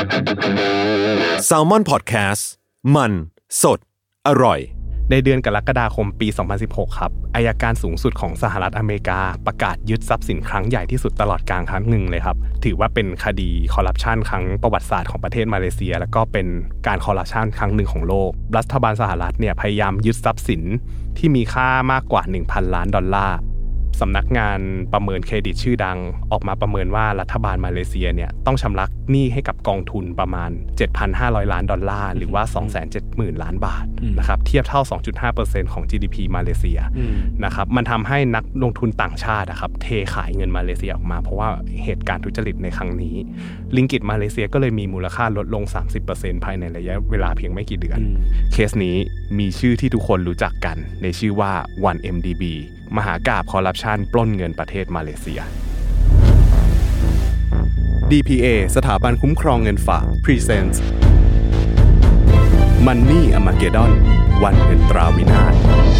Salmon Podcast มันสดอร่อยในเดือนกรกฎาคมปี 2016 ครับอัยการสูงสุดของสหรัฐอเมริกาประกาศยึดทรัพย์สินครั้งใหญ่ที่สุดตลอดกาลครั้งหนึ่งเลยครับถือว่าเป็นคดีคอร์รัปชันครั้งประวัติศาสตร์ของประเทศมาเลเซียแล้วก็เป็นการคอร์รัปชันครั้งหนึ่งของโลกรัฐบาลสหรัฐเนี่ยพยายามยึดทรัพย์สินที่มีค่ามากกว่า 1,000 ล้านดอลลาร์สำนักงานประเมินเครดิตชื่อดังออกมาประเมินว่ารัฐบาลมาเลเซียเนี่ยต้องชำระหนี้ให้กับกองทุนประมาณ 7,500 ล้านดอลลาร์หรือว่า 270,000 ล้านบาทนะครับเทียบเท่า 2.5% ของ GDP มาเลเซียนะครับมันทำให้นักลงทุนต่างชาติครับเทขายเงินมาเลเซียออกมาเพราะว่าเหตุการณ์ทุจริตในครั้งนี้ริงกิตมาเลเซียก็เลยมีมูลค่าลดลง 30% ภายในระยะเวลาเพียงไม่กี่เดือนเคสนี้มีชื่อที่ทุกคนรู้จักกันในชื่อว่า 1MDB มหากาพย์คอร์รัปชันปล้นเงินประเทศมาเลเซีย DPA สถาบันคุ้มครองเงินฝาก Presents Money Armageddon วันเงินตราวินาศ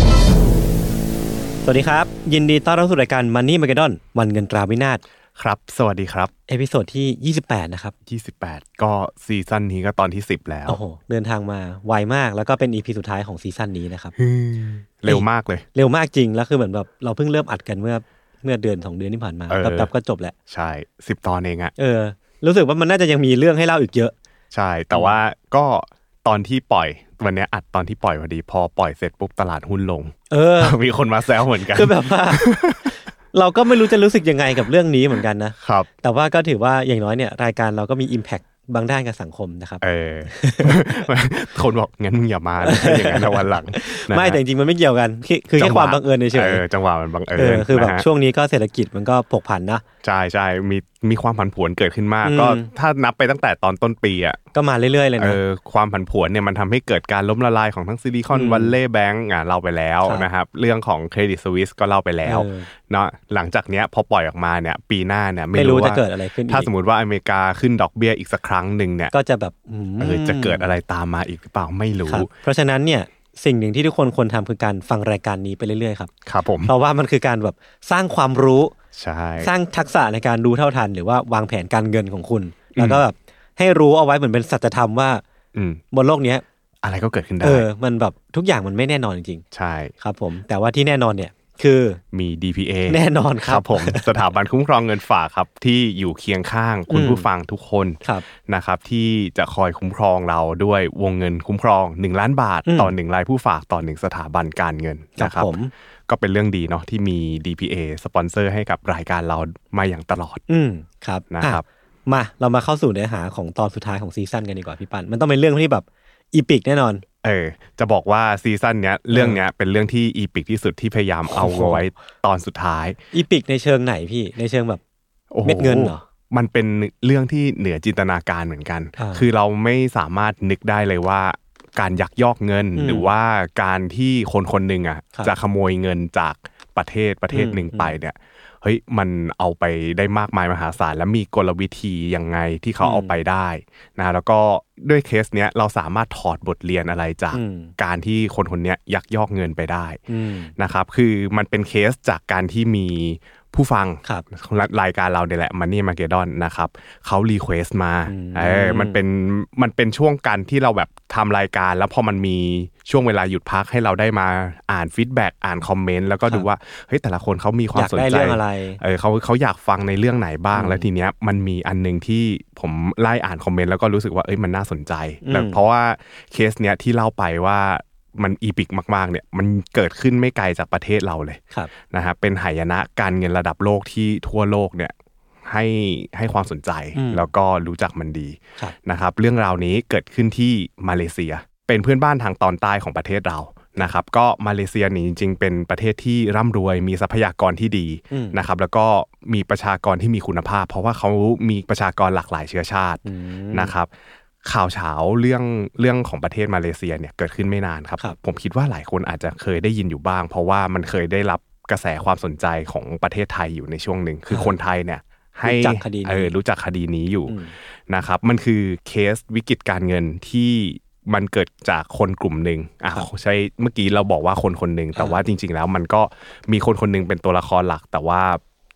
สวัสดีครับยินดีต้อนรับสู่รายการ Money Armageddon วันเงินตราวินาศครับสวัสดีครับเอพิโซดที่28นะครับ 28ก็ซีซั่นนี้ก็ตอนที่10แล้วโอ้โหเดินทางมาไวมากแล้วก็เป็น EP สุดท้ายของซีซั่นนี้นะครับเร็วมากเลยเร็วมากจริงแล้วคือเหมือนแบบเราเพิ่งเริ่มอัดกันเมื่อเดือน2เดือนที่ผ่านมาแป๊บๆก็จบแล้วใช่10ตอนเองอะรู้สึกว่ามันน่าจะยังมีเรื่องให้เล่าอีกเยอะใช่แต่ว่าก็ตอนที่ปล่อยวันนี้อัดตอนที่ปล่อยพอดีพอปล่อยเสร็จปุ๊บตลาดหุ้นลงมีคนมาแซวเหมือนกันคือแบบว่าเราก็ไม่รู้จะรู้สึกยังไงกับเรื่องนี้เหมือนกันนะครับแต่ว่าก็ถือว่าอย่างน้อยเนี่ยรายการเราก็มี impact บางด้านกับสังคมนะครับคนบอกงั้นมึงอย่ามาอย่างนั้นวันหลังไม่แต่จริงๆมันไม่เกี่ยวกันคือแค่ความบังเอิญเฉยๆจังหวะมันบังเอิญคือแบบช่วงนี้ก็เศรษฐกิจมันก็ผกผันนะใช่ๆมีความผันผวนเกิดขึ้นมากก็ถ้านับไปตั้งแต่ตอนต้นปีอ่ะก็มาเรื่อยๆเลยนะความผันผวนเนี่ยมันทำให้เกิดการล้มละลายของทั้งซิลิคอนวัลเลย์แบงก์เล่าไปแล้วนะครับเรื่องของเครดิตสวิสก็เล่าไปแล้วเนาะหลังจากเนี้ยพอปล่อยออกมาเนี่ยปีหน้าเนี่ยไม่รู้จะเกิดอะไรขึ้นถ้าสมมติว่าอเมริกาขึ้นดอกเบี้ยอีกสักครั้งนึงเนี่ยก็จะแบบจะเกิดอะไรตามมาอีกหรือเปล่าไม่รู้เพราะฉะนั้นเนี่ยสิ่งหนึ่งที่ทุกคนควรทำคือการฟังรายการนี้ไปเรื่อยๆครับครับผมเพราะว่ามันคือการแบบสร้างความรู้ใช่สร้างทักษะในการรู้เท่าทันหรือว่าวางแผนการเงินของคุณแล้วก็แบบให้รู้เอาไว้เหมือนเป็นสัจธรรมว่าบนโลกนี้อะไรก็เกิดขึ้นได้มันแบบทุกอย่างมันไม่แน่นอนจริงๆใช่ครับผมแต่ว่าที่แน่นอนเนี่ยคือมี DPA แน่นอนครับผมสถาบันคุ้มครองเงินฝากครับที่อยู่เคียงข้างคุณผู้ฟังทุกคนนะครับที่จะคอยคุ้มครองเราด้วยวงเงินคุ้มครอง1ล้านบาทต่อ1รายผู้ฝากต่อ1สถาบันการเงินนะครับก็เป็นเรื่องดีเนาะที่มี DPA สปอนเซอร์ให้กับรายการเรามาอย่างตลอดครับนะครับมาเรามาเข้าสู่เนื้อหาของตอนสุดท้ายของซีซั่นกันดีกว่าพี่ปันมันต้องเป็นเรื่องที่แบบอีพิกแน่นอนจะบอกว่าซีซั่นเนี้ยเรื่องเนี้ยเป็นเรื่องที่อีพิกที่สุดที่พยายามเอาไว้ตอนสุดท้ายอีพิกในเชิงไหนพี่ในเชิงแบบเม็ดเงินเหรอมันเป็นเรื่องที่เหนือจินตนาการเหมือนกันคือเราไม่สามารถนึกได้เลยว่าการยักยอกเงินหรือว่าการที่คนๆนึงจะขโมยเงินจากประเทศนึงไปเนี่ยเฮ้ยมันเอาไปได้มากมายมหาศาลและมีกลวิธียังไงที่เขาเอาไปได้นะแล้วก็ด้วยเคสเนี้ยเราสามารถถอดบทเรียนอะไรจากการที่คนเนี้ยยักยอกเงินไปได้นะครับคือมันเป็นเคสจากการที่มีผู้ฟังรายการเราเนี่ยแหละ Money Armageddon นะครับเขารีเควสต์มามันเป็นช่วงการที่เราแบบทำรายการแล้วพอมันมีช่วงเวลาหยุดพักให้เราได้มาอ่านฟีดแบ็กอ่านคอมเมนต์แล้วก็ดูว่าเฮ้ยแต่ละคนเขามีความสนใจเขาอยากฟังในเรื่องไหนบ้างแล้วทีเนี้ยมันมีอันนึงที่ผมไล่อ่านคอมเมนต์แล้วก็รู้สึกว่าเอ้ยมันน่าสนใจเพราะว่าเคสเนี้ยที่เล่าไปว่ามันอีพิกมากๆเนี่ยมันเกิดขึ้นไม่ไกลจากประเทศเราเลยนะครับเป็นหายนะการเงินระดับโลกที่ทั่วโลกเนี่ยให้ความสนใจแล้วก็รู้จักมันดีนะครับเรื่องราวนี้เกิดขึ้นที่มาเลเซียเป็นเพื่อนบ้านทางตอนใต้ของประเทศเรานะครับก็มาเลเซียนี่จริงๆเป็นประเทศที่ร่ำรวยมีทรัพยากรที่ดีนะครับแล้วก็มีประชากรที่มีคุณภาพเพราะว่าเขามีประชากรหลากหลายเชื้อชาตินะครับข่าวเช้าเรื่องของประเทศมาเลเซียเนี่ยเกิดขึ้นไม่นานครับผมคิดว่าหลายคนอาจจะเคยได้ยินอยู่บ้างเพราะว่ามันเคยได้รับกระแสความสนใจของประเทศไทยอยู่ในช่วงหนึ่งคือคนไทยเนี่ยให้รู้จักคดีนี้อยู่นะครับมันคือเคสวิกฤตการเงินที่มันเกิดจากคนกลุ่มหนึ่งใช่เมื่อกี้เราบอกว่าคนหนึ่งแต่ว่าจริงๆแล้วมันก็มีคนหนึ่งเป็นตัวละครหลักแต่ว่า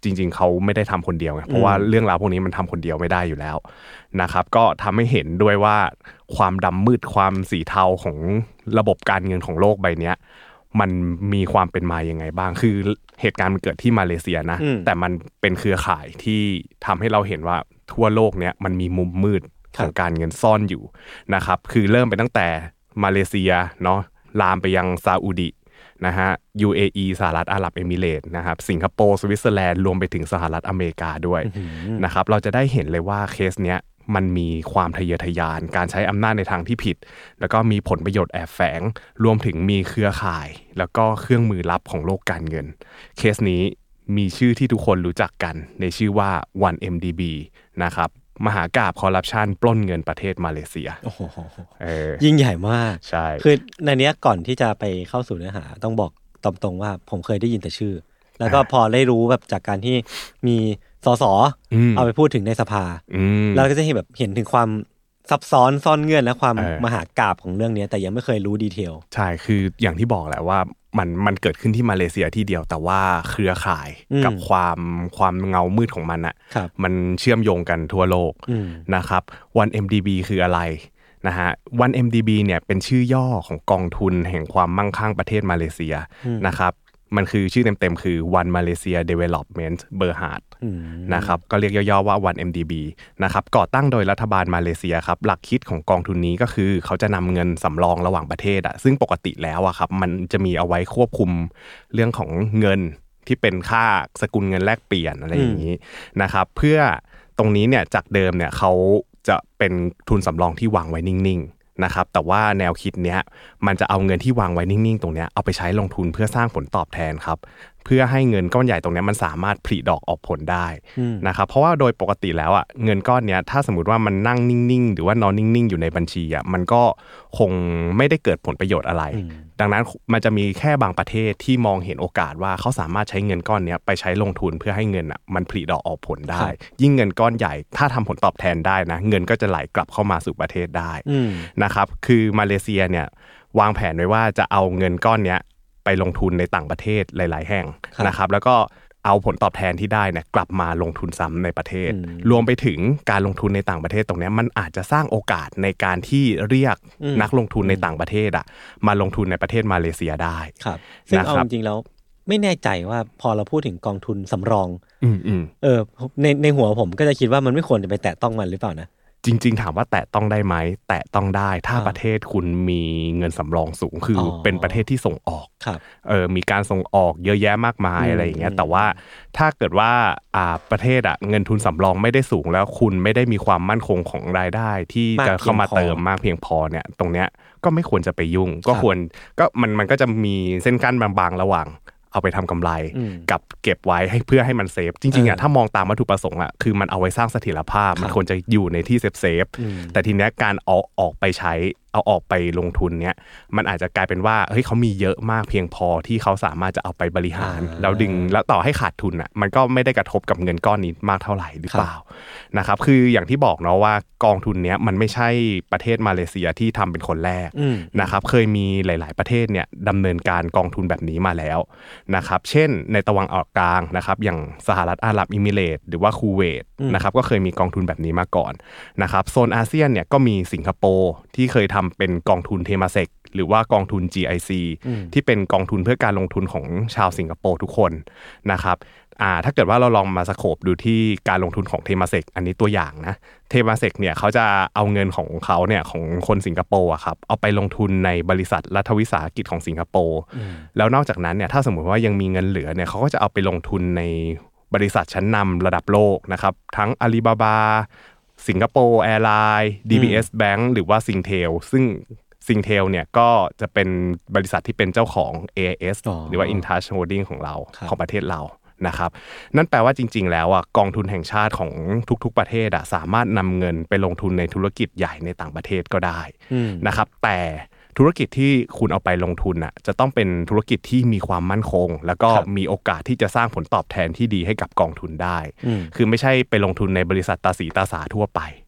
จริงๆเขาไม่ได้ทำคนเดียวไงเพราะว่าเรื่องราวพวกนี้มันทำคนเดียวไม่ได้อยู่แล้วนะครับก็ทำให้เห็นด้วยว่าความดำมืดความสีเทาของระบบการเงินของโลกใบนี้มันมีความเป็นมายังไงบ้างคือเหตุการณ์มันเกิดที่มาเลเซียนะแต่มันเป็นเครือข่ายที่ทำให้เราเห็นว่าทั่วโลกเนี้ยมันมีมุมมืดของการเงินซ่อนอยู่นะครับคือเริ่มไปตั้งแต่มาเลเซียเนาะลามไปยังซาอุดินะฮะ UAE สหรัฐอาหรับเอมิเรตส์นะครับสิงคโปร์สวิตเซอร์แลนด์รวมไปถึงสหรัฐอเมริกาด้วยนะครับเราจะได้เห็นเลยว่าเคสเนี้ยมันมีความทะเยอทะยานการใช้อำนาจในทางที่ผิดแล้วก็มีผลประโยชน์แอบแฝงรวมถึงมีเครือข่ายแล้วก็เครื่องมือลับของโลกการเงินเคสนี้มีชื่อที่ทุกคนรู้จักกันในชื่อว่า 1MDB นะครับมหากาพย์คอร์รัปชันปล้นเงินประเทศมาเลเซียโอ้โหยิ่งใหญ่มากใช่คือในเนี้ยก่อนที่จะไปเข้าสู่เนื้อหาต้องบอกตรงๆว่าผมเคยได้ยินแต่ชื่อแล้วก็พอได้รู้แบบจากการที่มีสสเอาไปพูดถึงในสภาเราก็จะเห็นแบบเห็นถึงความซับซ้อนซ่อนเงื่อนและความมหากาพย์ของเรื่องนี้แต่ยังไม่เคยรู้ดีเทลใช่คืออย่างที่บอกแหละว่ามันเกิดขึ้นที่มาเลเซียที่เดียวแต่ว่าเครือข่ายกับความเงามืดของมันอ่ะมันเชื่อมโยงกันทั่วโลกนะครับ 1MDB คืออะไรนะฮะ 1MDB เนี่ยเป็นชื่อย่อของกองทุนแห่งความมั่งคั่งประเทศมาเลเซียนะครับมันคือชื่อเต็มๆคือ One Malaysia Development Berhad นะครับก็เรียกย่อๆว่า 1MDB นะครับก่อตั้งโดยรัฐบาลมาเลเซียครับหลักคิดของกองทุนนี้ก็คือเขาจะนำเงินสำรองระหว่างประเทศอ่ะซึ่งปกติแล้วอ่ะครับมันจะมีเอาไว้ควบคุมเรื่องของเงินที่เป็นค่าสกุลเงินแลกเปลี่ยนอะไรอย่างนี้นะครับเพื่อตรงนี้เนี่ยจากเดิมเนี่ยเขาจะเป็นทุนสำรองที่วางไว้นิ่งๆนะครับแต่ว่าแนวคิดเนี้ยมันจะเอาเงินที่วางไว้นิ่งๆตรงเนี้ยเอาไปใช้ลงทุนเพื่อสร้างผลตอบแทนครับเพื่อให้เงินก้อนใหญ่ตรงนี้มันสามารถผลิดอกออกผลได้นะครับเพราะว่าโดยปกติแล้วอ่ะเงินก้อนเนี้ยถ้าสมมติว่ามันนั่งนิ่งๆหรือว่านอนนิ่งๆอยู่ในบัญชีอ่ะมันก็คงไม่ได้เกิดผลประโยชน์อะไรดังนั้นมันจะมีแค่บางประเทศที่มองเห็นโอกาสว่าเขาสามารถใช้เงินก้อนนี้ไปใช้ลงทุนเพื่อให้เงินอ่ะมันผลิดอกออกผลได้ยิ่งเงินก้อนใหญ่ถ้าทำผลตอบแทนได้นะเงินก็จะไหลกลับเข้ามาสู่ประเทศได้นะครับคือมาเลเซียเนี่ยวางแผนไว้ว่าจะเอาเงินก้อนนี้ไปลงทุนในต่างประเทศหลายๆแห่งนะครับแล้วก็เอาผลตอบแทนที่ได้เนี่ยกลับมาลงทุนซ้ำในประเทศรวมไปถึงการลงทุนในต่างประเทศตรงนี้มันอาจจะสร้างโอกาสในการที่เรียกนักลงทุนในต่างประเทศอ่ะมาลงทุนในประเทศมาเลเซียได้ครับซึ่งเอาจริงๆแล้วไม่แน่ใจว่าพอเราพูดถึงกองทุนสำรองในหัวผมก็จะคิดว่ามันไม่ควรจะไปแตะต้องมันหรือเปล่านะจริงๆถามว่าแตะต้องได้ไหมแตะต้องได้ถ้าประเทศคุณมีเงินสำรองสูงคือเป็นประเทศที่ส่งออกมีการส่งออกเยอะแยะมากมายอะไรอย่างเงี้ยแต่ว่าถ้าเกิดว่าประเทศเงินทุนสำรองไม่ได้สูงแล้วคุณไม่ได้มีความมั่นคงของรายได้ที่จะเข้ามาเติมมากเพียงพอเนี่ยตรงเนี้ยก็ไม่ควรจะไปยุ่งก็ควรก็มันก็จะมีเส้นกั้นบางๆระหว่างเอาไปทำกำไรกับเก็บไว้ให้เพื่อให้มันเซฟจริงๆถ้ามองตามวัตถุประสงค์คือมันเอาไว้สร้างเสถียรภาพมันควรจะอยู่ในที่เซฟแต่ทีนี้การเอาออกไปใช้เอาออกไปลงทุนเนี้ยมันอาจจะกลายเป็นว่าเฮ้ยเขามีเยอะมากเพียงพอที่เขาสามารถจะเอาไปบริหารแล้วดึงแล้วต่อให้ขาดทุนมันก็ไม่ได้กระทบกับเงินก้อนนี้มากเท่าไหร่หรือเปล่านะครับคืออย่างที่บอกเนาะว่ากองทุนเนี้ยมันไม่ใช่ประเทศมาเลเซียที่ทำเป็นคนแรกนะครับเคยมีหลายๆประเทศเนี่ยดำเนินการกองทุนแบบนี้มาแล้วนะครับเช่นในตะวันออกกลางนะครับอย่างสหรัฐอาหรับเอมิเรตส์หรือว่าคูเวตนะครับก็เคยมีกองทุนแบบนี้มาก่อนนะครับโซนอาเซียนเนี่ยก็มีสิงคโปร์ที่เคยทำเป็นกองทุนเทมาเซกหรือว่ากองทุน GIC ที่เป็นกองทุนเพื่อการลงทุนของชาวสิงคโปร์ทุกคนนะครับถ้าเกิดว่าเราลองมาสโคปดูที่การลงทุนของเทมาเซกอันนี้ตัวอย่างนะเทมาเซกเนี่ยเขาจะเอาเงินของเขาเนี่ยของคนสิงคโปร์ครับเอาไปลงทุนในบริษัทรัฐวิสาหกิจของสิงคโปร์แล้วนอกจากนั้นเนี่ยถ้าสมมติว่ายังมีเงินเหลือเนี่ยเขาก็จะเอาไปลงทุนในบริษัทชั้นนำระดับโลกนะครับทั้งอาลีบาบาสิงคโปร์แอร์ไลน์ DBS Bank หรือว่าซิงเทลซึ่งซิงเทลเนี่ยก็จะเป็นบริษัทที่เป็นเจ้าของ AIS หรือว่า InTouch Holding ของเราของประเทศเรานะครับนั่นแปลว่าจริงๆแล้วกองทุนแห่งชาติของทุกๆประเทศสามารถนำเงินไปลงทุนในธุรกิจใหญ่ในต่างประเทศก็ได้นะครับแต่ธุรกิจที่คุณเอาไปลงทุนจะต้องเป็นธุรกิจที่มีความมั่นคงแล้วก็มีโอกาสที่จะสร้างผลตอบแทนที่ดีให้กับกองทุนได้คือไม่ใช่ไปลงทุนในบริษัทตาสีตาสาทั่วไป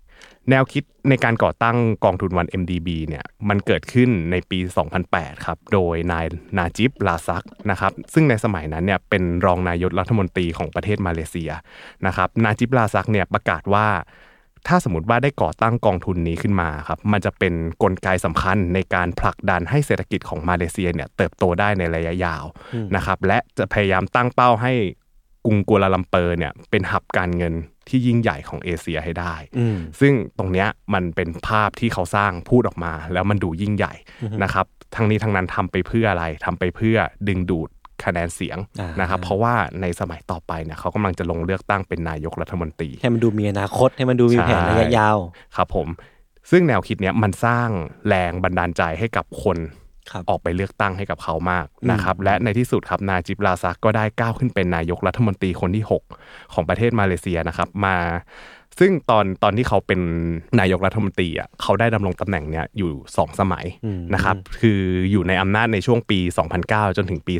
แนวคิดในการก่อตั้งกองทุน 1MDB เนี่ยมันเกิดขึ้นในปี 2008 ครับโดยนายนาจิบลาซักนะครับซึ่งในสมัยนั้นเนี่ยเป็นรองนายกรัฐมนตรีของประเทศมาเลเซียนะครับนาจิบลาซักเนี่ยประกาศว่าถ้าสมมติว่าได้ก่อตั้งกองทุนนี้ขึ้นมาครับมันจะเป็นกลไกสำคัญในการผลักดันให้เศรษฐกิจของมาเลเซียเนี่ยเติบโตได้ในระยะยาวนะครับและจะพยายามตั้งเป้าให้กรุงกัวลาลัมเปอร์เนี่ยเป็นหับการเงินที่ยิ่งใหญ่ของเอเชียให้ได้ซึ่งตรงเนี้ยมันเป็นภาพที่เขาสร้างพูดออกมาแล้วมันดูยิ่งใหญ่นะครับทั้งนี้ทั้งนั้นทำไปเพื่ออะไรทำไปเพื่อดึงดูดคะแนนเสียงนะครับเพราะว่าในสมัยต่อไปเนี่ยเขากำลังจะลงเลือกตั้งเป็นนายกรัฐมนตรีให้มันดูมีอนาคตให้มันดูมีแผนระยะยาวครับผมซึ่งแนวคิดเนี้ยมันสร้างแรงบันดาลใจให้กับคนออกไปเลือกตั้งให้กับเขามากนะครับและในที่สุดครับนาจิบลาซักก็ได้ก้าวขึ้นเป็นนายกรัฐมนตรีคนที่6ของประเทศมาเลเซียนะครับมาซึ่งตอนที่เขาเป็นนายกรัฐมนตรีอ่ะเขาได้ดำรงตำแหน่งเนี้ยอยู่2สมัยนะครับคืออยู่ในอำนาจในช่วงปี 2009 จนถึงปี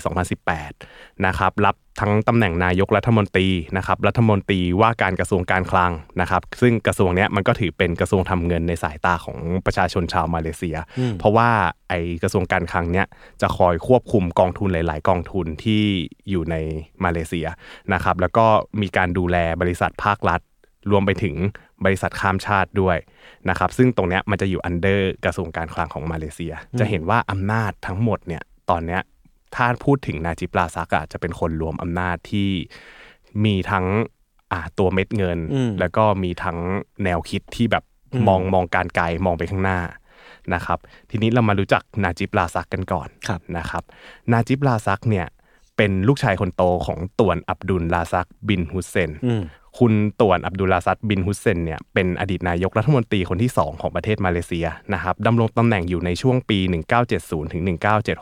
2018 นะครับรับทั้งตำแหน่งนายกรัฐมนตรีนะครับรัฐมนตรีว่าการกระทรวงการคลังนะครับซึ่งกระทรวงเนี้ยมันก็ถือเป็นกระทรวงทำเงินในสายตาของประชาชนชาวมาเลเซียเพราะว่าไอกระทรวงการคลังเนี้ยจะคอยควบคุมกองทุนหลายๆกองทุนที่อยู่ในมาเลเซียนะครับแล้วก็มีการดูแลบริษัทภาครัฐรวมไปถึงบริษัทข้ามชาติด้วยนะครับซึ่งตรงเนี้ยมันจะอยู่อันเดอร์กระทรวงการคลังของมาเลเซียจะเห็นว่าอำนาจทั้งหมดเนี่ยตอนเนี้ยถ้าพูดถึงนาจิบลาซักจะเป็นคนรวมอำนาจที่มีทั้งตัวเม็ดเงินแล้วก็มีทั้งแนวคิดที่แบบมองการไกลมองไปข้างหน้านะครับทีนี้เรามารู้จักนาจิบลาซักกันก่อนนะครับนาจิบลาซักเนี่ยเป็นลูกชายคนโตของต่วนอับดุลลาซักบินฮุสเซนคุณต่วนอับดุลลาซักบินฮุสเซนเนี่ยเป็นอดีตนายกรัฐมนตรีคนที่2ของประเทศมาเลเซียนะครับดำรงตำแหน่งอยู่ในช่วงปี 1970 ถึง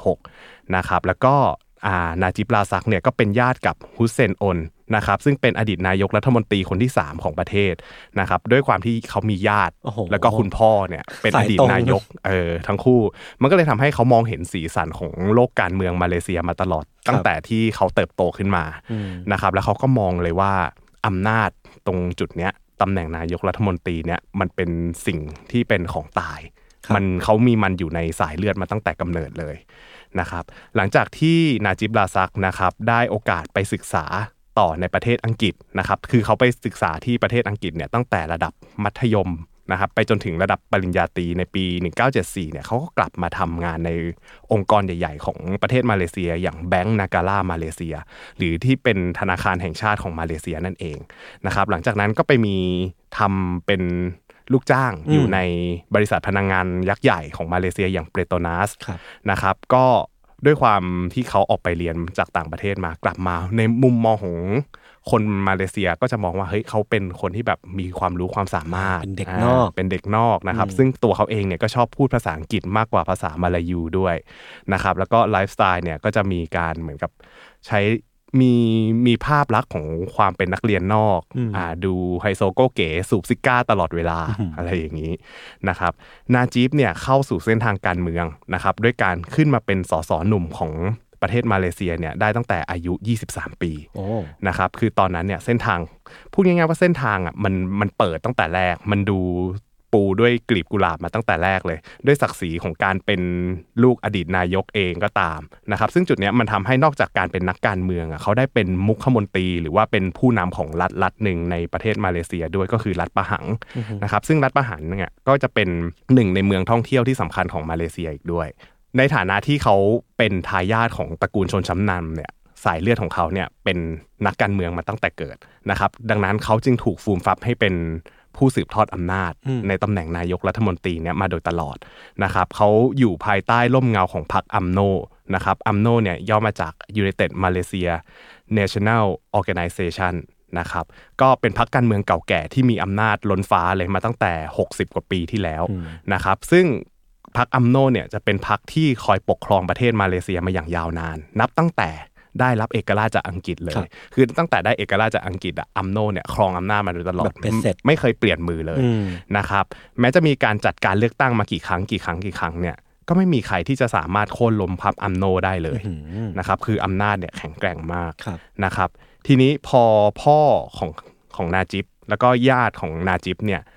1976 นะครับแล้วก็นาจิบลาซักเนี่ยก็เป็นญาติกับฮุสเซนอนนะครับซึ่งเป็นอดีตนายกรัฐมนตรีคนที่3ของประเทศนะครับด้วยความที่เขามีญาติแล้วก็คุณพ่อเนี่ยเป็นอดีตนายกทั้งคู่มันก็เลยทำให้เขามองเห็นสีสันของโลกการเมืองมาเลเซียมาตลอดตั้งแต่ที่เขาเติบโตขึ้นมานะครับแล้วเขาก็มองเลยว่าอำนาจตรงจุดเนี้ยตำแหน่งนายกรัฐมนตรีเนี่ยมันเป็นสิ่งที่เป็นของตายเขามีมันอยู่ในสายเลือดมาตั้งแต่กำเนิดเลยนะครับหลังจากที่นาจิบลาซักนะครับได้โอกาสไปศึกษาต่อในประเทศอังกฤษนะครับคือเขาไปศึกษาที่ประเทศอังกฤษเนี่ยตั้งแต่ระดับมัธยมนะครับไปจนถึงระดับปริญญาตรีในปี 1974 เนี่ยเขาก็กลับมาทำงานในองค์กรใหญ่ๆของประเทศมาเลเซียอย่างแบงก์นาการ่ามาเลเซียหรือที่เป็นธนาคารแห่งชาติของมาเลเซียนั่นเองนะครับหลังจากนั้นก็ไปมีทำเป็นลูกจ้างอยู่ในบริษัทพลังงานยักษ์ใหญ่ของมาเลเซียอย่างเปโตรนัสนะครับก็ด้วยความที่เขาออกไปเรียนจากต่างประเทศมากลับมาในมุมมองของคนมาเลเซียก็จะมองว่าเฮ้ยเขาเป็นคนที่แบบมีความรู้ความสามารถเป็นเด็กนอกนะครับซึ่งตัวเขาเองเนี่ยก็ชอบพูดภาษาอังกฤษมากกว่าภาษามาลายูด้วยนะครับแล้วก็ไลฟ์สไตล์เนี่ยก็จะมีการเหมือนกับใช้มีภาพลักษณ์ของความเป็นนักเรียนนอกดูไฮโซโกเก๋สูบซิก้าตลอดเวลาอะไรอย่างนี้นะครับนาจิบเนี่ยเข้าสู่เส้นทางการเมืองนะครับด้วยการขึ้นมาเป็นสสหนุ่มของประเทศมาเลเซียเนี่ยได้ตั้งแต่อายุ23ปีนะครับคือตอนนั้นเนี่ยเส้นทางพูดง่ายๆว่าเส้นทางมันเปิดตั้งแต่แรกมันดูปูด้วยกลีบกุหลาบมาตั้งแต่แรกเลยด้วยศักดิ์ศรีของการเป็นลูกอดีตนายกเองก็ตามนะครับซึ่งจุดนี้มันทำให้นอกจากการเป็นนักการเมืองเขาได้เป็นมุขมนตรีหรือว่าเป็นผู้นำของรัฐหนึ่งในประเทศมาเลเซียด้วยก็คือรัฐปะหังนะครับซึ่งรัฐปะหังเนี่ยก็จะเป็นหนึ่งในเมืองท่องเที่ยวที่สำคัญของมาเลเซียอีกด้วยในฐานะที่เขาเป็นทายาทของตระกูลชนชั้นนำเนี่ยสายเลือดของเขาเนี่ยเป็นนักการเมืองมาตั้งแต่เกิดนะครับดังนั้นเขาจึงถูกฟูมฟับให้เป็นผู้สืบทอดอำนาจในตำแหน่งนายกรัฐมนตรีเนี่ยมาโดยตลอดนะครับเขาอยู่ภายใต้ร่มเงาของพรรคอัมโนนะครับอัมโนเนี่ยย่อมาจาก United Malaysia National Organization นะครับก็เป็นพรรคการเมืองเก่าแก่ที่มีอำนาจล้นฟ้าเลยมาตั้งแต่60กว่าปีที่แล้วนะครับซึ่งพรรคอัมโนเนี่ยจะเป็นพรรคที่คอยปกครองประเทศมาเลเซียมาอย่างยาวนานนับตั้งแต่ได้รับเอกราชจากอังกฤษเลยคือตั้งแต่ได้เอกราชจากอังกฤษอัมโนเนี่ยครองอำนาจมาโดยตลอดไม่เคยเปลี่ยนมือเลยนะครับแม้จะมีการจัดการเลือกตั้งมากี่ครั้งเนี่ยก็ไม่มีใครที่จะสามารถโค่นล้มพรรคอัมโนได้เลยนะครับคืออำนาจเนี่ยแข็งแกร่งมากนะครับทีนี้พอพ่อของนาจิบแล้วก็ญาติของนาจิบเนี่ย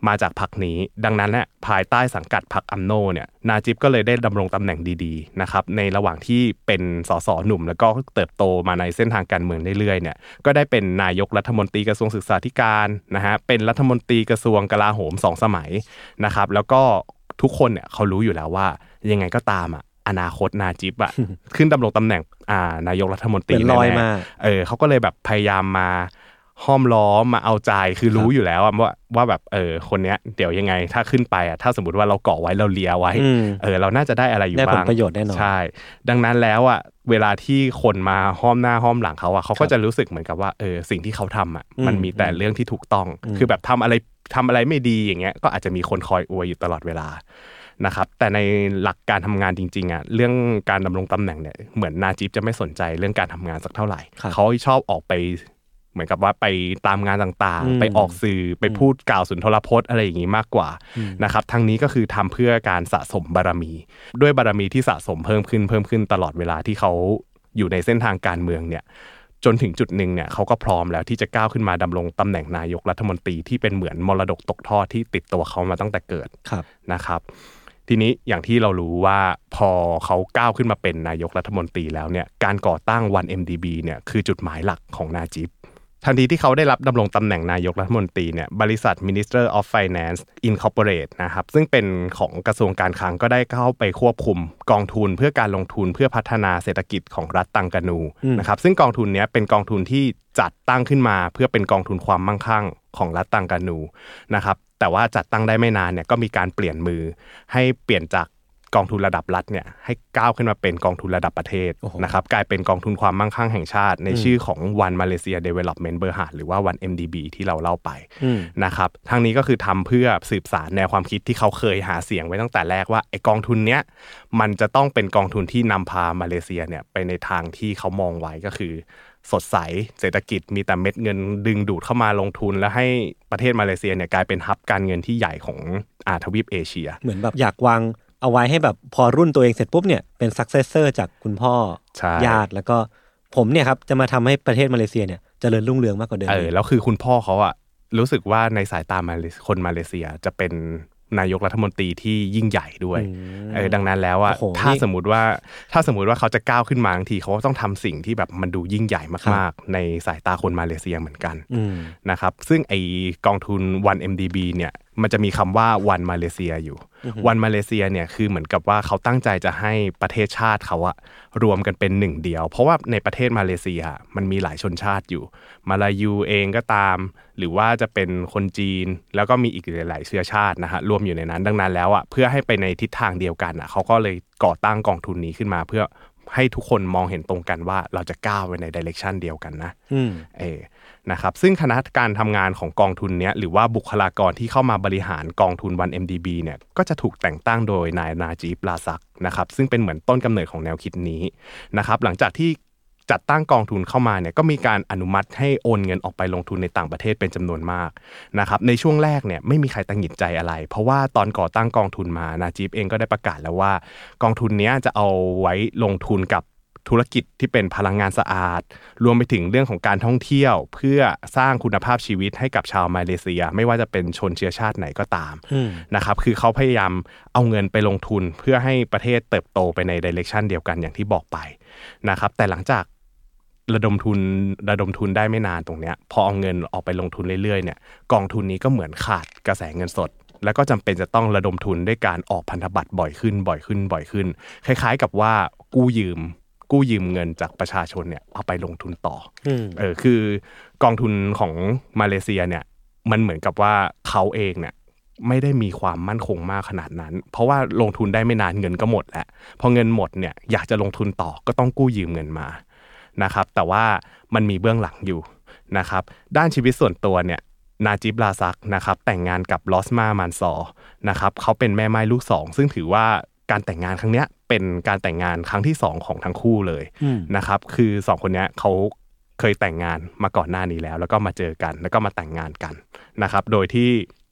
มาจากพรรคนี้ดังนั้นเนี่ยภายใต้สังกัดพรรคอัมโนเนี่ยนาจิบก็เลยได้ดำรงตำแหน่งดีๆนะครับในระหว่างที่เป็นสสหนุ่มแล้วก็เติบโตมาในเส้นทางการเมืองเรื่อยๆเนี่ยก็ได้เป็นนายกรัฐมนตรีกระทรวงศึกษาธิการนะฮะเป็นรัฐมนตรีกระทรวงกลาโหม2 สมัยนะครับแล้วก็ทุกคนเนี่ยเขารู้อยู่แล้วว่ายังไงก็ตามอนาคตนาจิบขึ้นดำรงตำแหน่งนายกรัฐมนตรีแน่ๆเขาก็เลยแบบพยายามมาห้อมล้อมมาเอาใจคือรู้อยู่แล้วว่าแบบคนเนี้ยเดี๋ยวยังไงถ้าขึ้นไปถ้าสมมติว่าเราเกาะไว้เราเลียไว้เราน่าจะได้อะไรอยู่บ้างได้ผลประโยชน์แน่นอนใช่ดังนั้นแล้วเวลาที่คนมาห้อมหน้าห้อมหลังเขาเขาก็จะรู้สึกเหมือนกับว่าสิ่งที่เขาทำมันมีแต่เรื่องที่ถูกต้องคือแบบทำอะไรไม่ดีอย่างเงี้ยก็อาจจะมีคนคอยอวยอยู่ตลอดเวลานะครับแต่ในหลักการทำงานจริงๆเรื่องการดำรงตำแหน่งเนี่ยเหมือนนาจิบจะไม่สนใจเรื่องการทำงานสักเท่าไหร่เขาชอบออกไปเหมือนกับว่าไปตามงานต่างๆไปออกสื่อไปพูดกล่าวสุนทรพจน์อะไรอย่างนี้มากกว่านะครับทั้งนี้ก็คือทำเพื่อการสะสมบารมีด้วยบารมีที่สะสมเพิ่มขึ้นตลอดเวลาที่เขาอยู่ในเส้นทางการเมืองเนี่ยจนถึงจุดหนึ่งเนี่ยเขาก็พร้อมแล้วที่จะก้าวขึ้นมาดำรงตำแหน่งนายกรัฐมนตรีที่เป็นเหมือนมรดกตกทอดที่ติดตัวเขามาตั้งแต่เกิดนะครับทีนี้อย่างที่เรารู้ว่าพอเขาก้าวขึ้นมาเป็นนายกรัฐมนตรีแล้วเนี่ยการก่อตั้ง 1MDB เนี่ยคือจุดหมายหลักของนาจิบทันทีที่เขาได้รับดำรงตำแหน่งนายกรัฐมนตรีเนี่ยบริษัท Minister of Finance Incorporate นะครับซึ่งเป็นของกระทรวงการคลังก็ได้เข้าไปควบคุมกองทุนเพื่อการลงทุนเพื่อพัฒนาเศรษฐกิจของรัฐตังกานูนะครับซึ่งกองทุนนี้เป็นกองทุนที่จัดตั้งขึ้นมาเพื่อเป็นกองทุนความมั่งคั่งของรัฐตังกานูนะครับแต่ว่าจัดตั้งได้ไม่นานเนี่ยก็มีการเปลี่ยนมือให้เปลี่ยนจากกองทุนระดับรัฐเนี่ยให้ก้าวขึ้นมาเป็นกองทุนระดับประเทศนะครับกลายเป็นกองทุนความมั่งคั่งแห่งชาติในชื่อของ One Malaysia Development Berhad หรือว่า 1MDB ที่เราเล่าไปนะครับทั้งนี้ก็คือทำเพื่อสืบสานแนวความคิดที่เขาเคยหาเสียงไว้ตั้งแต่แรกว่าไอกองทุนเนี้ยมันจะต้องเป็นกองทุนที่นำพามาเลเซียเนี่ยไปในทางที่เขามองไว้ก็คือสดใสเศรษฐกิจมีแต่เม็ดเงินดึงดูดเข้ามาลงทุนแล้วให้ประเทศมาเลเซียเนี่ยกลายเป็นฮับการเงินที่ใหญ่ของทวีปเอเชียเหมือนแบบอยากวางเอาไว้ให้แบบพอรุ่นตัวเองเสร็จปุ๊บเนี่ยเป็นซักเซสเซอร์จากคุณพ่อญาติแล้วก็ผมเนี่ยครับจะมาทำให้ประเทศมาเลเซียเนี่ยเจริญรุ่งเรืองมากกว่าเดิมแล้วคือคุณพ่อเขารู้สึกว่าในสายตาคนมาเลเซียจะเป็นนายกรัฐมนตรีที่ยิ่งใหญ่ด้วยดังนั้นแล้วถ้าสมมติว่าเขาจะก้าวขึ้นมาบางทีเขาก็ต้องทำสิ่งที่แบบมันดูยิ่งใหญ่มากๆในสายตาคนมาเลเซียเหมือนกันนะครับซึ่งไอกองทุน 1MDB เนี่ยมันจะมีคำว่า One Malaysia อยู่ One Malaysia เนี่ยคือเหมือนกับว่าเขาตั้งใจจะให้ประเทศชาติเขารวมกันเป็นหนึ่งเดียวเพราะว่าในประเทศมาเลเซียมันมีหลายชนชาติอยู่มาลายูเองก็ตามหรือว่าจะเป็นคนจีนแล้วก็มีอีกหลายเชื้อชาตินะฮะรวมอยู่ในนั้นดังนั้นแล้วเพื่อให้ไปในทิศทางเดียวกันเขาก็เลยก่อตั้งกองทุนนี้ขึ้นมาเพื่อให้ทุกคนมองเห็นตรงกันว่าเราจะก้าวไปในไดเรกชันเดียวกันนะนะครับซึ่งคณะการทำงานของกองทุนนี้หรือว่าบุคลากรที่เข้ามาบริหารกองทุน 1MDB เนี่ยก็จะถูกแต่งตั้งโดยนายนาจิบ ราซักนะครับซึ่งเป็นเหมือนต้นกำเนิดของแนวคิดนี้นะครับหลังจากที่จัดตั้งกองทุนเข้ามาเนี่ยก็มีการอนุมัติให้โอนเงินออกไปลงทุนในต่างประเทศเป็นจำนวนมากนะครับในช่วงแรกเนี่ยไม่มีใครตังหงิดใจอะไรเพราะว่าตอนก่อตั้งกองทุนมานาจิบเองก็ได้ประกาศแล้วว่ากองทุนนี้จะเอาไว้ลงทุนกับธุรกิจที่เป็นพลังงานสะอาดรวมไปถึงเรื่องของการท่องเที่ยวเพื่อสร้างคุณภาพชีวิตให้กับชาวมาเลเซียไม่ว่าจะเป็นชนเชื้อชาติไหนก็ตามนะครับคือเขาพยายามเอาเงินไปลงทุนเพื่อให้ประเทศเติบโตไปในไดเรกชันเดียวกันอย่างที่บอกไปนะครับแต่หลังจากระดมทุนได้ไม่นานตรงเนี้ยพอเอาเงินออกไปลงทุนเรื่อยๆเนี่ยกองทุนนี้ก็เหมือนขาดกระแสเงินสดแล้วก็จำเป็นจะต้องระดมทุนด้วยการออกพันธบัตรบ่อยขึ้นคล้ายๆกับว่ากู้ยืมเงินจากประชาชนเนี่ยเอาไปลงทุนต่อคือกองทุนของมาเลเซียเนี่ยมันเหมือนกับว่าเขาเองเนี่ยไม่ได้มีความมั่นคงมากขนาดนั้นเพราะว่าลงทุนได้ไม่นานเงินก็หมดแล้วพอเงินหมดเนี่ยอยากจะลงทุนต่อก็ต้องกู้ยืมเงินมานะครับแต่ว่ามันมีเบื้องหลังอยู่นะครับด้านชีวิตส่วนตัวเนี่ยนาจิบ ราซักนะครับแต่งงานกับลอสมา มานซอร์นะครับเขาเป็นแม่ไม้ลูก2ซึ่งถือว่าการแต่งงานครั้งเนี้ยเป็นการแต่งงานครั้งที่2ของทั้งคู่เลยนะครับคือ2คนเนี้ยเขาเคยแต่งงานมาก่อนหน้านี้แล้วก็มาเจอกันแล้วก็มาแต่งงานกันนะครับโดยที่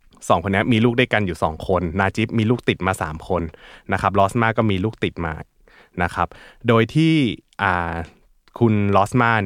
2คนนี้มีลูกด้วยกันอยู่2คนนาจิบมีลูกติดมา3คนนะครับลอสมาก็มีลูกติดมานะครับโดยที่คุณลอสมาเนี่ย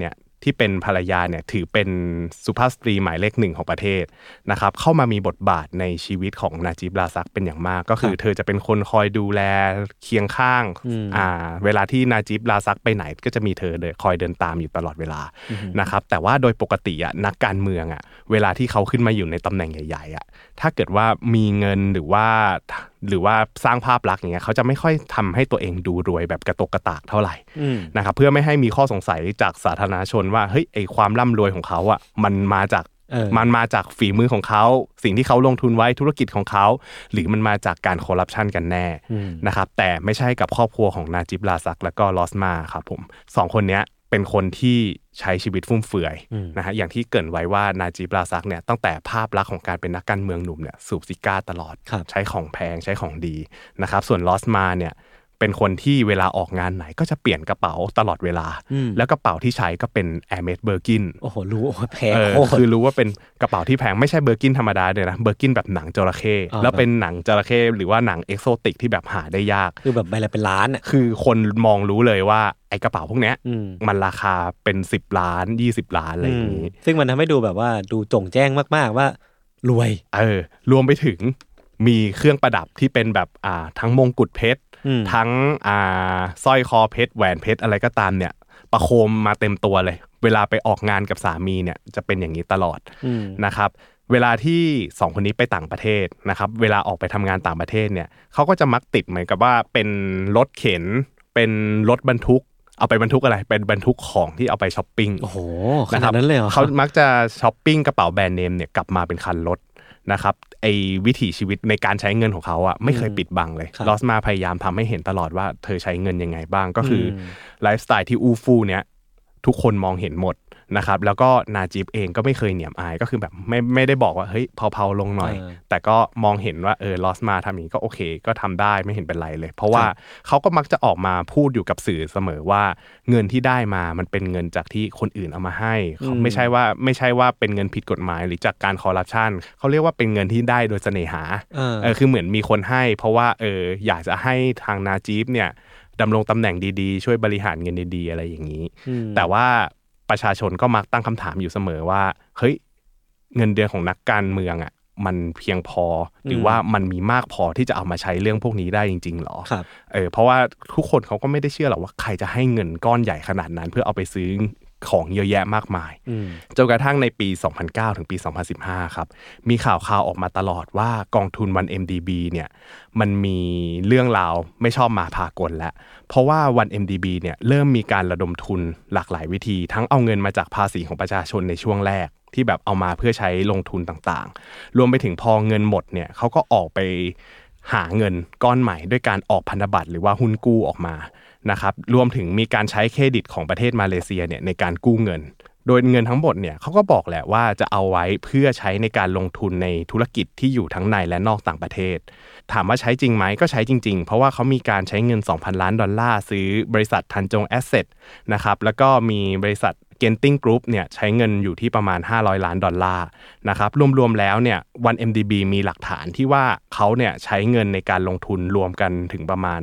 ที่เป็นภรรยาเนี่ยถือเป็นสุภาพสตรีหมายเลข1ของประเทศนะครับเข้ามามีบทบาทในชีวิตของนาจิบ ราซักเป็นอย่างมากก็คือเธอจะเป็นคนคอยดูแลเคียงข้างเวลาที่นาจิบ ราซักไปไหนก็จะมีเธอคอยเดินตามอยู่ตลอดเวลานะครับแต่ว่าโดยปกติอ่ะนักการเมืองอ่ะเวลาที่เขาขึ้นมาอยู่ในตำแหน่งใหญ่ๆอ่ะถ้าเกิดว่ามีเงินหรือว่าสร้างภาพลักษณ์อย่างเงี้ยเขาจะไม่ค่อยทำให้ตัวเองดูรวยแบบกระตกกระตากเท่าไหร่นะครับเพื่อไม่ให้มีข้อสงสัยจากสาธารณชนว่าเฮ้ยไอความร่ำรวยของเขาอ่ะมันมาจากฝีมือของเขาสิ่งที่เขาลงทุนไว้ธุรกิจของเขาหรือมันมาจากการคอร์รัปชันกันแน่นะครับแต่ไม่ใช่กับครอบครัวของนาจิบ ราซักแล้วก็ลอสมาครับผม2คนเนี้ยเป็นคนที่ใช้ชีวิตฟุ่มเฟือยนะฮะอย่างที่เกริ่นไว้ว่านาจิบ ราซักเนี่ยตั้งแต่ภาพลักษณ์ของการเป็นนักการเมืองหนุ่มเนี่ยสูบซิก้าตลอดใช้ของแพงใช้ของดีนะครับส่วนลอสมาเนี่ยเป็นคนที่เวลาออกงานไหนก็จะเปลี่ยนกระเป๋าตลอดเวลาแล้วกระเป๋าที่ใช้ก็เป็น Hermes Birkin โอ้โหรู้ว่าแพงคือรู้ว่าเป็นกระเป๋าที่แพงไม่ใช่ Birkin ธรรมดาเลยนะ Birkin แบบหนังจระเข้แล้วเป็นหนังจระเข้หรือว่าหนังเอกโซติกที่แบบหาได้ยากคือแบบใบละเป็นล้านอ่ะคือคนมองรู้เลยว่าไอ้กระเป๋าพวกเนี้ยมันราคาเป็น10ล้าน20ล้านอะไรอย่างนี้ซึ่งมันทำให้ดูแบบว่าดูจงแจ้งมากๆว่ารวยรวมไปถึงมีเครื่องประดับที่เป็นแบบทั้งมงกุฎเพชรทั้งสร้อยคอเพชรแหวนเพชรอะไรก็ตามเนี่ยประโคมมาเต็มตัวเลยเวลาไปออกงานกับสามีเนี่ยจะเป็นอย่างนี้ตลอดนะครับเวลาที่2คนนี้ไปต่างประเทศนะครับเวลาออกไปทำงานต่างประเทศเนี่ยเขาก็จะมักติดเหมือนกับว่าเป็นรถเข็นเป็นรถบรรทุกเอาไปบรรทุกอะไรเป็นบรรทุกของที่เอาไปช้อปปิ้งโอ้โหขนาดนั้นเลยเหรอเขามักจะช้อปปิ้งกระเป๋าแบรนด์เนมเนี่ยกลับมาเป็นคันรถนะครับไอ้วิถีชีวิตในการใช้เงินของเขาไม่เคยปิดบังเลยลอสมาพยายามทำให้เห็นตลอดว่าเธอใช้เงินยังไงบ้างก็คือไลฟ์สไตล์ที่อู้ฟู่เนี้ยทุกคนมองเห็นหมดนะครับแล้วก็นาจิบเองก็ไม่เคยเหนียมอายก็คือแบบไม่ได้บอกว่าเฮ้ยเผาๆลงหน่อยแต่ก็มองเห็นว่าลอสมาทำอย่างนี้ก็โอเคก็ทำได้ไม่เห็นเป็นไรเลยเพราะว่าเขาก็มักจะออกมาพูดอยู่กับสื่อเสมอว่าเงินที่ได้มามันเป็นเงินจากที่คนอื่นเอามาให้ไม่ใช่ว่าเป็นเงินผิดกฎหมายหรือจากการคอร์รัปชันเขาเรียกว่าเป็นเงินที่ได้โดยเสน่หาคือเหมือนมีคนให้เพราะว่าอยากจะให้ทางนาจิบเนี่ยดำรงตำแหน่งดีๆช่วยบริหารเงินดีๆอะไรอย่างนี้แต่ว่าประชาชนก็มักตั้งคำถามอยู่เสมอว่าเฮ้ยเงินเดือนของนักการเมืองมันเพียงพอหรือว่ามันมีมากพอที่จะเอามาใช้เรื่องพวกนี้ได้จริงๆหรอเพราะว่าทุกคนเขาก็ไม่ได้เชื่อหรอกว่าใครจะให้เงินก้อนใหญ่ขนาดนั้นเพื่อเอาไปซื้อของเยอะแยะมากมายจนกระทั่งในปี 2009 ถึงปี 2015 ครับมีข่าวออกมาตลอดว่ากองทุน 1MDB เนี่ยมันมีเรื่องราวไม่ชอบมาพากลแล้วเพราะว่า 1MDB เนี่ยเริ่มมีการระดมทุนหลากหลายวิธีทั้งเอาเงินมาจากภาษีของประชาชนในช่วงแรกที่แบบเอามาเพื่อใช้ลงทุนต่างๆรวมไปถึงพอเงินหมดเนี่ยเขาก็ออกไปหาเงินก้อนใหม่ด้วยการออกพันธบัตรหรือว่าหุ้นกู้ออกมานะครับรวมถึงมีการใช้เครดิตของประเทศมาเลเซียเนี่ยในการกู้เงินโดยเงินทั้งหมดเนี่ยเขาก็บอกแหละว่าจะเอาไว้เพื่อใช้ในการลงทุนในธุรกิจที่อยู่ทั้งในและนอกต่างประเทศถามว่าใช้จริงไหมก็ใช้จริงๆเพราะว่าเขามีการใช้เงิน $2,000 ล้านซื้อบริษัททันจงแอสเซทนะครับแล้วก็มีบริษัทเกนติ้งกรุ๊ปเนี่ยใช้เงินอยู่ที่ประมาณ$500 ล้านนะครับรวมๆแล้วเนี่ย 1MDB มีหลักฐานที่ว่าเขาเนี่ยใช้เงินในการลงทุนรวมกันถึงประมาณ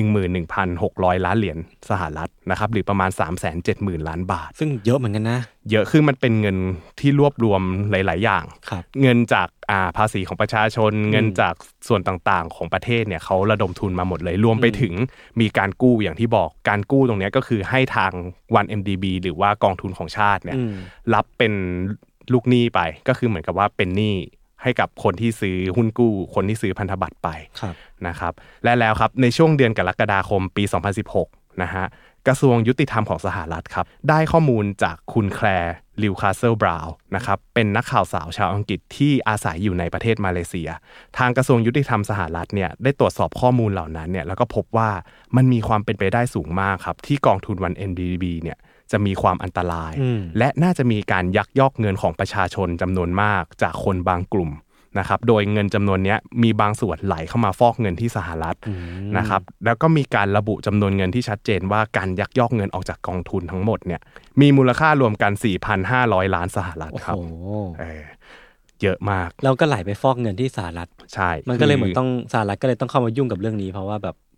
11,600 ล้านเหรียญสหรัฐนะครับหรือประมาณ 370,000 ล้านบาทซึ่งเยอะเหมือนกันนะเยอะคือมันเป็นเงินที่รวบรวมหลายๆอย่างเงินจากภาษีของประชาชนเงินจากส่วนต่างๆของประเทศเนี่ยเขาระดมทุนมาหมดเลยรวมไปถึงมีการกู้อย่างที่บอกการกู้ตรงนี้ก็คือให้ทาง 1MDB หรือว่ากองทุนของชาติเนี่ยรับเป็นลูกหนี้ไปก็คือเหมือนกับว่าเป็นหนี้ให้กับคนที่ซื้อหุ้นกู้คนที่ซื้อพันธบัตรไปนะครับและแล้วครับในช่วงเดือนกรกฎาคมปี 2016 นะฮะกระทรวงยุติธรรมของสหรัฐครับได้ข้อมูลจากคุณแคลร์ลิวคาสเซิลบราวน์นะครับเป็นนักข่าวสาวชาวอังกฤษที่อาศัยอยู่ในประเทศมาเลเซียทางกระทรวงยุติธรรมสหรัฐเนี่ยได้ตรวจสอบข้อมูลเหล่านั้นเนี่ยแล้วก็พบว่ามันมีความเป็นไปได้สูงมากครับที่กองทุน 1MDB เนี่ยจะมีความอันตรายและน่าจะมีการยักยอกเงินของประชาชนจำนวนมากจากคนบางกลุ่มนะครับโดยเงินจำนวนนี้มีบางส่วนไหลเข้ามาฟอกเงินที่สหรัฐนะครับแล้วก็มีการระบุจำนวนเงินที่ชัดเจนว่าการยักยอกเงินออกจากกองทุนทั้งหมดเนี่ยมีมูลค่ารวมกัน 4,500 ล้านสหรัฐครับเยอะมากแล้วก็ไหลไปฟอกเงินที่สหรัฐใช่มันก็เลยเหมือนต้องสหรัฐก็เลยต้องเข้ามายุ่งกับเรื่องนี้เพราะว่าแบบป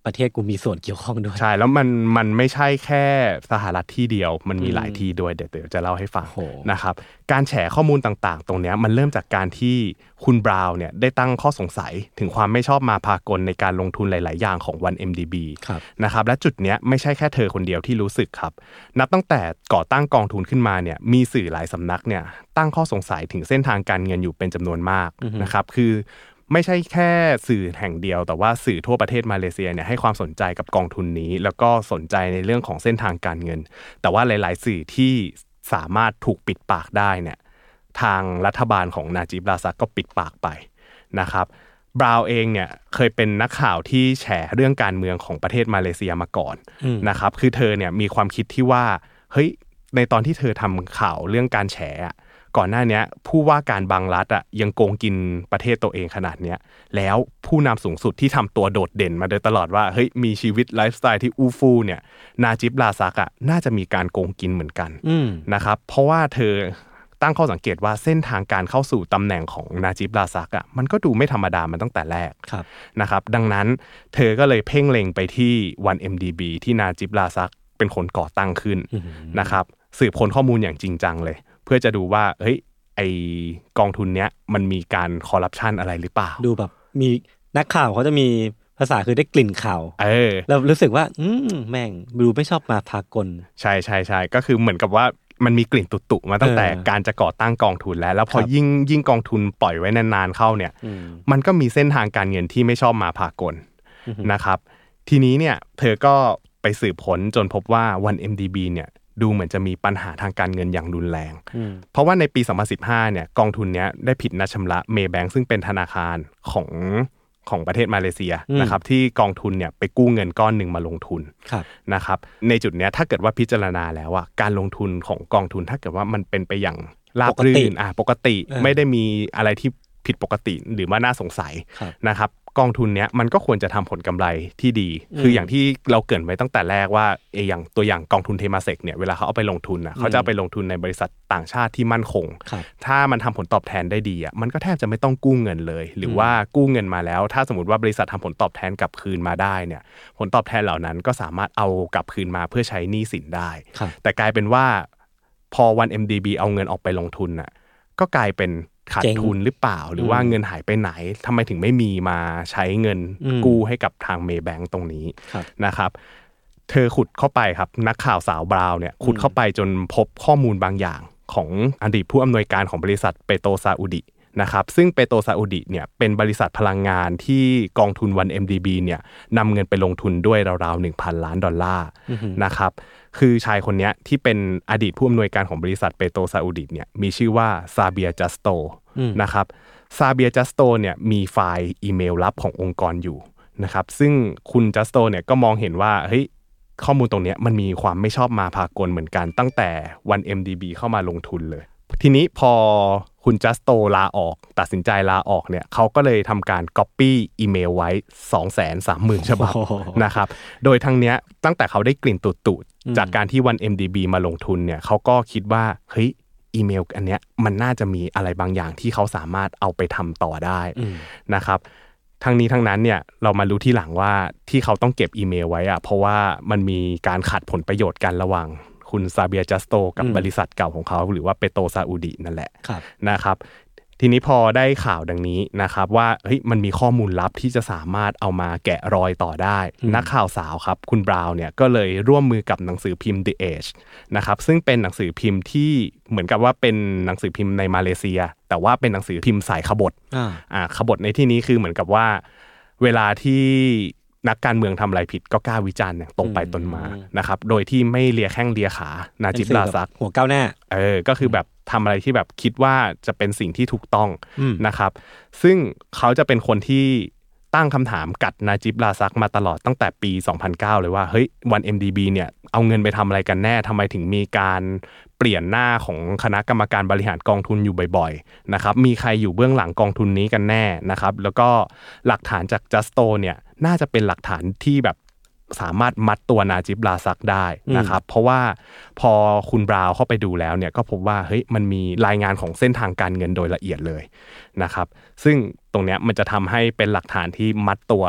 ประเทศกูมีส่วนเกี่ยวข้องด้วยใช่แล้วมันไม่ใช่แค่สหรัฐที่เดียวมันมีหลายที่ด้วยเดี๋ยวจะเล่าให้ฟังนะครับการแฉข้อมูลต่างๆตรงนี้มันเริ่มจากการที่คุณบราวน์เนี่ยได้ตั้งข้อสงสัยถึงความไม่ชอบมาพากลในการลงทุนหลายๆอย่างของ 1MDB นะครับและจุดเนี้ยไม่ใช่แค่เธอคนเดียวที่รู้สึกครับนับตั้งแต่ก่อตั้งกองทุนขึ้นมาเนี่ยมีสื่อหลายสำนักเนี่ยตั้งข้อสงสัยถึงเส้นทางการเงินอยู่เป็นจำนวนมากนะครับคือไม่ใช่แค่สื่อแห่งเดียวแต่ว่าสื่อทั่วประเทศมาเลเซียเนี่ยให้ความสนใจกับกองทุนนี้แล้วก็สนใจในเรื่องของเส้นทางการเงินแต่ว่าหลายๆสื่อที่สามารถถูกปิดปากได้เนี่ยทางรัฐบาลของนาจิบ ราซักก็ปิดปากไปนะครับบราวน์เองเนี่ยเคยเป็นนักข่าวที่แฉเรื่องการเมืองของประเทศมาเลเซียมาก่อนนะครับคือเธอเนี่ยมีความคิดที่ว่าเฮ้ยในตอนที่เธอทำข่าวเรื่องการแฉก่อนหน้านี้ผู้ว่าการบางรัฐยังโกงกินประเทศตัวเองขนาดนี้แล้วผู้นำสูงสุดที่ทำตัวโดดเด่นมาโดยตลอดว่าเฮ้ยมีชีวิตไลฟ์สไตล์ที่อู้ฟู่เนี่ยนาจิบ ราซักน่าจะมีการโกงกินเหมือนกันนะครับเพราะว่าเธอตั้งข้อสังเกตว่าเส้นทางการเข้าสู่ตำแหน่งของนาจิบ ราซักมันก็ดูไม่ธรรมดามันตั้งแต่แรกนะครับดังนั้นเธอก็เลยเพ่งเล็งไปที่ 1MDB ที่นาจิบ ราซักเป็นคนก่อตั้งขึ้นนะครับสืบค้นข้อมูลอย่างจริงจังเลยเพื่อจะดูว่าเฮ้ยไอกองทุนเนี้ยมันมีการคอร์รัปชันอะไรหรือเปล่าดูแบบมีนักข่าวเขาจะมีภาษาคือได้กลิ่นข่าวแล้วรู้สึกว่าแม่งดูไม่ชอบมาพากลใช่ก็คือเหมือนกับว่ามันมีกลิ่นตุๆมาตั้งแต่การจะก่อตั้งกองทุนแล้วพอยิ่งกองทุนปล่อยไว้นานๆเข้าเนี่ยมันก็มีเส้นทางการเงินที่ไม่ชอบมาพากลนะครับทีนี้เนี่ยเธอก็ไปสืบค้นจนพบว่า 1MDB เนี่ยดูเหมือนจะมีปัญหาทางการเงินอย่างรุนแรงเพราะว่าในปี 2015 เนี่ยกองทุนนี้ได้ผิดนัดชำระเมย์แบงก์ซึ่งเป็นธนาคารของประเทศมาเลเซียนะครับที่กองทุนเนี่ยไปกู้เงินก้อนหนึ่งมาลงทุนนะครับในจุดเนี้ยถ้าเกิดว่าพิจารณาแล้วการลงทุนของกองทุนถ้าเกิดว่ามันเป็นไปอย่างราบรื่นปกติไม่ได้มีอะไรที่ผิดปกติหรือว่าน่าสงสัยนะครับกองทุนเนี้ยมันก็ควรจะทำผลกำไรที่ดีคืออย่างที่เราเกริ่นไว้ตั้งแต่แรกว่าอย่างตัวอย่างกองทุนเทมาเซกเนี่ยเวลาเขาเอาไปลงทุนเขาจะเอาไปลงทุนในบริษัทต่างชาติที่มั่นคงถ้ามันทำผลตอบแทนได้ดีมันก็แทบจะไม่ต้องกู้เงินเลยหรือว่ากู้เงินมาแล้วถ้าสมมติว่าบริษัททำผลตอบแทนกลับคืนมาได้เนี่ยผลตอบแทนเหล่านั้นก็สามารถเอากลับคืนมาเพื่อใช้หนี้สินได้แต่กลายเป็นว่าพอ 1MDB เอาเงินออกไปลงทุนก็กลายเป็นขาดทุนหรือเปล่าหรือว่าเงินหายไปไหนทำไมถึงไม่มีมาใช้เงินกู้ให้กับทางเมย์แบงก์ตรงนี้นะครับเธอขุดเข้าไปครับนักข่าวสาวบราวน์เนี่ยขุดเข้าไปจนพบข้อมูลบางอย่างของอดีตผู้อำนวยการของบริษัทเปโตรซาอุดินะครับซึ่งเปโตรซาอุดิเนี่ยเป็นบริษัทพลังงานที่กองทุน 1MDB เนี่ยนำเงินไปลงทุนด้วยราวๆ 1,000 ล้านดอลลาร์นะครับคือชายคนนี้ที่เป็นอดีตผู้อำนวยการของบริษัทเปโตรซาอุดิเนี่ยมีชื่อว่าซาเบียจัสโตนะครับซาเบียจัสโตเนี่ยมีไฟล์อีเมลลับขององค์กรอยู่นะครับซึ่งคุณจัสโตเนี่ยก็มองเห็นว่าเฮ้ยข้อมูลตรงนี้มันมีความไม่ชอบมาพากลเหมือนกันตั้งแต่ 1MDB เข้ามาลงทุนเลยทีนี้พอคุณจัสโตลาออกตัดสินใจลาออกเนี่ยเขาก็เลยทำการ copy อีเมลไว้ 230,000 ฉบับนะครับโดยทั้งเนี้ยตั้งแต่เขาได้กลิ่นตุ่ๆจากการที่ 1MDB มาลงทุนเนี่ยเขาก็คิดว่าเฮ้ยอีเมลอันเนี้ยมันน่าจะมีอะไรบางอย่างที่เขาสามารถเอาไปทำต่อได้นะครับทั้งนี้ทั้งนั้นเนี่ยเรามารู้ที่หลังว่าที่เขาต้องเก็บอีเมลไว้เพราะว่ามันมีการขัดผลประโยชน์กันระหว่างคุณซาเบียจัสโตกับบริษัทเก่าของเขาหรือว่าเปโตรซาอุดินั่นแหละนะครับทีนี้พอได้ข่าวดังนี้นะครับว่าเฮ้ยมันมีข้อมูลลับที่จะสามารถเอามาแกะรอยต่อได้นักข่าวสาวครับคุณบราวน์เนี่ยก็เลยร่วมมือกับหนังสือพิมพ์ The Age นะครับซึ่งเป็นหนังสือพิมพ์ที่เหมือนกับว่าเป็นหนังสือพิมพ์ในมาเลเซียแต่ว่าเป็นหนังสือพิมพ์สายขบถขบถในที่นี้คือเหมือนกับว่าเวลาที่นักการเมืองทำอะไรผิดก็กล้าวิจารณ์อย่างตรงไปตรงมานะครับโดยที่ไม่เลียแข้งเลียขานาจิบ ราซักหัวก้าวหน้าก็คือแบบทำอะไรที่แบบคิดว่าจะเป็นสิ่งที่ถูกต้องนะครับซึ่งเขาจะเป็นคนที่ตั้งคำถามกัดนาจิบ ราซักมาตลอดตั้งแต่ปี 2009 เลยว่าเฮ้ย 1MDB เนี่ยเอาเงินไปทำอะไรกันแน่ทำไมถึงมีการเปลี่ยนหน้าของคณะกรรมการบริหารกองทุนอยู่บ่อยๆนะครับมีใครอยู่เบื้องหลังกองทุนนี้กันแน่นะครับแล้วก็หลักฐานจากจัสโตเนี่ยน่าจะเป็นหลักฐานที่แบบสามารถมัดตัวนาจิบ ราซักได้นะครับเพราะว่าพอคุณบราวน์เข้าไปดูแล้วเนี่ยก็พบว่าเฮ้ยมันมีรายงานของเส้นทางการเงินโดยละเอียดเลยนะครับซึ่งตรงเนี้ยมันจะทำให้เป็นหลักฐานที่มัดตัว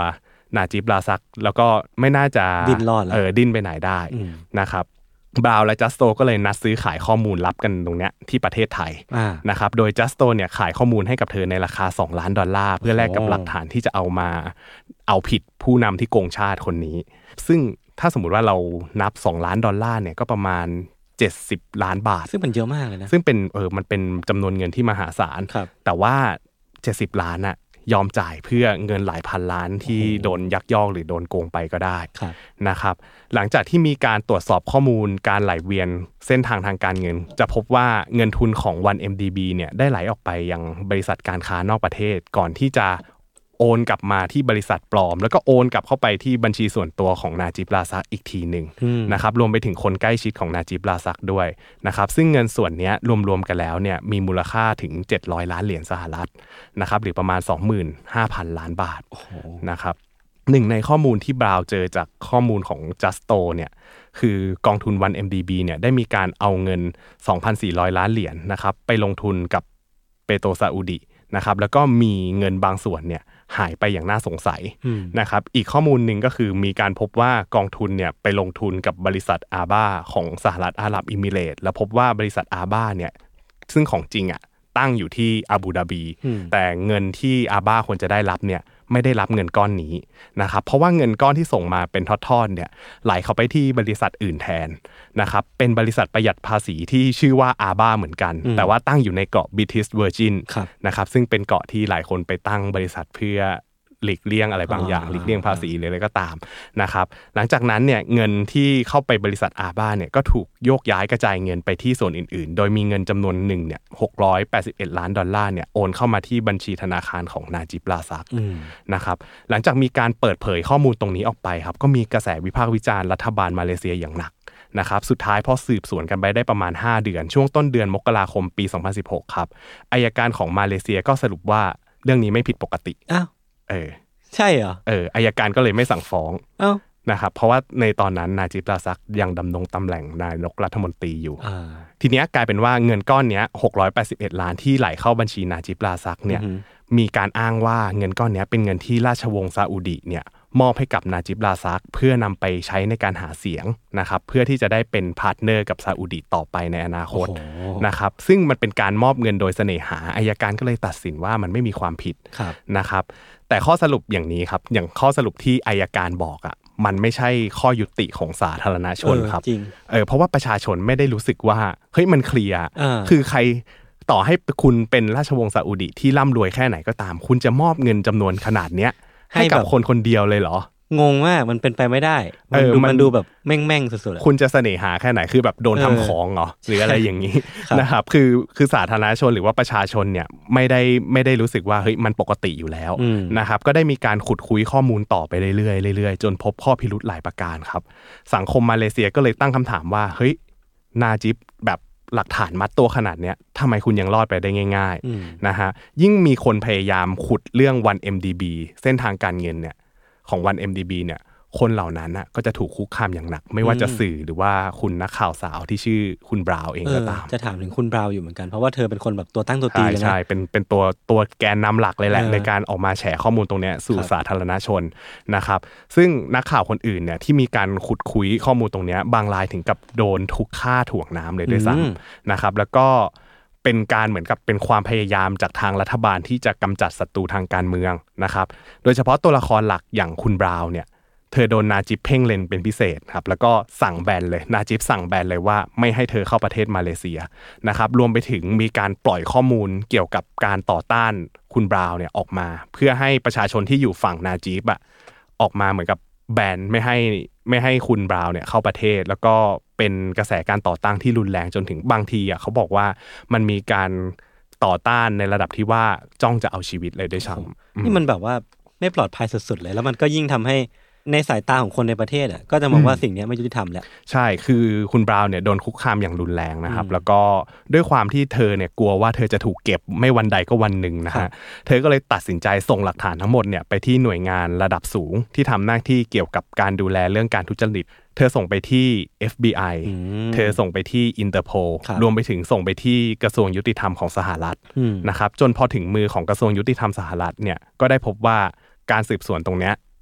นาจิบราซักแล้วก็ไม่น่าจะดิ้นรอดดิ้นไปไหนได้นะครับบราวน์และจัสโตก็เลยนัดซื้อขายข้อมูลลับกันตรงเนี้ยที่ประเทศไทยนะครับโดยจัสโตเนี่ยขายข้อมูลให้กับเธอในราคา$2 ล้านเพื่อแลกกับหลักฐานที่จะเอาผิดผู้นำที่โกงชาติคนนี้ซึ่งถ้าสมมุติว่าเรานับ$2 ล้านเนี่ยก็ประมาณ70 ล้านบาทซึ่งมันเยอะมากเลยนะซึ่งเป็นมันเป็นจำนวนเงินที่มหาศาลแต่ว่า70 ล้านน่ะยอมจ่ายเพื่อเงินหลายพันล้านที่โดนยักยอกหรือโดนโกงไปก็ได้นะครับหลังจากที่มีการตรวจสอบข้อมูลการไหลเวียนเส้นทางทางการเงินจะพบว่าเงินทุนของ 1MDB เนี่ยได้ไหลออกไปยังบริษัทการค้านอกประเทศก่อนที่จะโอนกลับมาที่บริษัทปลอมแล้วก็โอนกลับเข้าไปที่บัญชีส่วนตัวของนาจิบราซักอีกทีนึงนะครับรวมไปถึงคนใกล้ชิดของนาจิบราซักด้วยนะครับซึ่งเงินส่วนนี้รวมๆกันแล้วเนี่ยมีมูลค่าถึง$700 ล้านนะครับหรือประมาณ 25,000 ล้านบาทนะครับหนึ่งในข้อมูลที่บราวน์เจอจากข้อมูลของจัสโตเนี่ยคือกองทุน 1MDB เนี่ยได้มีการเอาเงิน$2,400 ล้านนะครับไปลงทุนกับเปโตรซาอุดินะครับแล้วก็มีเงินบางส่วนเนี่ยหายไปอย่างน่าสงสัยนะครับอีกข้อมูลหนึ่งก็คือมีการพบว่ากองทุนเนี่ยไปลงทุนกับบริษัทอาบ้าของสหรัฐอาหรับเอมิเรตส์แล้วพบว่าบริษัทอาบ้าเนี่ยซึ่งของจริงอ่ะตั้งอยู่ที่อาบูดาบีแต่เงินที่อาบ้าควรจะได้รับเนี่ยไม่ได้รับเงินก้อนนี้นะครับเพราะว่าเงินก้อนที่ส่งมาเป็นทอดๆเนี่ยไหลเข้าไปที่บริษัทอื่นแทนนะครับเป็นบริษัทประหยัดภาษีที่ชื่อว่าอาบ้าเหมือนกันแต่ว่าตั้งอยู่ในเกาะ British Virgin นะครับซึ่งเป็นเกาะที่หลายคนไปตั้งบริษัทเพื่อหลีกเลี่ยงอะไรบางอย่างหลีกเลี่ยงภาษีหรืออะไรก็ตามนะครับหลังจากนั้นเนี่ยเงินที่เข้าไปบริษัทอาบ้าเนี่ยก็ถูกโยกย้ายกระจายเงินไปที่ส่วนอื่นๆโดยมีเงินจำนวนหนึ่งเนี่ย$681 ล้านเนี่ยโอนเข้ามาที่บัญชีธนาคารของนาจิบราซักนะครับหลังจากมีการเปิดเผยข้อมูลตรงนี้ออกไปครับก็มีกระแสวิพากษ์วิจารณ์รัฐบาลมาเลเซียอย่างหนักนะครับสุดท้ายพอสืบสวนกันไปได้ประมาณ5 เดือนช่วงต้นเดือนมกราคมปี2016ครับอัยการของมาเลเซียก็สรุปว่าเรื่องนี้ไม่ผิดปกติอ้าวใช่เหรออัยการก็เลยไม่สั่งฟ้องนะครับเพราะว่าในตอนนั้นนาจิบราซักยังดำรงตำแหน่งนายกรัฐมนตรีอยู่ทีเนี้ยกลายเป็นว่าเงินก้อนเนี้ย$681 ล้านที่ไหลเข้าบัญชีนาจิบราซักเนี่ยมีการอ้างว่าเงินก้อนเนี้ยเป็นเงินที่ราชวงศ์ซาอุดิเนี่ยมอบให้กับนาจิบราซักเพื่อนำไปใช้ในการหาเสียงนะครับเพื่อที่จะได้เป็นพาร์ทเนอร์กับซาอุดิต่อไปในอนาคตนะครับซึ่งมันเป็นการมอบเงินโดยเสน่หาอัยการก็เลยตัดสินว่ามันไม่มีความผิดนะครับแต่ข้อสรุปอย่างนี้ครับอย่างข้อสรุปที่อัยการบอกอ่ะมันไม่ใช่ข้อยุติของสาธารณชนครับเพราะว่าประชาชนไม่ได้รู้สึกว่าเฮ้ยมันเคลียร์คือใครต่อให้คุณเป็นราชวงศ์ซาอุดิที่ร่ำรวยแค่ไหนก็ตามคุณจะมอบเงินจำนวนขนาดเนี้ยให้กับคนคนเดียวเลยเหรองงมากมันเป็นไปไม่ได้มันดูแบบแม่งสุดๆคุณจะเสน่หาแค่ไหนคือแบบโดนทำของเหรอหรืออะไรอย่างนี้นะครับคือสาธารณชนหรือว่าประชาชนเนี่ยไม่ได้รู้สึกว่าเฮ้ยมันปกติอยู่แล้วนะครับก็ได้มีการขุดคุยข้อมูลต่อไปเรื่อยๆจนพบข้อพิรุธหลายประการครับสังคมมาเลเซียก็เลยตั้งคำถามว่าเฮ้ยนาจิบแบบหลักฐานมัดตัวขนาดเนี้ยทำไมคุณยังรอดไปได้ง่ายๆนะฮะยิ่งมีคนพยายามขุดเรื่อง 1MDB เส้นทางการเงินเนี่ยของ 1MDB เนี่ยคนเหล่านั้นน่ะก็จะถูกคุกคามอย่างหนักไม่ว่าจะสื่อหรือว่าคุณนักข่าวสาวที่ชื่อคุณบราวน์เองก็ตามจะถามถึงคุณบราวน์อยู่เหมือนกันเพราะว่าเธอเป็นคนแบบตัวตั้งตัวตีเลยนะใช่เป็นตัวแกนนำหลักเลยแหละในการออกมาแฉข้อมูลตรงนี้สู่สาธารณชนนะครับซึ่งนักข่าวคนอื่นเนี่ยที่มีการขุดคุยข้อมูลตรงนี้บางรายถึงกับโดนทุกฆ่าถ่วงน้ำเลยด้วยซ้ำนะครับแล้วก็เป็นการเหมือนกับเป็นความพยายามจากทางรัฐบาลที่จะกำจัดศัตรูทางการเมืองนะครับโดยเฉพาะตัวละครหลักอย่างคุณบราวน์เนี่ยเธอโดนนาจิบเพ่งเล็งเป็นพิเศษครับแล้วก็สั่งแบนเลยนาจิบสั่งแบนเลยว่าไม่ให้เธอเข้าประเทศมาเลเซียนะครับรวมไปถึงมีการปล่อยข้อมูลเกี่ยวกับการต่อต้านคุณบราวน์เนี่ยออกมาเพื่อให้ประชาชนที่อยู่ฝั่งนาจิบออกมาเหมือนกับแบนไม่ให้คุณบราวน์เนี่ยเข้าประเทศแล้วก็เป็นกระแสการต่อต้านที่รุนแรงจนถึงบางทีเขาบอกว่ามันมีการต่อต้านในระดับที่ว่าจ้องจะเอาชีวิตเลยด้วยซ้ำนี่มันแบบว่าไม่ปลอดภัยสุดๆเลยแล้วมันก็ยิ่งทำให้ในสายตาของคนในประเทศก็จะมองว่าสิ่งนี้ไม่ยุติธรรมแล้วใช่คือคุณบราวน์เนี่ยโดนคุกคามอย่างรุนแรงนะครับแล้วก็ด้วยความที่เธอเนี่ยกลัวว่าเธอจะถูกเก็บไม่วันใดก็วันหนึ่งนะฮะเธอก็เลยตัดสินใจส่งหลักฐานทั้งหมดเนี่ยไปที่หน่วยงานระดับสูงที่ทำหน้าที่เกี่ยวกับการดูแลเรื่องการทุจริตเธอส่งไปที่ FBI เธอส่งไปที่ Interpol รวมไปถึงส่งไปที่กระทรวงยุติธรรมของสหรัฐนะครับจนพอถึงมือของกระทรวงยุติธรรมสหรัฐเนี่ยก็ได้พบว่าการสืบสวนตรงเนี้ย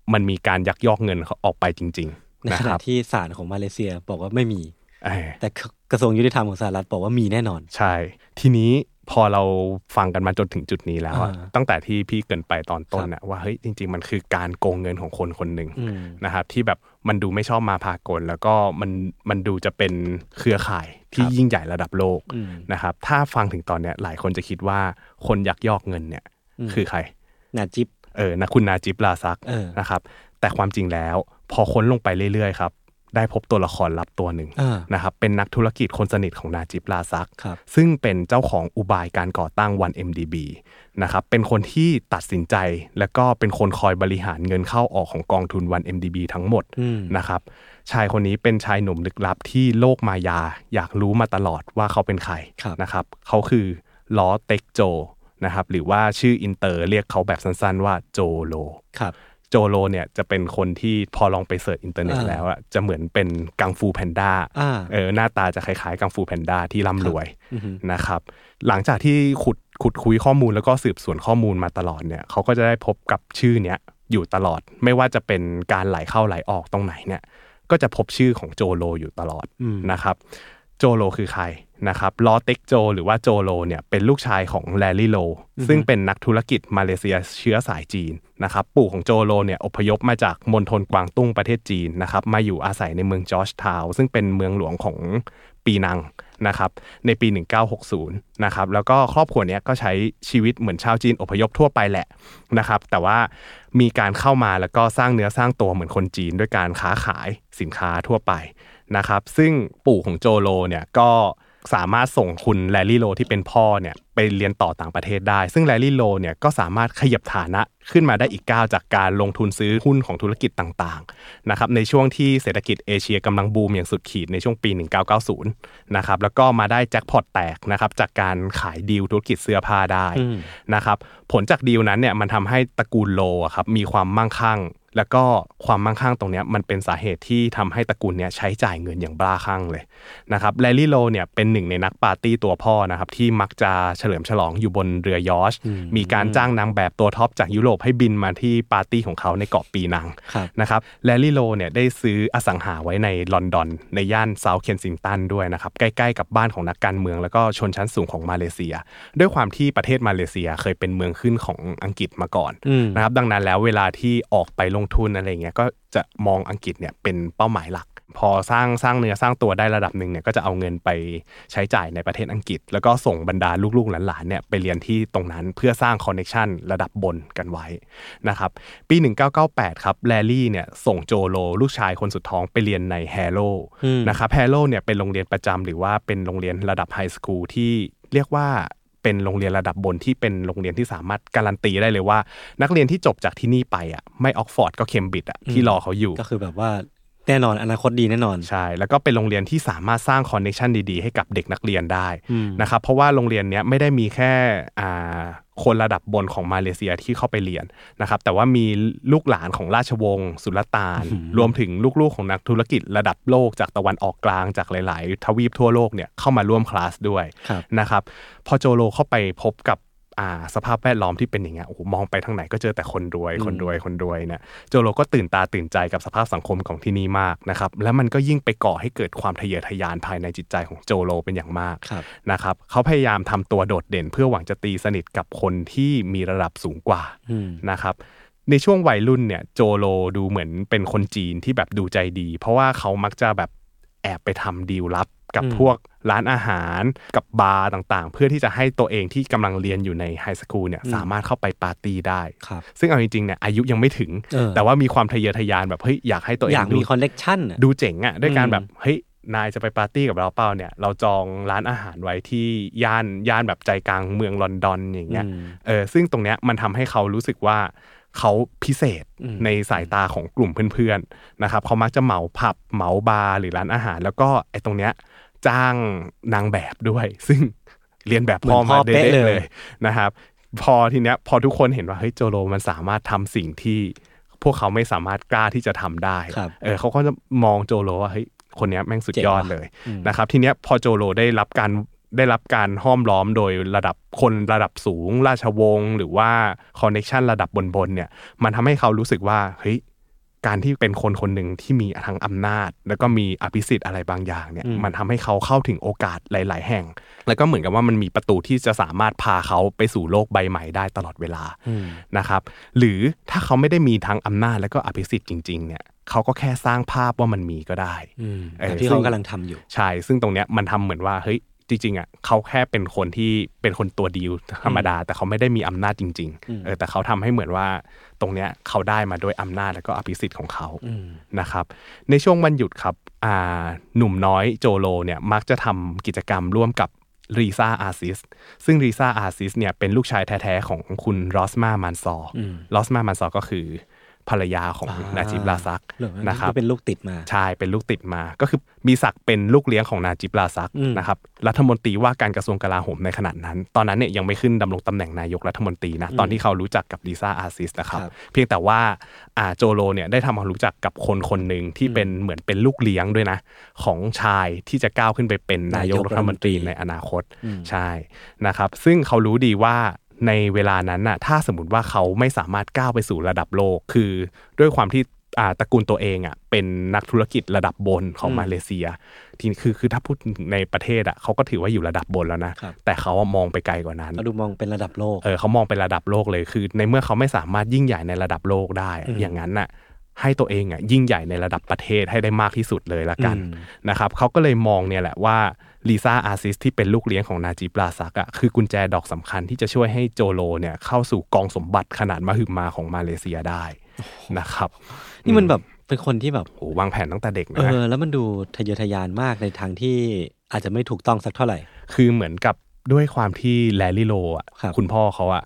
มันมีการยักยอกเงินออกไปจริงๆในขณะที่ศาลของมาเลเซียบอกว่าไม่มีแต่กระทรวงยุติธรรมของสหรัฐบอกว่ามีแน่นอนใช่ทีนี้พอเราฟังกันมาจนถึงจุดนี้แล้วตั้งแต่ที่พี่เกริ่นไปตอนต้นนะว่าเฮ้ยจริงๆมันคือการโกงเงินของคนคนหนึ่งนะครับที่แบบมันดูไม่ชอบมาพากลแล้วก็มันดูจะเป็นเครือข่ายที่ยิ่งใหญ่ระดับโลกนะครับถ้าฟังถึงตอนเนี้ยหลายคนจะคิดว่าคนยักยอกเงินเนี่ยคือใครนาจิบนะคุณนาจิบลาซักนะครับแต่ความจริงแล้วพอค้นลงไปเรื่อยๆครับได้พบตัวละครลับตัวหนึ่งนะครับเป็นนักธุรกิจคนสนิทของนาจิบลาซักซึ่งเป็นเจ้าของอุบายการก่อตั้ง 1MDB นะครับเป็นคนที่ตัดสินใจและก็เป็นคนคอยบริหารเงินเข้าออกของกองทุน 1MDB ทั้งหมดนะครับชายคนนี้เป็นชายหนุ่มลึกลับที่โลกมายาอยากรู้มาตลอดว่าเขาเป็นใครนะครับเขาคือล้อเต็กโจนะครับหรือว่าชื่ออินเตอร์เรียกเขาแบบสั้นๆว่าโจโลโจโลเนี่ยจะเป็นคนที่พอลองไปเสิร์ชอินเทอร์เน็ตแล้วอ่ะจะเหมือนเป็นกังฟูแพนด้าหน้าตาจะคล้ายๆกังฟูแพนด้าที่ร่ำรวยนะครับหลังจากที่ขุดคุยข้อมูลแล้วก็สืบสวนข้อมูลมาตลอดเนี่ยเขาก็จะได้พบกับชื่อเนี้ยอยู่ตลอดไม่ว่าจะเป็นการไหลเข้าไหลออกตรงไหนเนี่ยก็จะพบชื่อของโจโลอยู่ตลอดนะครับโจโลคือใครนะครับลอเต็กโจหรือว่าโจโลเนี่ยเป็นลูกชายของแลรี่โลซึ่งเป็นนักธุรกิจมาเลเซียเชื้อสายจีนนะครับปู่ของโจโลเนี่ยอพยพมาจากมณฑลกวางตุ้งประเทศจีนนะครับมาอยู่อาศัยในเมืองจอร์จทาวน์ซึ่งเป็นเมืองหลวงของปีนังนะครับในปี1960นะครับแล้วก็ครอบครัวเนี้ยก็ใช้ชีวิตเหมือนชาวจีนอพยพทั่วไปแหละนะครับแต่ว่ามีการเข้ามาแล้วก็สร้างเนื้อสร้างตัวเหมือนคนจีนด้วยการค้าขายสินค้าทั่วไปนะครับซึ่งปู่ของโจโลเนี่ยก็สามารถส่งคุณแลรี่โลที่เป็นพ่อเนี่ยไปเรียนต่อต่างประเทศได้ซึ่งแลรี่โลเนี่ยก็สามารถขยับฐานะขึ้นมาได้อีกก้าวจากการลงทุนซื้อหุ้นของธุรกิจต่างๆนะครับในช่วงที่เศรษฐกิจเอเชียกำลังบูมอย่างสุดขีดในช่วงปี1990นะครับแล้วก็มาได้แจ็คพอตแตกนะครับจากการขายดีลธุรกิจเสื้อผ้าได้นะครับผลจากดีลนั้นเนี่ยมันทำให้ตระกูลโลครับมีความมั่งคั่งแล้วก็ความมั่งคั่งตรงนี้มันเป็นสาเหตุที่ทำให้ตระกูลเนี้ยใช้จ่ายเงินอย่างบ้าคลั่งเลยนะครับแลรี่โลเนี่ยเป็นหนึ่งในนักปาร์ตี้ตัวพ่อนะครับที่มักจะเฉลิมฉลองอยู่บนเรือยอชต์มีการจ้างนางแบบตัวท็อปจากยุโรปให้บินมาที่ปาร์ตี้ของเขาในเกาะปีนังนะครับแลรี่โลเนี่ยได้ซื้ออสังหาไว้ในลอนดอนในย่านเซาท์เคนซิงตันด้วยนะครับใกล้ๆกับบ้านของนักการเมืองแล้วก็ชนชั้นสูงของมาเลเซียด้วยความที่ประเทศมาเลเซียเคยเป็นเมืองขึ้นของอังกฤษมาก่อนนะครับดังนั้นแล้วเวลาที่ออกไปลงทุนอะไรเงี้ยก็จะมองอังกฤษเนี่ยเป็นเป้าหมายหลักพอสร้างเนื้อสร้างตัวได้ระดับหนึ่งเนี่ยก็จะเอาเงินไปใช้จ่ายในประเทศอังกฤษแล้วก็ส่งบรรดาลูกๆหลานๆเนี่ยไปเรียนที่ตรงนั้นเพื่อสร้างคอนเนคชั่นระดับบนกันไว้นะครับปี1998ครับแลรี่เนี่ยส่งโจโลลูกชายคนสุดท้องไปเรียนในแฮโลนะครับแฮโลเนี่ยเป็นโรงเรียนประจำหรือว่าเป็นโรงเรียนระดับไฮสคูลที่เรียกว่าเป็นโรงเรียนระดับบนที่เป็นโรงเรียนที่สามารถการันตีได้เลยว่านักเรียนที่จบจากที่นี่ไปอ่ะไม่ออกฟอร์ดก็เคมบริดจ์อ่ะที่รอเขาอยู่ก็คือแบบว่าแน่นอนอนาคตดีแน่นอนใช่แล้วก็เป็นโรงเรียนที่สามารถสร้างคอนเนคชั่นดีๆให้กับเด็กนักเรียนได้นะครับเพราะว่าโรงเรียนเนี้ยไม่ได้มีแค่คนระดับบนของมาเลเซียที่เข้าไปเรียนนะครับแต่ว่ามีลูกหลานของราชวงศ์สุลต่านรวมถึงลูกๆของนักธุรกิจระดับโลกจากตะวันออกกลางจากหลายๆทวีปทั่วโลกเนี่ยเข้ามาร่วมคลาสด้วยนะครับพอโจโลเข้าไปพบกับสภาพแวดล้อมที่เป็นอย่างเงี้ยโอ้โหมองไปทางไหนก็เจอแต่คนรวยเนี่ยโจโลก็ตื่นตาตื่นใจกับสภาพสังคมของที่นี่มากนะครับแล้วมันก็ยิ่งไปก่อให้เกิดความทะเยอทะยานภายในจิตใจของโจโลเป็นอย่างมากนะครับเขาพยายามทำตัวโดดเด่นเพื่อหวังจะตีสนิทกับคนที่มีระดับสูงกว่านะครับในช่วงวัยรุ่นเนี่ยโจโลดูเหมือนเป็นคนจีนที่แบบดูใจดีเพราะว่าเขามักจะแบบแอบไปทำดีลลับกับพวกร้านอาหารกับบาร์ต่างๆเพื่อที่จะให้ตัวเองที่กำลังเรียนอยู่ในไฮสคูลเนี่ยสามารถเข้าไปปาร์ตี้ได้ซึ่งเอาจริงๆเนี่ยอายุยังไม่ถึงแต่ว่ามีความทะเยอทะยานแบบเฮ้ยอยากให้ตัวเองอยากมีคอนเนคชั่นดูเจ๋งอ่ะด้วยการแบบเฮ้ยนายจะไปปาร์ตี้กับเราเปล่าเนี่ยเราจองร้านอาหารไว้ที่ย่านแบบใจกลางเมืองลอนดอนอย่างเงี้ยซึ่งตรงเนี้ยมันทำให้เขารู้สึกว่าเขาพิเศษในสายตาของกลุ่มเพื่อนๆนะครับเขามักจะเหมาผับเหมาบาร์หรือร้านอาหารแล้วก็ไอ้ตรงเนี้ยจ้างนางแบบด้วยซึ่งเรียนแบบพ่อมาเด๊ะเลยนะครับพอทีเนี้ยพอทุกคนเห็นว่าเฮ้ยโจโลมันสามารถทำสิ่งที่พวกเขาไม่สามารถกล้าที่จะทำได้เขาก็จะมองโจโลว่าเฮ้ยคนเนี้ยแม่งสุดยอดเลยนะครับทีเนี้ยพอโจโลได้รับการห้อมล้อมโดยระดับคนระดับสูงราชวงศ์หรือว่าคอนเนคชั่นระดับบนๆเนี่ยมันทำให้เขารู้สึกว่าเฮ้ยการที่เป็นคนคนหนึ่งที่มีทั้งอำนาจแล้วก็มีอภิสิทธิ์อะไรบางอย่างเนี่ยมันทำให้เขาเข้าถึงโอกาสหลายๆแห่งแล้วก็เหมือนกับว่ามันมีประตูที่จะสามารถพาเขาไปสู่โลกใบใหม่ได้ตลอดเวลานะครับหรือถ้าเขาไม่ได้มีทั้งอำนาจแล้วก็อภิสิทธิ์จริงๆเนี่ยเขาก็แค่สร้างภาพว่ามันมีก็ได้ที่เขากำลังทำอยู่ใช่ซึ่งตรงเนี้ยมันทำเหมือนว่าเฮ้ยจริงๆอ่ะเขาแค่เป็นคนที่เป็นคนตัวดีธรรมดาแต่เขาไม่ได้มีอำนาจจริงๆแต่เขาทำให้เหมือนว่าตรงเนี้ยเขาได้มาด้วยอำนาจแล้วก็อภิสิทธิ์ของเขานะครับในช่วงวันหยุดครับหนุ่มน้อยโจโลเนี่ยมักจะทำกิจกรรมร่วมกับรีซาอาซิสซึ่งรีซาอาซิสเนี่ยเป็นลูกชายแท้ๆของคุณรอสมามันซอร์รอสมามันซอร์ก็คือภรรยาของนาจิบราซักนะครับเป็นลูกติดมาใช่เป็นลูกติดมาก็คือมีศักดิ์เป็นลูกเลี้ยงของนาจิบราซักนะครับรัฐมนตรีว่าการกระทรวงกลาโหมในขณะนั้นตอนนั้นเนี่ยยังไม่ขึ้นดำรงตำแหน่งนายกรัฐมนตรีนะตอนที่เขารู้จักกับลิซ่าอาซิสนะครับเพียงแต่ว่าโจโลเนี่ยได้ทำความรู้จักกับคนคนหนึ่งที่เป็นเหมือนเป็นลูกเลี้ยงด้วยนะของชายที่จะก้าวขึ้นไปเป็นนายกรัฐมนตรีในอนาคตใช่นะครับซึ่งเขารู้ดีว่าในเวลานั้นน่ะถ้าสมมติว่าเขาไม่สามารถก้าวไปสู่ระดับโลกคือด้วยความที่ตระกูลตัวเองอ่ะเป็นนักธุรกิจระดับบนของมาเลเซียทีคือถ้าพูดในประเทศอ่ะเขาก็ถือว่าอยู่ระดับบนแล้วนะแต่เขามองไปไกลกว่านั้นเขาดูมองเป็นระดับโลกเขามองเป็นระดับโลกเลยคือในเมื่อเขาไม่สามารถยิ่งใหญ่ในระดับโลกได้อย่างนั้นน่ะให้ตัวเองอ่ะยิ่งใหญ่ในระดับประเทศให้ได้มากที่สุดเลยละกันนะครับเขาก็เลยมองเนี่ยแหละว่าลิซ่าอาซิสที่เป็นลูกเลี้ยงของนาจิบราซักอ่ะคือกุญแจดอกสำคัญที่จะช่วยให้โจโลเนี่ยเข้าสู่กองสมบัติขนาดมหึมาของมาเลเซียได้นะครับนี่มันแบบเป็นคนที่แบบโอ้วางแผนตั้งแต่เด็กนะแล้วมันดูทะเยอทะยานมากในทางที่อาจจะไม่ถูกต้องสักเท่าไหร่คือเหมือนกับด้วยความที่แลลี่โลอ่ะคุณพ่อเขาอ่ะ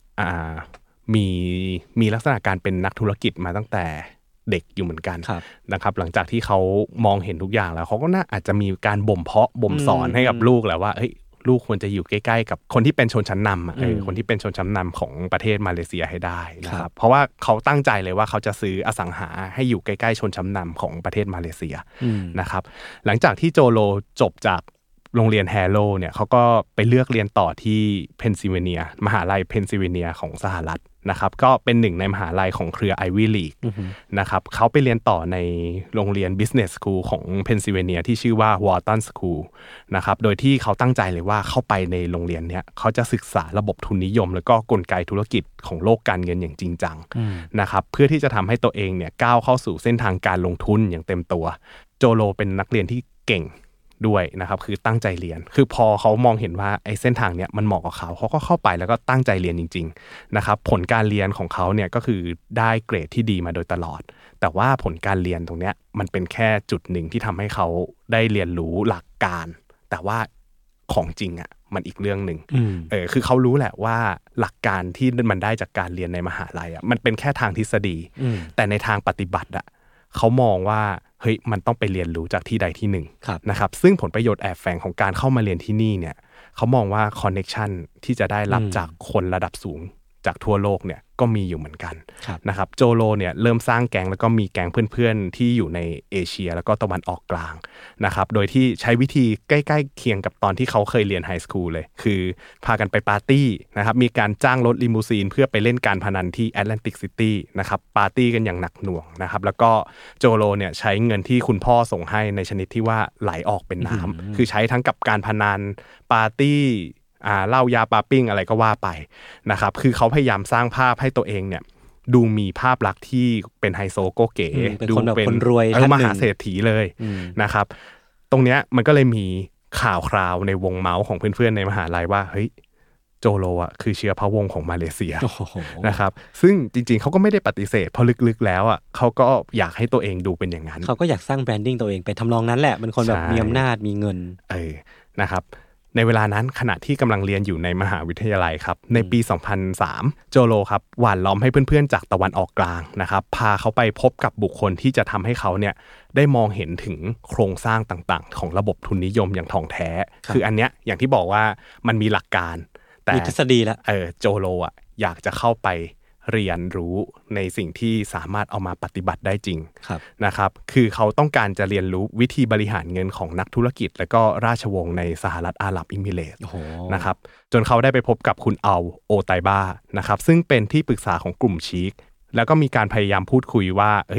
มีลักษณะการเป็นนักธุรกิจมาตั้งแต่เด็กอยู่เหมือนกันนะครับหลังจากที่เขามองเห็นทุกอย่างแล้วเขาก็น่าอาจจะมีการบ่มเพาะบ่มสอนให้กับลูกแหละว่าเฮ้ยลูกควรจะอยู่ใกล้ๆกับคนที่เป็นชนชั้นนำคนที่เป็นชนชั้นนำของประเทศมาเลเซียให้ได้นะครับเพราะว่าเขาตั้งใจเลยว่าเขาจะซื้ออสังหาให้อยู่ใกล้ๆชนชั้นนำของประเทศมาเลเซียนะครับหลังจากที่โจโลจบจากโรงเรียนแฮร์โลเนี่ยเขาก็ไปเลือกเรียนต่อที่เพนซิลเวเนียมหาลัยเพนซิลเวเนียของสหรัฐนะครับก็เป็นหนึ่งในมหาลัยของเครือ Ivy League นะครับเขาไปเรียนต่อในโรงเรียน Business School ของเพนซิลเวเนียที่ชื่อว่า Wharton School นะครับโดยที่เขาตั้งใจเลยว่าเข้าไปในโรงเรียนเนี้ยเขาจะศึกษาระบบทุนนิยมแล้วก็กลไกธุรกิจของโลกการเงินอย่างจริงจังนะครับเพื่อที่จะทำให้ตัวเองเนี่ยก้าวเข้าสู่เส้นทางการลงทุนอย่างเต็มตัวโจโลเป็นนักเรียนที่เก่งด้วยนะครับคือตั้งใจเรียนคือพอเขามองเห็นว่าไอ้เส้นทางเนี้ยมันเหมาะกับเขาก็เข้าไปแล้วก็ตั้งใจเรียนจริงๆนะครับผลการเรียนของเขาเนี่ยก็คือได้เกรดที่ดีมาโดยตลอดแต่ว่าผลการเรียนตรงเนี้ยมันเป็นแค่จุดหนึ่งที่ทำให้เขาได้เรียนรู้หลักการแต่ว่าของจริงอ่ะมันอีกเรื่องนึงคือเขารู้แหละว่าหลักการที่มันได้จากการเรียนในมหาลัยอ่ะมันเป็นแค่ทางทฤษฎีแต่ในทางปฏิบัติอ่ะเขามองว่าเฮ้ยมันต้องไปเรียนรู้จากที่ใดที่หนึ่งนะครับซึ่งผลประโยชน์แอบแฝงของการเข้ามาเรียนที่นี่เนี่ยเขามองว่าคอนเนคชันที่จะได้รับจากคนระดับสูงจากทั่วโลกเนี่ยก็มีอยู่เหมือนกันนะครับโจโลเนี่ยเริ่มสร้างแก๊งแล้วก็มีแก๊งเพื่อนๆที่อยู่ในเอเชียแล้วก็ตะวันออกกลางนะครับโดยที่ใช้วิธีใกล้ๆเคียงกับตอนที่เขาเคยเรียนไฮสคูลเลยคือพากันไปปาร์ตี้นะครับมีการจ้างรถลิมูซีนเพื่อไปเล่นการพนันที่แอตแลนติกซิตี้นะครับปาร์ตี้กันอย่างหนักหน่วงนะครับแล้วก็โจโลเนี่ยใช้เงินที่คุณพ่อส่งให้ในชนิดที่ว่าไหลออกเป็นน้ำคือใช้ทั้งกับการพนันปาร์ตี้เหล้ายาปาปิ้งอะไรก็ว่าไปนะครับคือเขาพยายามสร้างภาพให้ตัวเองเนี่ยดูมีภาพลักษณ์ที่เป็นไฮโซโกเก๋ดูเป็นคนรวยมหาเศรษฐีเลยนะครับตรงเนี้ยมันก็เลยมีข่าวคราวในวงเมาส์ของเพื่อนๆในมหาลัยว่าเฮ้ยโจโลอ่ะคือเชื้อพระวงศ์ของมาเลเซียนะครับซึ่งจริงๆเขาก็ไม่ได้ปฏิเสธเพราะลึกๆแล้วอ่ะเขาก็อยากให้ตัวเองดูเป็นอย่างนั้นเขาก็อยากสร้างแบรนดิ้งตัวเองไปทำนองนั้นแหละเป็นคนแบบมีอำนาจมีเงินนะครับในเวลานั้นขณะที่กำลังเรียนอยู่ในมหาวิทยาลัยครับในปี 2003 โจโลครับหว่านล้อมให้เพื่อนๆจากตะวันออกกลางนะครับพาเขาไปพบกับบุคคลที่จะทำให้เขาเนี่ยได้มองเห็นถึงโครงสร้างต่างๆของระบบทุนนิยมอย่างถ่องแท้คืออันเนี้ยอย่างที่บอกว่ามันมีหลักการแต่มีทฤษฎีแล้วโจโลอ่ะอยากจะเข้าไปเรียนรู้ในสิ่งที่สามารถเอามาปฏิบัติได้จริงนะครับคือเขาต้องการจะเรียนรู้วิธีบริหารเงินของนักธุรกิจและก็ราชวงศ์ในสหรัฐอาหรับเอมิเรตส์นะครับจนเขาได้ไปพบกับคุณอัลโอไตบานะครับซึ่งเป็นที่ปรึกษาของกลุ่มชีคแล้วก็มีการพยายามพูดคุยว่าเฮ้ย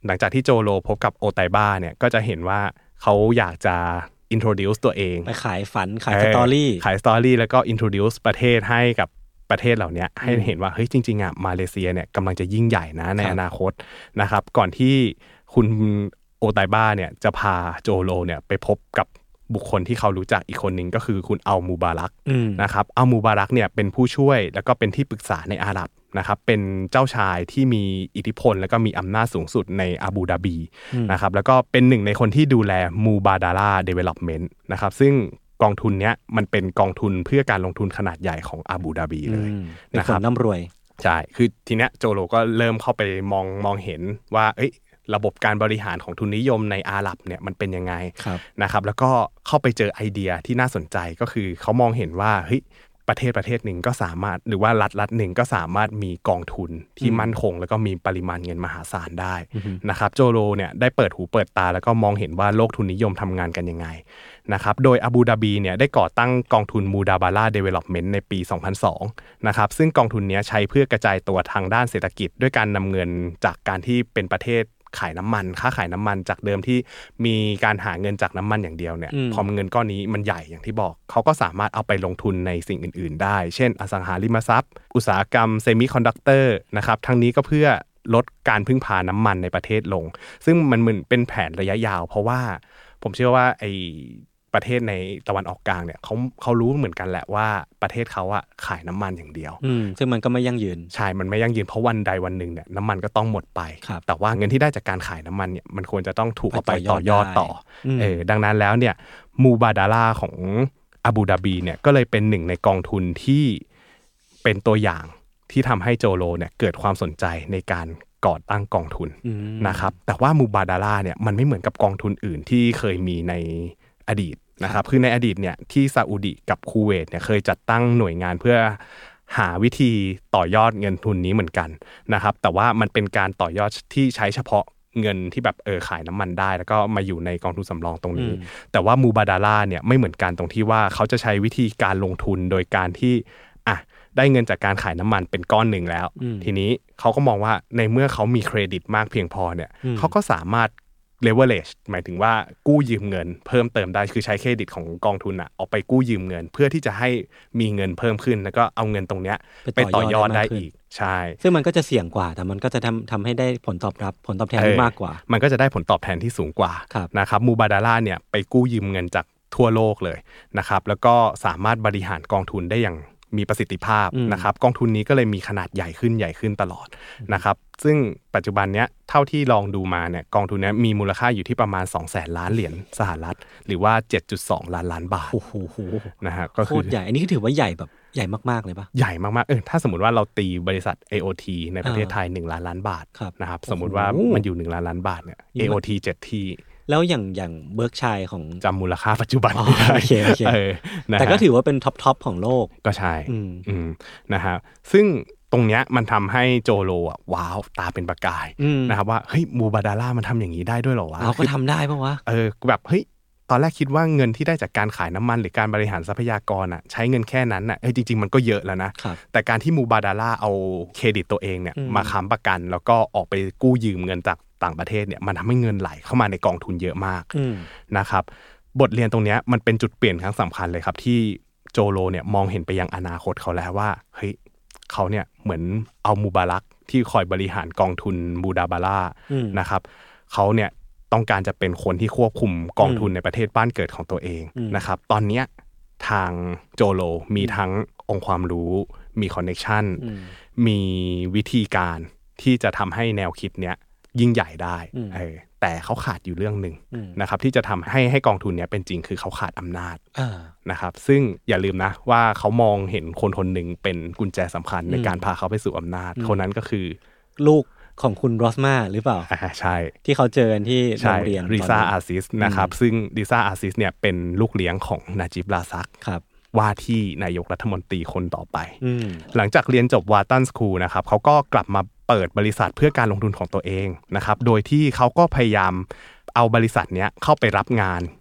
หลังจากที่โจโรพบกับโอไตบ้าเนี่ยก็จะเห็นว่าเขาอยากจะintroduce ตัวเองไปขายฝันขายสตอรี่แล้วก็ introduce ประเทศให้กับประเทศเหล่านี้ให้เห็นว่าเฮ้ยจริงๆอ่ะมาเลเซียเนี่ยกำลังจะยิ่งใหญ่นะในอนาคตนะครับก่อนที่คุณโอไตบ้าเนี่ยจะพาโจโรเนี่ยไปพบกับบุคคลที่เขารู้จักอีกคนนึงก็คือคุณอัลมูบารักนะครับอัลมูบารักเนี่ยเป็นผู้ช่วยแล้วก็เป็นที่ปรึกษาในอาหรับนะครับเป็นเจ้าชายที่มีอิทธิพลแล้วก็มีอำนาจสูงสุดในอาบูดาบีนะครับแล้วก็เป็นหนึ่งในคนที่ดูแลมูบาดาร่าเดเวล็อปเมนต์นะครับซึ่งกองทุนเนี้ยมันเป็นกองทุนเพื่อการลงทุนขนาดใหญ่ของอาบูดาบีเลยนะครับร่ำรวยใช่คือทีเนี้ยโจโรก็เริ่มเข้าไปมองเห็นว่าระบบการบริหารของทุนนิยมในอาหรับเนี่ยมันเป็นยังไงนะครับแล้วก็เข้าไปเจอไอเดียที่น่าสนใจก็คือเขามองเห็นว่าเฮ้ยประเทศหนึ่งก็สามารถหรือว่ารัฐหนึ่งก็สามารถมีกองทุนที่มั่นคงแล้วก็มีปริมาณเงินมหาศาลได้นะครับโจโรเนี่ยได้เปิดหูเปิดตาแล้วก็มองเห็นว่าโลกทุนนิยมทำงานกันยังไงนะครับโดยอาบูดาบีเนี่ยได้ก่อตั้งกองทุนมูดาบาร่าเดเวล็อปเมนต์ในปี 2002 นะครับซึ่งกองทุนนี้ใช้เพื่อกระจายตัวทางด้านเศรษฐกิจด้วยการนำเงินจากการที่เป็นประเทศขายน้ำมันค้าขายน้ำมันจากเดิมที่มีการหาเงินจากน้ำมันอย่างเดียวเนี่ยพอเงินก้อนนี้มันใหญ่อย่างที่บอกเขาก็สามารถเอาไปลงทุนในสิ่งอื่นๆได้เช่นอสังหาริมทรัพย์อุตสาหกรรมเซมิคอนดักเตอร์นะครับทั้งนี้ก็เพื่อลดการพึ่งพาน้ำมันในประเทศลงซึ่งมันเหมือนเป็นแผนระยะยาวเพราะว่าผมเชื่อว่าประเทศในตะวันออกกลางเนี่ยเขารู้เหมือนกันแหละว่าประเทศเขาอะขายน้ำมันอย่างเดียวซึ่งมันก็ไม่ยั่งยืนใช่มันไม่ยั่งยืนเพราะวันใดวันหนึ่งเนี่ยน้ำมันก็ต้องหมดไปแต่ว่าเงินที่ได้จากการขายน้ำมันเนี่ยมันควรจะต้องถูกเอาไปต่อยอดต่อดังนั้นแล้วเนี่ยมูบาดาร่าของอาบูดาบีเนี่ยก็เลยเป็นหนึ่งในกองทุนที่เป็นตัวอย่างที่ทำให้โจโรเนี่ยเกิดความสนใจในการก่อตั้งกองทุนนะครับแต่ว่ามูบาดาร่าเนี่ยมันไม่เหมือนกับกองทุนอื่นที่เคยมีในอดีตนะครับคือในอดีตเนี่ยที่ซาอุดิกับคูเวตเนี่ยเคยจัดตั้งหน่วยงานเพื่อหาวิธีต่อยอดเงินทุนนี้เหมือนกันนะครับแต่ว่ามันเป็นการต่อยอดที่ใช้เฉพาะเงินที่แบบขายน้ำมันได้แล้วก็มาอยู่ในกองทุนสำรองตรงนี้แต่ว่ามูบาดาร่าเนี่ยไม่เหมือนกันตรงที่ว่าเขาจะใช้วิธีการลงทุนโดยการที่ได้เงินจากการขายน้ำมันเป็นก้อนหนึ่งแล้วทีนี้เขาก็มองว่าในเมื่อเขามีเครดิตมากเพียงพอเนี่ยเขาก็สามารถleverage หมายถึงว่ากู้ยืมเงินเพิ่มเติมได้คือใช้เครดิตของกองทุนออกไปกู้ยืมเงินเพื่อที่จะให้มีเงินเพิ่มขึ้นแล้วก็เอาเงินตรงเนี้ยไปต่อยอดได้อีกใช่ซึ่งมันก็จะเสี่ยงกว่าแต่มันก็จะทำให้ได้ผลตอบแทนที่มากกว่ามันก็จะได้ผลตอบแทนที่สูงกว่านะครับมูบาดาร่าเนี่ยไปกู้ยืมเงินจากทั่วโลกเลยนะครับแล้วก็สามารถบริหารกองทุนได้อย่างมีประสิทธิภาพนะครับกองทุนนี้ก็เลยมีขนาดใหญ่ขึ้นตลอดนะครับซึ่งปัจจุบันเนี้ยเท่าที่ลองดูมาเนี่ยกองทุนนี้มีมูลค่าอยู่ที่ประมาณ 200,000 ล้านเหรียญสหรัฐหรือว่า 7.2 ล้านบาทโอ้โหนะฮะก็คือโคตรใหญ่อันนี้คือถือว่าใหญ่แบบใหญ่มากๆเลยป่ะใหญ่มากๆถ้าสมมุติว่าเราตีบริษัท AOT ในประเทศไทย1 ล้านบาทนะครับสมมุติว่ามันอยู่1 ล้านบาทเนี่ย AOT 7 ที่แล้วอย่างเบิร์กชัยของจำมูลค่าปัจจุบันโอเคแต่ก็ถือว่าเป็นท็อปของโลกก็ใช่นะฮะซึ่งตรงเนี้ยมันทำให้โจโรว้าวตาเป็นประกายนะครับว่าเฮ้ยมูบาดาร่ามันทำอย่างนี้ได้ด้วยเหรอวะเราก็ทำได้ปะวะแบบเฮ้ยตอนแรกคิดว่าเงินที่ได้จากการขายน้ำมันหรือการบริหารทรัพยากรใช้เงินแค่นั้นจริงๆมันก็เยอะแล้วนะแต่การที่มูบาดาร่าเอาเครดิตตัวเองเนี่ยมาค้ำประกันแล้วก็ออกไปกู้ยืมเงินจากต่างประเทศเนี่ยมันทำให้เงินไหลเข้ามาในกองทุนเยอะมากนะครับบทเรียนตรงนี้มันเป็นจุดเปลี่ยนครั้งสำคัญเลยครับที่โจโรเนี่ยมองเห็นไปยังอนาคตเขาแล้วว่าเฮ้ยเขาเนี่ยเหมือนเอามูบารักที่คอยบริหารกองทุนมูดาบาร่านะครับเขาเนี่ยต้องการจะเป็นคนที่ควบคุมกองทุนในประเทศบ้านเกิดของตัวเองนะครับตอนนี้ทางโจโรมีทั้งองค์ความรู้มีคอนเนคชั่นมีวิธีการที่จะทำให้แนวคิดเนี้ยยิ่งใหญ่ได้แต่เขาขาดอยู่เรื่องนึงนะครับที่จะทำให้กองทุนเนี้ยเป็นจริงคือเขาขาดอำนาจนะครับซึ่งอย่าลืมนะว่าเขามองเห็นคนหนึ่งเป็นกุญแจสำคัญในการพาเขาไปสู่อำนาจคนนั้นก็คือลูกของคุณรอสมาหรือเปล่าใช่ที่เขาเจอกันที่โรงเรียนริซ่าอาซิสนะครับซึ่งริซ่าอาซิสเนี่ยเป็นลูกเลี้ยงของนาจิบราซักว่าที่นายกรัฐมนตรีคนต่อไปหลังจากเรียนจบวาตันสคูลนะครับเขาก็กลับมาเปิดบริษัทเพื่อการลงทุนของตัวเองนะครับโดยที่เขาก็พยายามเอาบริษัทเนี้ยเข้าไปรับงาน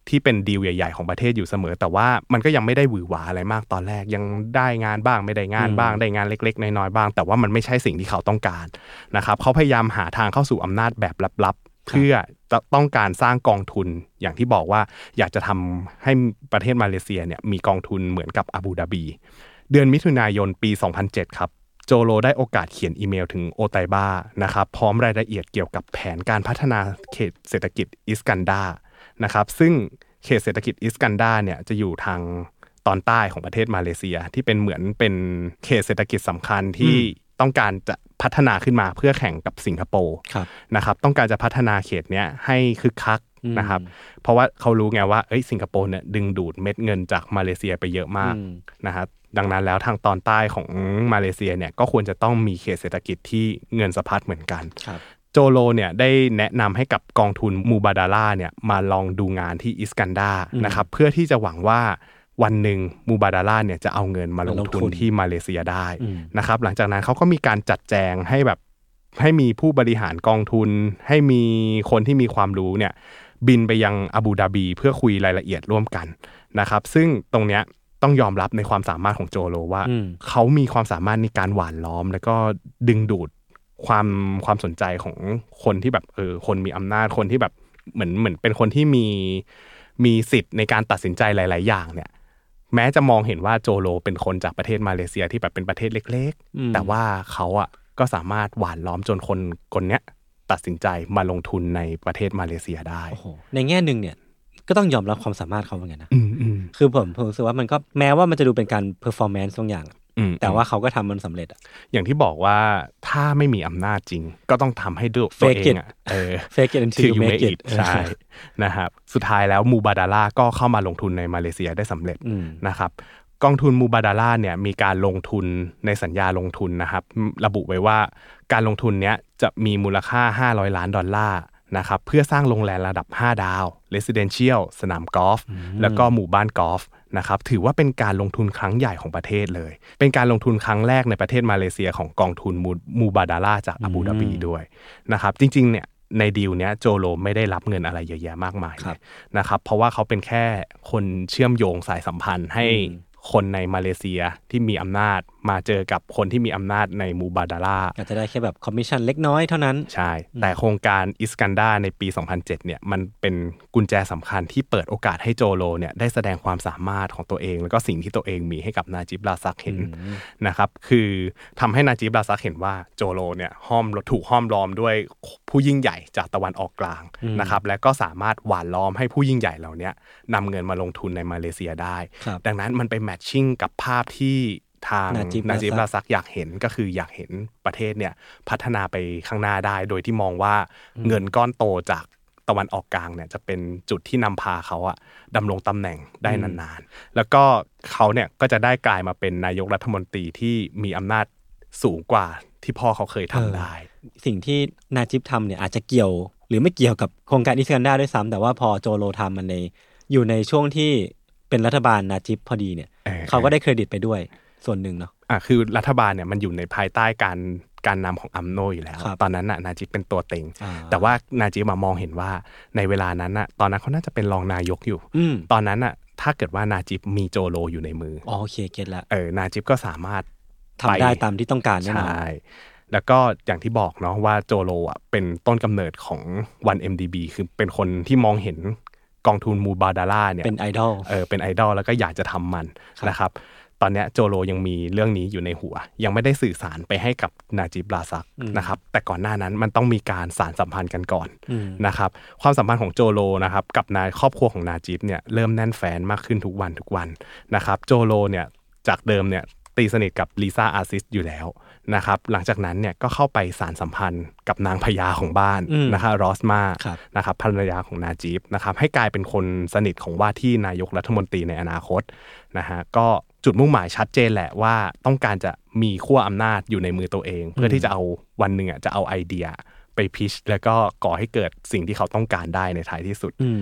ที่เป็นดีลใหญ่ๆของประเทศอยู่เสมอแต่ว่ามันก็ยังไม่ได้หวือหวาอะไรมากตอนแรกยังได้งานบ้างไม่ได้งานบ้างได้งานเล็กๆน้อยๆบ้างแต่ว่ามันไม่ใช่สิ่งที่เขาต้องการนะครับเขาพยายามหาทางเข้าสู่อำนาจแบบลับๆเพื่อต้องการสร้างกองทุนอย่างที่บอกว่าอยากจะทำให้ประเทศมาเลเซียเนี่ยมีกองทุนเหมือนกับอาบูดาบีเดือนมิถุนายนปี2007ครับโจโลได้โอกาสเขียนอีเมลถึงโอไตบ้านะครับพร้อมรายละเอียดเกี่ยวกับแผนการพัฒนาเขตเศรษฐกิจอิสกันดานะครับซึ่งเขตเศรษฐกิจอิสกันดาเนี่ยจะอยู่ทางตอนใต้ของประเทศมาเลเซียที่เป็นเหมือนเป็นเขตเศรษฐกิจสำคัญที่ต้องการจะพัฒนาขึ้นมาเพื่อแข่งกับสิงคโปร์นะครับต้องการจะพัฒนาเขตเนี้ยให้คึกคักนะครับเพราะว่าเขารู้ไงว่าสิงคโปร์เนี่ยดึงดูดเม็ดเงินจากมาเลเซียไปเยอะมากนะครับดังนั้นแล้วทางตอนใต้ของมาเลเซียเนี่ยก็ควรจะต้องมีเขตเศรษฐกิจที่เงินสะพัดเหมือนกันโจโลเนี่ยได้แนะนำให้กับกองทุนมูบาดาล่าเนี่ยมาลองดูงานที่อิสกันดานะครับเพื่อที่จะหวังว่าวันหนึ่งมูบาดาล่าเนี่ยจะเอาเงินมาลงทุนที่มาเลเซียได้นะครับหลังจากนั้นเขาก็มีการจัดแจงให้มีผู้บริหารกองทุนให้มีคนที่มีความรู้เนี่ยบินไปยังอาบูดาบีเพื่อคุยรายละเอียดร่วมกันนะครับซึ่งตรงเนี้ยต้องยอมรับในความสามารถของโจโลว่าเขามีความสามารถในการหว่านล้อมแล้วก็ดึงดูดความสนใจของคนที่แบบคนมีอำนาจคนที่แบบเหมือนเป็นคนที่มีสิทธิ์ในการตัดสินใจหลายๆอย่างเนี่ยแม้จะมองเห็นว่าโจโลเป็นคนจากประเทศมาเลเซียที่แบบเป็นประเทศเล็กๆแต่ว่าเขาก็สามารถหว่านล้อมจนคนเนี้ยตัดสินใจมาลงทุนในประเทศมาเลเซียได้ในแง่นึงเนี่ยก็ต้องยอมรับความสามารถเขาเหมือนกันนะคือผมรู้สึกว่ามันก็แม้ว่ามันจะดูเป็นการเพอร์ฟอร์แมนซ์บางอย่างแต่ว่าเขาก็ทำมันสำเร็จอย่างที่บอกว่าถ้าไม่มีอำนาจจริงก็ต้องทำให้ด้วยตัวเอง fake it until you make it ใช่นะครับสุดท้ายแล้วมูบาดาล่าก็เข้ามาลงทุนในมาเลเซียได้สำเร็จนะครับกองทุนมูบาดาล่าเนี่ยมีการลงทุนในสัญญาลงทุนนะครับระบุไว้ว่าการลงทุนเนี้ยจะมีมูลค่า$500 ล้านนะครับเพื่อสร้างโรงแรมระดับ5ดาว Residential สนามกอล์ฟแล้วก็หมู่บ้านกอล์ฟนะครับถือว่าเป็นการลงทุนครั้งใหญ่ของประเทศเลยเป็นการลงทุนครั้งแรกในประเทศมาเลเซียของกองทุนมูบาดาล่าจากอาบูดาบีด้วยนะครับจริงๆเนี่ยในดีลเนี้ยโจโลไม่ได้รับเงินอะไรเยอะแยะมากมายนะครับเพราะว่าเขาเป็นแค่คนเชื่อมโยงสายสัมพันธ์ให้คนในมาเลเซียที่มีอำนาจมาเจอกับคนที่มีอำนาจในมูบาดาล่าอาจจะได้แค่แบบคอมมิชชั่นเล็กน้อยเท่านั้นใช่แต่โครงการอิสกันดาในปี2007เนี่ยมันเป็นกุญแจสำคัญที่เปิดโอกาสให้โจโลเนี่ยได้แสดงความสามารถของตัวเองแล้วก็สิ่งที่ตัวเองมีให้กับนาจิบราซักเห็นนะครับคือทำให้นาจิบราซักเห็นว่าโจโลเนี่ยถูกห้อมล้อมด้วยผู้ยิ่งใหญ่จากตะวันออกกลางนะครับและก็สามารถหว่านล้อมให้ผู้ยิ่งใหญ่เหล่านี้นำเงินมาลงทุนในมาเลเซียได้ดังนั้นมันไปแมทชิ่งกับภาพที่ทางนาจิบราซักอยากเห็นก็คืออยากเห็นประเทศเนี่ยพัฒนาไปข้างหน้าได้โดยที่มองว่าเงินก้อนโตจากตะวันออกกลางเนี่ยจะเป็นจุดที่นำพาเขาดำรงตำแหน่งได้นานๆแล้วก็เขาเนี่ยก็จะได้กลายมาเป็นนายกรัฐมนตรีที่มีอำนาจสูงกว่าที่พ่อเขาเคยทำได้สิ่งที่นาจิบทำเนี่ยอาจจะเกี่ยวหรือไม่เกี่ยวกับโครงการอิสกันดาด้วยซ้ำแต่ว่าพอโจโลทำมันอยู่ในช่วงที่เป็นรัฐบาลนาจิบพอดีเนี่ยเขาก็ได้เครดิตไปด้วยส่วนหนึ่งเนาะคือรัฐบาลเนี่ยมันอยู่ในภายใต้การนำของอัมโนอยู่แล้วตอนนั้นนาจิบเป็นตัวเต็งแต่ว่านาจิบมองเห็นว่าในเวลานั้นตอนนั้นเขาน่าจะเป็นรองนายกอยู่ตอนนั้นถ้าเกิดว่านาจิบมีโจโลอยู่ในมือโอเคเก็ตละนาจิบก็สามารถทำได้ตามที่ต้องการแน่นอนใช่แล้วก็อย่างที่บอกเนาะว่าโจโลเป็นต้นกำเนิดของ 1MDB คือเป็นคนที่มองเห็นกองทุนมูบาดาล่าเนี่ยเป็นไอดอลเป็นไอดอลแล้วก็อยากจะทำมันนะครับตอนนี้โจโลยังมีเรื่องนี้อยู่ในหัวยังไม่ได้สื่อสารไปให้กับนาจิบราซักนะครับแต่ก่อนหน้านั้นมันต้องมีการสานสัมพันธ์กันก่อนนะครับความสัมพันธ์ของโจโลนะครับกับครอบครัวของนาจิบเนี่ยเริ่มแน่นแฟ้นมากขึ้นทุกวันนะครับโจโลเนี่ยจากเดิมเนี่ยตีสนิทกับลิซ่าอาซิสอยู่แล้วนะครับหลังจากนั้นเนี่ยก็เข้าไปสานสัมพันธ์กับนางพญาของบ้านนะครับรอสมานะครับภรรยาของนาจิบนะครับให้กลายเป็นคนสนิทของว่าที่นายกรัฐมนตรีในอนาคตนะฮะก็จุดมุ่งหมายชัดเจนแหละว่าต้องการจะมีขั้วอำนาจอยู่ในมือตัวเองเพื่อที่จะเอาวันหนึ่งจะเอาไอเดียไปพิชแล้วก็ก่อให้เกิดสิ่งที่เขาต้องการได้ในท้ายที่สุด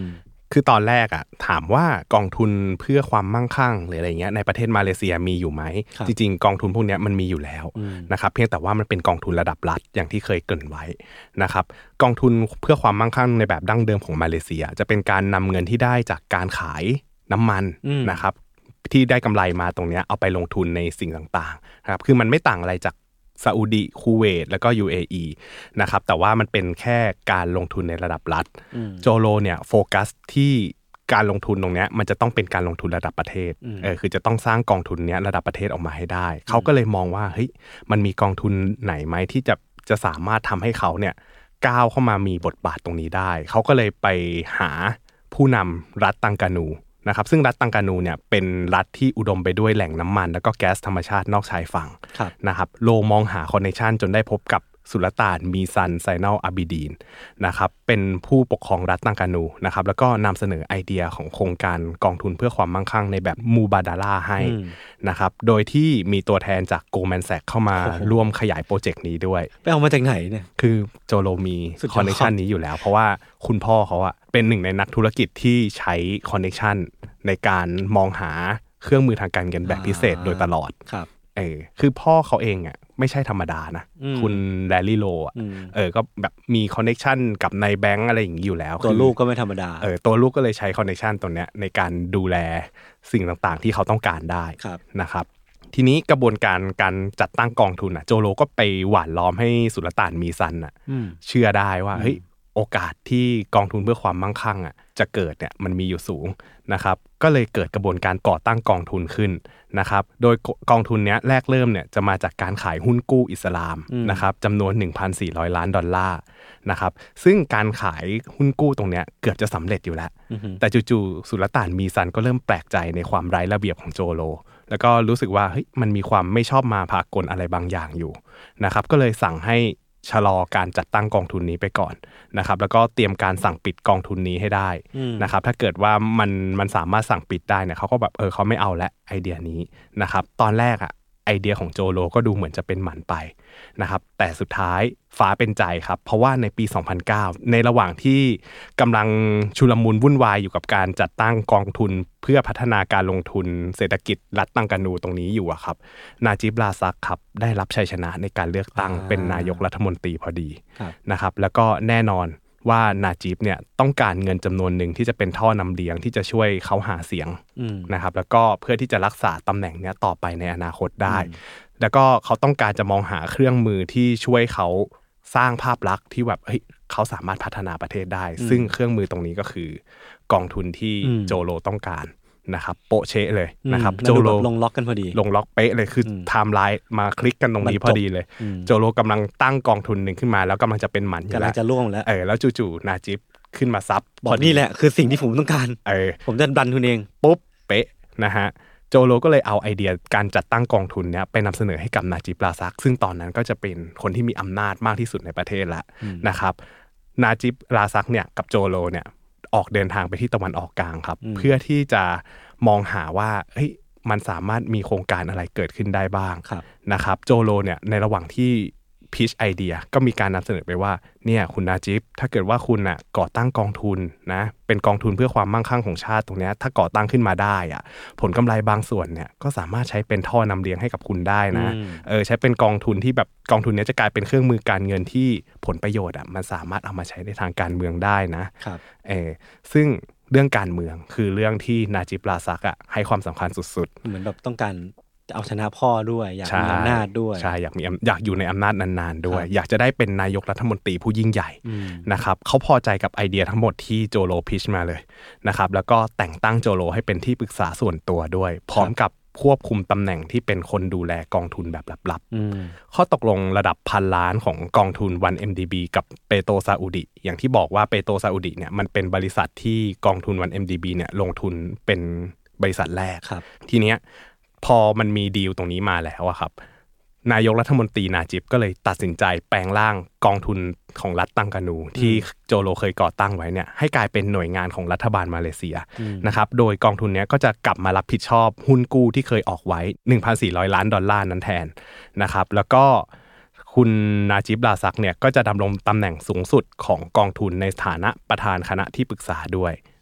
คือตอนแรกอ่ะถามว่ากองทุนเพื่อความมั่งคั่งหรืออะไรเงี้ยในประเทศมาเลเซียมีอยู่ไหมจริงๆกองทุนพวกนี้มันมีอยู่แล้วนะครับเพียงแต่ว่ามันเป็นกองทุนระดับรัฐอย่างที่เคยเกริ่นไว้นะครับกองทุนเพื่อความมั่งคั่งในแบบดั้งเดิมของมาเลเซียจะเป็นการนำเงินที่ได้จากการขายน้ำมันนะครับที่ได้กำไรมาตรงนี้เอาไปลงทุนในสิ่งต่างๆนะครับคือมันไม่ต่างอะไรจากซาอุดิคูเวตแล้วก็ UAE นะครับแต่ว่ามันเป็นแค่การลงทุนในระดับรัฐโจโลเนี่ยโฟกัสที่การลงทุนตรงนี้มันจะต้องเป็นการลงทุนระดับประเทศคือจะต้องสร้างกองทุนเนี้ยระดับประเทศออกมาให้ได้เขาก็เลยมองว่าเฮ้ยมันมีกองทุนไหนไหมที่จะสามารถทำให้เขาเนี่ยก้าวเข้ามามีบทบาทตรงนี้ได้เขาก็เลยไปหาผู้นำรัฐตังกานูนะครับซึ่งรัฐตังกานูเนี่ยเป็นรัฐที่อุดมไปด้วยแหล่งน้ำมันแล้วก็แก๊สธรรมชาตินอกชายฝั่งนะครับโลมองหาคอนเนคชั่นจนได้พบกับสุลต่านมีซันไซนัลอาบิดีนนะครับเป็นผู้ปกครองรัฐตังกานูนะครับแล้วก็นำเสนอไอเดียของโครงการกองทุนเพื่อความมั่งคั่งในแบบมูบาดาล่าให้นะครับโดยที่มีตัวแทนจากโกลแมนแซกเข้ามาร่วมขยายโปรเจกต์นี้ด้วยไปเอามาจากไหนเนี่ยคือโจโลมีคอนเนคชั่นนี้อยู่แล้วเพราะว่าคุณพ่อเขาอะเป็นหนึ่งในนักธุรกิจที่ใช้คอนเนคชั่นในการมองหาเครื่องมือทางการเงินแบบพิเศษโดยตลอดคือพ่อเขาเองอ่ะไม่ใช่ธรรมดานะคุณแลลี่โลอ่ะก็แบบมีคอนเนคชั่นกับในแบงก์อะไรอย่างนี้อยู่แล้วตัวลูกก็ไม่ธรรมดาตัวลูกก็เลยใช้คอนเนคชั่นตัวเนี้ยในการดูแลสิ่งต่างๆที่เขาต้องการได้นะครับทีนี้กระบวนการจัดตั้งกองทุนอ่ะโจโลก็ไปหว่านล้อมให้สุลต่านมีซันอ่ะเชื่อได้ว่าเฮ้ยโอกาสที่กองทุนเพื่อความมั่งคั่งอ่ะจะเกิดเนี่ยมันมีอยู่สูงนะครับก็เลยเกิดกระบวนการก่อตั้งกองทุนขึ้นนะครับโดยกองทุนนี้แรกเริ่มเนี่ยจะมาจากการขายหุ้นกู้อิสลามนะครับจำนวน $1,400 ล้านนะครับซึ่งการขายหุ้นกู้ตรงเนี้ยเกือบจะสำเร็จอยู่แล้วแต่จู่ๆสุลต่านมีซันก็เริ่มแปลกใจในความไร้ระเบียบของโจโลแล้วก็รู้สึกว่าเฮ้ยมันมีความไม่ชอบมาพากลอะไรบางอย่างอยู่นะครับก็เลยสั่งให้ชะลอการจัดตั้งกองทุนนี้ไปก่อนนะครับแล้วก็เตรียมการสั่งปิดกองทุนนี้ให้ได้นะครับถ้าเกิดว่ามันสามารถสั่งปิดได้เนี่ยเขาก็แบบเขาไม่เอาและไอเดียนี้นะครับตอนแรกอ่ะไอเดียของโจโลก็ดูเหมือนจะเป็นหมันไปนะครับแต่สุดท้ายฟ้าเป็นใจครับเพราะว่าในปี 2009 ในระหว่างที่กำลังชุลมุนวุ่นวายอยู่กับการจัดตั้งกองทุนเพื่อพัฒนาการลงทุนเศรษฐกิจรัฐตังกานูตรงนี้อยู่ครับนาจิบ ราซักครับได้รับชัยชนะในการเลือกตั้งเป็นนายกรัฐมนตรีพอดีนะครับแล้วก็แน่นอนว่านาจิบเนี่ยต้องการเงินจำนวนหนึ่งที่จะเป็นท่อนำเลี้ยงที่จะช่วยเขาหาเสียงนะครับแล้วก็เพื่อที่จะรักษาตำแหน่งเนี้ยต่อไปในอนาคตได้แล้วก็เขาต้องการจะมองหาเครื่องมือที่ช่วยเขาสร้างภาพลักษณ์ที่แบบเฮ้ยเขาสามารถพัฒนาประเทศได้ซึ่งเครื่องมือตรงนี้ก็คือกองทุนที่โจโลต้องการนะครับโปะเชะเลยนะครับโจโลลงล็อกกันพอดีลงล็อกเป๊ะเลยคือไทม์ไลน์มาคลิกกันตรงนี้พอดีเลยโจโลกำลังตั้งกองทุนหนึ่งขึ้นมาแล้วกำลังจะเป็นหมันกำลังจะล่วงแล้วแล้วจู่ๆนาจิบขึ้นมาซับบอกนี่แหละคือสิ่งที่ผมต้องการผมจะดันทุนเองปุ๊บเป๊ะนะฮะโจโลก็เลยเอาไอเดียการจัดตั้งกองทุนเนี้ยไปนำเสนอให้กับนาจิบ ราซักซึ่งตอนนั้นก็จะเป็นคนที่มีอำนาจมากที่สุดในประเทศละนะครับนาจิบ ราซักเนี่ยกับโจโลเนี่ยออกเดินทางไปที่ตะวันออกกลางครับเพื่อที่จะมองหาว่าเฮ้ยมันสามารถมีโครงการอะไรเกิดขึ้นได้บ้างนะครับโจโลเนี่ยในระหว่างที่พิชไอเดียก็มีการนำเสนอไปว่าเนี่ยคุณนาจิบถ้าเกิดว่าคุณน่ะก่อตั้งกองทุนนะเป็นกองทุนเพื่อความมั่งคั่งของชาติตรงนี้ถ้าก่อตั้งขึ้นมาได้อ่ะผลกำไรบางส่วนเนี่ยก็สามารถใช้เป็นท่อนำเลี้ยงให้กับคุณได้นะใช้เป็นกองทุนที่แบบกองทุนนี้จะกลายเป็นเครื่องมือการเงินที่ผลประโยชน์อ่ะมันสามารถเอามาใช้ในทางการเมืองได้นะครับซึ่งเรื่องการเมืองคือเรื่องที่นาจิบ ราซักอ่ะให้ความสำคัญสุดๆเหมือนแบบต้องการเอาชนะพ่อด้วยอยากมีอำนาจด้วยใช่อยากอยู่ในอำนาจนานๆด้วยอยากจะได้เป็นนายกรัฐมนตรีผู้ยิ่งใหญ่นะครับเขาพอใจกับไอเดียทั้งหมดที่โจโลพิชมาเลยนะครับแล้วก็แต่งตั้งโจโลให้เป็นที่ปรึกษาส่วนตัวด้วยพร้อมกับควบคุมตำแหน่งที่เป็นคนดูแลกองทุนแบบลับๆข้อตกลงระดับพันล้านของกองทุน 1MDB กับเปโตรซาอุดิอย่างที่บอกว่าเปโตรซาอุดิเนี่ยมันเป็นบริษัทที่กองทุน 1MDB เนี่ยลงทุนเป็นบริษัทแรกทีเนี้ยพอมันมีดีลตรงนี้มาแล้วอะครับนายกรัฐมนตรีนาจิบก็เลยตัดสินใจแปลงร่างกองทุนของรัฐตังกานูที่โจโลเคยก่อตั้งไว้เนี่ยให้กลายเป็นหน่วยงานของรัฐบาลมาเลเซียนะครับโดยกองทุนนี้ก็จะกลับมารับผิดชอบหุ้นกู้ที่เคยออกไว้ $1,400 ล้านนั้นแทนนะครับแล้วก็คุณนาจิบ ราซักเนี่ยก็จะดำรงตำแหน่งสูงสุดของกองทุนในฐานะประธานคณะที่ปรึกษาด้วย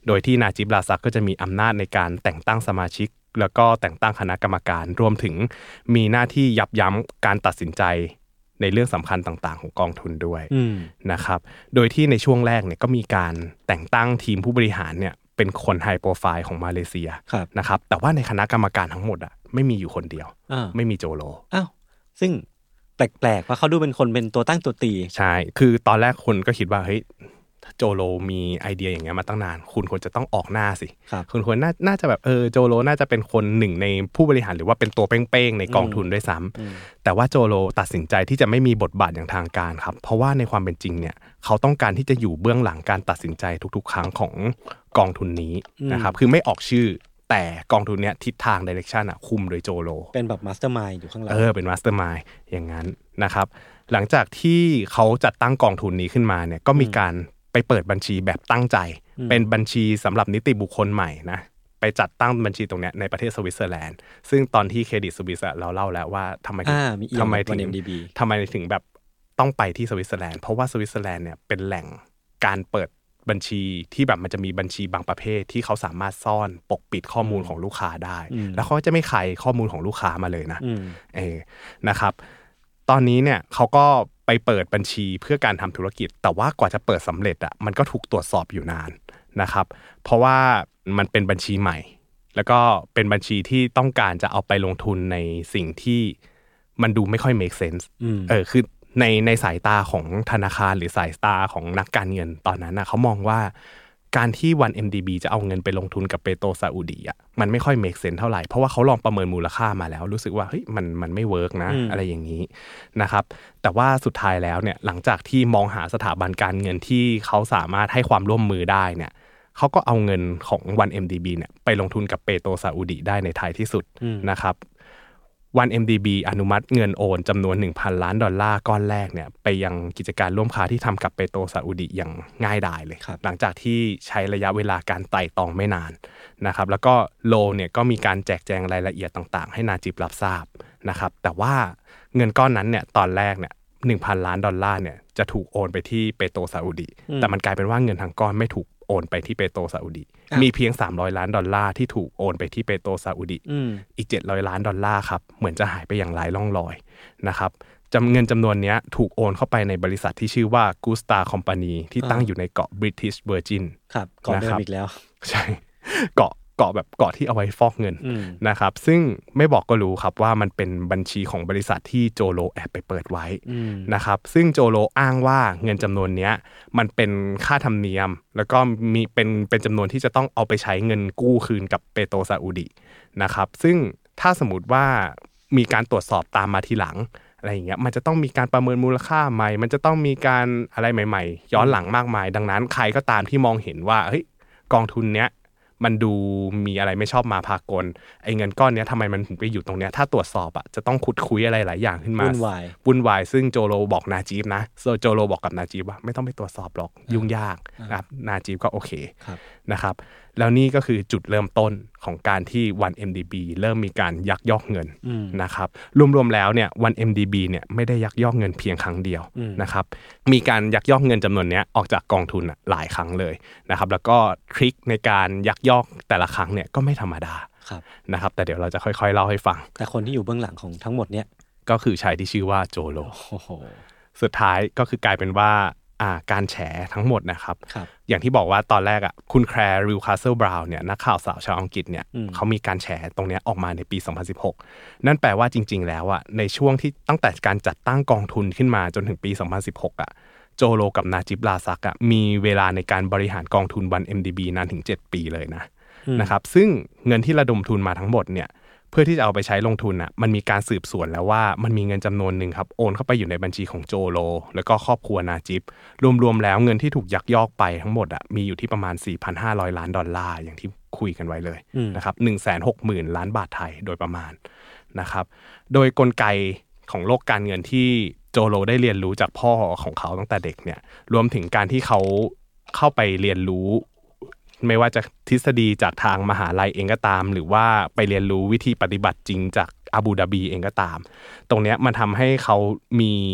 โดยที่นาจิบราซักก็จะมีอำนาจในการแต่งตั้งสมาชิกแล้วก็แต่งตั้งคณะกรรมการรวมถึงมีหน้าที่ยับยั้งการตัดสินใจในเรื่องสำคัญต่างๆของกองทุนด้วยนะครับโดยที่ในช่วงแรกเนี่ยก็มีการแต่งตั้งทีมผู้บริหารเนี่ยเป็นคนไฮโปรไฟล์ของมาเลเซียนะครับแต่ว่าในคณะกรรมการทั้งหมดอ่ะไม่มีอยู่คนเดียวไม่มีโจโลซึ่งแปลกๆว่าเขาดูเป็นคนเป็นตัวตั้งตัวตีใช่คือตอนแรกคนก็คิดว่าเฮ้ยโจโลมีไอเดียอย่างเงี้ยมาตั้งนานคุณควรจะต้องออกหน้าสิคุณควรน่าจะแบบโจโลน่าจะเป็นคนหนึ่งในผู้บริหารหรือว่าเป็นตัวเป้งๆในกองทุนด้วยซ้ำแต่ว่าโจโลตัดสินใจที่จะไม่มีบทบาทอย่างทางการครับเพราะว่าในความเป็นจริงเนี่ยเขาต้องการที่จะอยู่เบื้องหลังการตัดสินใจทุกๆครั้งของกองทุนนี้นะครับคือไม่ออกชื่อแต่กองทุนเนี้ยทิศทางไดเรคชั่นคุมโดยโจโลเป็นแบบมาสเตอร์มายด์อยู่ข้างหลังเป็นมาสเตอร์มายด์อย่างนั้นนะครับหลังจากที่เขาจัดตั้งกองทุนนี้ขึ้นมาเนี่ยก็มีการไปเปิดบัญชีแบบตั้งใจเป็นบัญชีสำหรับนิติบุคคลใหม่นะไปจัดตั้งบัญชีตรงเนี้ยในประเทศสวิตเซอร์แลนด์ซึ่งตอนที่เครดิตสวิสเราเล่าแล้วว่าทำไมถึงแบบต้องไปที่สวิตเซอร์แลนด์เพราะว่าสวิตเซอร์แลนด์เนี่ยเป็นแหล่งการเปิดบัญชีที่แบบมันจะมีบัญชีบางประเภทที่เขาสามารถซ่อนปกปิดข้อมูลของลูกค้าได้แล้วเขาจะไม่ขายข้อมูลของลูกค้ามาเลยนะนะครับตอนนี้เนี่ยเขาก็ไปเปิดบัญชีเพื่อการทำธุรกิจแต่ว่ากว่าจะเปิดสำเร็จมันก็ถูกตรวจสอบอยู่นานนะครับเพราะว่ามันเป็นบัญชีใหม่แล้วก็เป็นบัญชีที่ต้องการจะเอาไปลงทุนในสิ่งที่มันดูไม่ค่อย make sense คือในสายตาของธนาคารหรือสายตาของนักการเงินตอนนั้นเขามองว่าการที่ 1MDB จะเอาเงินไปลงทุนกับเปโตรซาอุดีมันไม่ค่อยเมคเซนส์เท่าไหร่เพราะว่าเขาลองประเมินมูลค่ามาแล้วรู้สึกว่าเฮ้ยมันไม่เวิร์กนะอะไรอย่างนี้นะครับแต่ว่าสุดท้ายแล้วเนี่ยหลังจากที่มองหาสถาบันการเงินที่เขาสามารถให้ความร่วมมือได้เนี่ยเขาก็เอาเงินของ 1MDB เนี่ยไปลงทุนกับเปโตรซาอุดีได้ในท้ายที่สุดนะครับ1MDB อนุมัติเงินโอนจำนวน $1,000 ล้านก้อนแรกเนี่ยไปยังกิจการร่วมค้าที่ทำกับเปโตรซาอุดีอย่างง่ายดายเลยหลังจากที่ใช้ระยะเวลาการไต่ตองไม่นานนะครับแล้วก็โลเนี่ยก็มีการแจกแจงรายละเอียดต่างๆให้นาจิบรับทราบนะครับแต่ว่าเงินก้อนนั้นเนี่ยตอนแรกเนี่ย$1,000 ล้านเนี่ยจะถูกโอนไปที่เปโตรซาอุดีแต่มันกลายเป็นว่าเงินทั้งก้อนไม่ถูกโอนไปที่เปโตรซาอุดีมีเพียง$300 ล้านที่ถูกโอนไปที่เปโตรซาอุดีอีก$700 ล้านครับเหมือนจะหายไปอย่างไร้ร่องรอยนะครับเงินจำนวนนี้ถูกโอนเข้าไปในบริษัทที่ชื่อว่า Gusta Company ที่ตั้งอยู่ในเกาะ British Virgin ครับเกาะเดิมอีกแล้วใช่เกาะแบบเกาะที่เอาไว้ฟอกเงินนะครับซึ่งไม่บอกก็รู้ครับว่ามันเป็นบัญชีของบริษัทที่โจโลแอบไปเปิดไว้นะครับซึ่งโจโลอ้างว่าเงินจำนวนนี้มันเป็นค่าธรรมเนียมแล้วก็มีเป็นจำนวนที่จะต้องเอาไปใช้เงินกู้คืนกับเปโตรซาอุดีนะครับซึ่งถ้าสมมติว่ามีการตรวจสอบตามมาทีหลังอะไรอย่างเงี้ยมันจะต้องมีการประเมินมูลค่าใหม่มันจะต้องมีการอะไรใหม่ๆย้อนหลังมากมายดังนั้นใครก็ตามที่มองเห็นว่าเฮ้ยกองทุนเนี้ยมันดูมีอะไรไม่ชอบมาพากลไอ้เงินก้อนนี้ทำไมมันถึงไปอยู่ตรงเนี้ยถ้าตรวจสอบจะต้องขุดคุยอะไรหลายอย่างขึ้นมาวุ่นวายซึ่งโจโลบอกนาจิบนะโจโลบอกกับนาจิบว่าไม่ต้องไปตรวจสอบหรอกยุ่งยากนะครับนาจิบก็โอเคนะครับแล้วนี่ก็คือจุดเริ่มต้นของการที่ 1MDB เริ่มมีการยักยอกเงินนะครับรวมๆแล้วเนี่ย 1MDB เนี่ยไม่ได้ยักยอกเงินเพียงครั้งเดียวนะครับมีการยักยอกเงินจำนวนนี้ออกจากกองทุนหลายครั้งเลยนะครับแล้วก็ทริคในการยักยอกแต่ละครั้งเนี่ยก็ไม่ธรรมดานะครับแต่เดี๋ยวเราจะค่อยๆเล่าให้ฟังแต่คนที่อยู่เบื้องหลังของทั้งหมดเนี่ยก็คือชายที่ชื่อว่าโจโลสุดท้ายก็คือกลายเป็นว่าการแฉทั้งหมดนะครับอย่างที่บอกว่าตอนแรกคุณแคร์ริลคาสเซิลบราวน์เนี่ยนักข่าวสาวชาวอังกฤษเนี่ยเขามีการแฉตรงนี้ออกมาในปี2016นั่นแปลว่าจริงๆแล้วในช่วงที่ตั้งแต่การจัดตั้งกองทุนขึ้นมาจนถึงปี2016โจโลกับนาจิบราซักมีเวลาในการบริหารกองทุน 1MDB นานถึง7ปีเลยนะครับซึ่งเงินที่ระดมทุนมาทั้งหมดเนี่ยเพื่อที่จะเอาไปใช้ลงทุนมันมีการสืบสวนแล้วว่ามันมีเงินจำนวนหนึ่งครับโอนเข้าไปอยู่ในบัญชีของโจโลแล้วก็ครอบครัวนาจิบรวมๆแล้วเงินที่ถูกยักยอกไปทั้งหมดมีอยู่ที่ประมาณ$4,500 ล้านอย่างที่คุยกันไว้เลยนะครับ160,000 ล้านบาทไทยโดยประมาณนะครับโดยกลไกของโลกการเงินที่โจโลได้เรียนรู้จากพ่อของเขาตั้งแต่เด็กเนี่ยรวมถึงการที่เขาเข้าไปเรียนรู้ไม่ว่าจะทฤษฎีจากทางมหาลัยเองก็ตามหรือว่าไปเรียนรู้วิธีปฏิบัติจริงจากอาบูดาบีเองก็ตามตรงนี้มันทำให้เขามี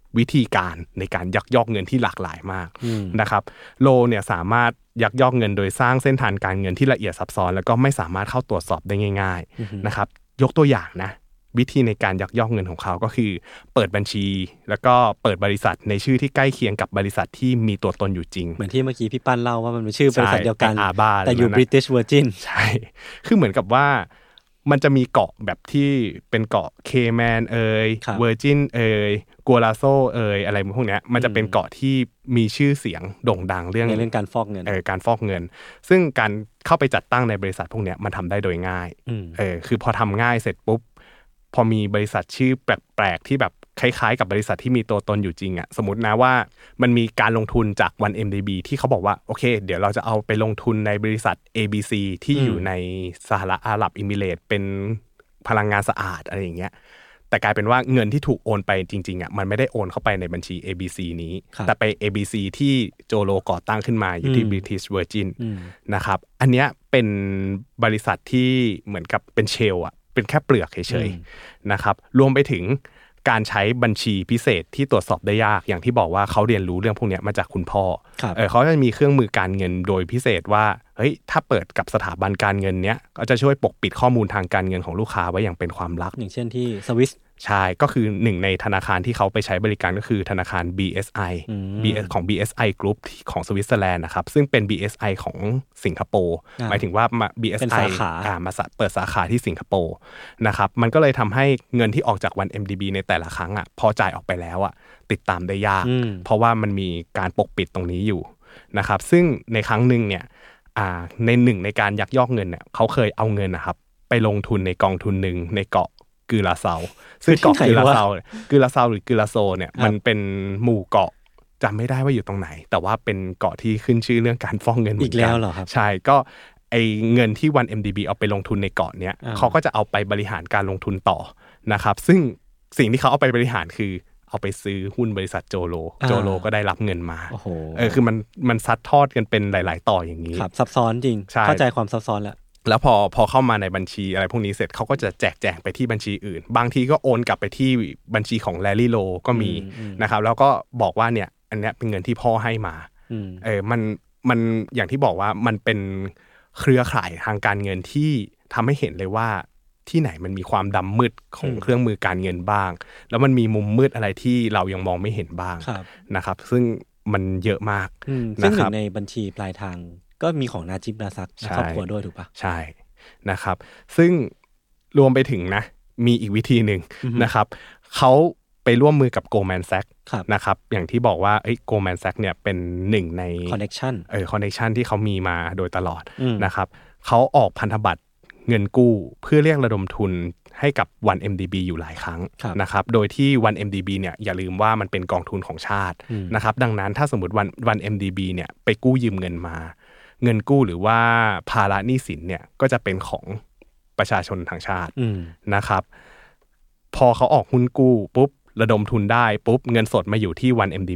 วิธีการในการยักยอกเงินที่หลากหลายมากนะครับโลเนี่ยสามารถยักยอกเงินโดยสร้างเส้นทางการเงินที่ละเอียดซับซ้อนแล้วก็ไม่สามารถเข้าตรวจสอบได้ง่ายๆนะครับยกตัวอย่างนะวิธีในการยักยอกเงินของเขาก็คือเปิดบัญชีแล้วก็เปิดบริษัทในชื่อที่ใกล้เคียงกับบริษัทที่มีตัวตนอยู่จริงเหมือนที่เมื่อกี้พี่ปั้นเล่าว่ามันเป็นชื่อบริษัทเดียวกันแต่อยู่ British Virgin ใช่คือเหมือนกับว่ามันจะมีเกาะแบบที่เป็นเกาะเคแมนเวอร์จินกัวลาโซอะไรพวกเนี้ยมันจะเป็นเกาะที่มีชื่อเสียงโด่งดังเรื่องการฟอกเงินการฟอกเงินซึ่งการเข้าไปจัดตั้งในบริษัทพวกเนี้ยมันทำได้โดยง่ายคือพอทำง่ายเสร็จปุ๊บพอมีบริษัทชื่อแปลกๆที่แบบคล้ายๆกับบริษัทที่มีตัวตนอยู่จริงอ่ะสมมตินะว่ามันมีการลงทุนจาก 1MDB ที่เขาบอกว่าโอเคเดี๋ยวเราจะเอาไปลงทุนในบริษัท ABC ที่อยู่ในสหรัฐอาหรับเอมิเรตส์เป็นพลังงานสะอาดอะไรอย่างเงี้ยแต่กลายเป็นว่าเงินที่ถูกโอนไปจริงๆอ่ะมันไม่ได้โอนเข้าไปในบัญชี ABC นี้แต่ไป ABC ที่โจโลก่อตั้งขึ้นมาอยู่ที่ British Virgin นะครับอันเนี้ยเป็นบริษัทที่เหมือนกับเป็นเชลล์อ่ะเป็นแค่เปลือกเฉยๆนะครับรวมไปถึงการใช้บัญชีพิเศษที่ตรวจสอบได้ยากอย่างที่บอกว่าเขาเรียนรู้เรื่องพวกนี้มาจากคุณพ่อเขาจะมีเครื่องมือการเงินโดยพิเศษว่าเฮ้ยถ้าเปิดกับสถาบันการเงินเนี้ยก็จะช่วยปกปิดข้อมูลทางการเงินของลูกค้าไว้อย่างเป็นความลับอย่างเช่นที่สวิสใช่ก็คือหนึ่งในธนาคารที่เขาไปใช้บริการก็คือธนาคาร BSI ของ BSI Group ของสวิตเซอร์แลนด์นะครับซึ่งเป็น BSI ของสิงคโปร์หมายถึงว่า BSI มาเปิดสาขาที่สิงคโปร์นะครับมันก็เลยทำให้เงินที่ออกจาก 1MDB ในแต่ละครั้งอ่ะพอจ่ายออกไปแล้วอ่ะติดตามได้ยากเพราะว่ามันมีการปกปิดตรงนี้อยู่นะครับซึ่งในครั้งหนึ่งเนี่ยในหนึ่งในการยักยอกเงินเนี่ยเขาเคยเอาเงินนะครับไปลงทุนในกองทุนหนึ่งในเกาะกือลาเซาซึ่งเกาะกือลาเซาหรือกือลาโซเนี่ยมันเป็นหมู่เกาะจำไม่ได้ว่าอยู่ตรงไหนแต่ว่าเป็นเกาะที่ขึ้นชื่อเรื่องการฟอกเงินอีกแล้วเหรอครับใช่ก็ไอเงินที่ 1MDB เอาไปลงทุนในเกาะเนี้ยเขาก็จะเอาไปบริหารการลงทุนต่อนะครับซึ่งสิ่งที่เขาเอาไปบริหารคือเอาไปซื้อหุ้นบริษัทโจโลก็ได้รับเงินมาคือมันซัดทอดกันเป็นหลายๆต่ออย่างนี้ครับซับซ้อนจริงเข้าใจความซับซ้อนแล้วพอเข้ามาในบัญชีอะไรพวกนี้เสร็จเขาก็จะแจกแจงไปที่บัญชีอื่นบางทีก็โอนกลับไปที่บัญชีของแลรี่โลก็มีนะครับแล้วก็บอกว่าเนี่ยอันเนี้ยเป็นเงินที่พ่อให้มามันอย่างที่บอกว่ามันเป็นเครือข่ายทางการเงินที่ทำให้เห็นเลยว่าที่ไหนมันมีความดำมืดของเครื่องมือการเงินบ้างแล้วมันมีมุมมืดอะไรที่เรายังมองไม่เห็นบ้างนะครับซึ่งมันเยอะมากซึ่งหนึ่งในบัญชีปลายทางก็มีของนาจิบราซักครอบครัวด้วยถูกปะใช่นะครับซึ่งรวมไปถึงนะมีอีกวิธีหนึ่งนะครับเขาไปร่วมมือกับ Goldman Sachs นะครับอย่างที่บอกว่าGoldman Sachs เนี่ยเป็นหนึ่งใน connection ที่เขามีมาโดยตลอดนะครับเขาออกพันธบัตรเงินกู้เพื่อเรียกระดมทุนให้กับ 1MDB อยู่หลายครั้งนะครับโดยที่ 1MDB เนี่ยอย่าลืมว่ามันเป็นกองทุนของชาตินะครับดังนั้นถ้าสมมติ 1MDB เนี่ยไปกู้ยืมเงินมาเงินกู้หรือว่าภาระหนี้สินเนี่ยก็จะเป็นของประชาชนทางชาตินะครับพอเขาออกหุ้นกู้ปุ๊บระดมทุนได้ปุ๊บเงินสดมาอยู่ที่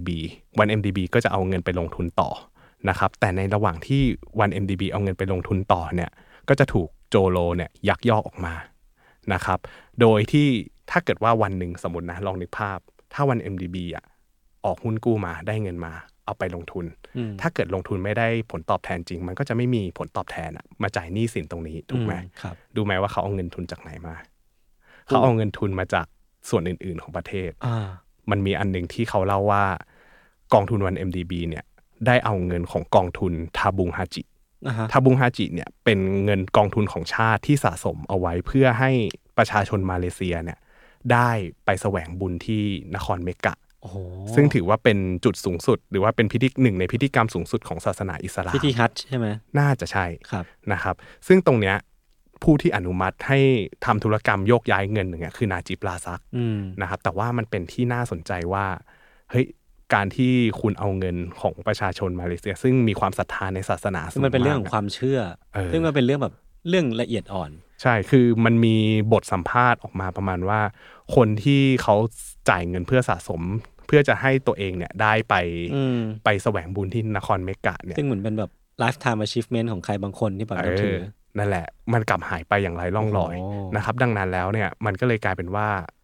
1MDB ก็จะเอาเงินไปลงทุนต่อนะครับแต่ในระหว่างที่ 1MDB เอาเงินไปลงทุนต่อเนี่ยก็จะถูกโจโลเนี่ยยักยอกออกมานะครับโดยที่ถ้าเกิดว่าวันหนึ่งสมมตินะลองนึกภาพถ้า 1MDB ออกหุ้นกู้มาได้เงินมาเอาไปลงทุนถ้าเกิดลงทุนไม่ได้ผลตอบแทนจริงมันก็จะไม่มีผลตอบแทนมาจ่ายหนี้สินตรงนี้ถูกไหมดูไหมว่าเขาเอาเงินทุนจากไหนมาเขาเอาเงินทุนมาจากส่วนอื่นๆของประเทศมันมีอันนึงที่เขาเล่าว่ากองทุน 1MDB เนี่ยได้เอาเงินของกองทุนทาบุงฮาจิเนี่ยเป็นเงินกองทุนของชาติที่สะสมเอาไว้เพื่อให้ประชาชนมาเลเซียเนี่ยได้ไปแสวงบุญที่นครเมกะซึ่งถือว่าเป็นจุดสูงสุดหรือว่าเป็นหนึ่งในพิธีกรรมสูงสุดของศาสนาอิสลามพิธีฮัจญ์ใช่ไหมน่าจะใช่นะครับซึ่งตรงเนี้ยผู้ที่อนุมัติให้ทำธุรกรรมโยกย้ายเงินเนี่ยคือนาจิบราซักนะครับแต่ว่ามันเป็นที่น่าสนใจว่าเฮ้ยการที่คุณเอาเงินของประชาชนมาเลเซียซึ่งมีความศรัทธาในศาสนาซึ่งมันเป็นเรื่องของความเชื่อซึ่งมันเป็นเรื่องแบบเรื่องละเอียดอ่อนใช่คือมันมีบทสัมภาษณ์ออกมาประมาณว่าคนที่เขาจ่ายเงินเพื่อสะสมเพื่อจะให้ตัวเองเนี่ยได้ไปแสวงบุญที่นครเมกะเนี่ยซึ่งเหมือนเป็นแบบ lifetime achievement ของใครบางคนที่แบบถือนั่นแหละมันกลับหายไปอย่างไรล่องลอยนะครับดังนั้นแล้วเนี่ยมันก็เลยกลายเป็นว่า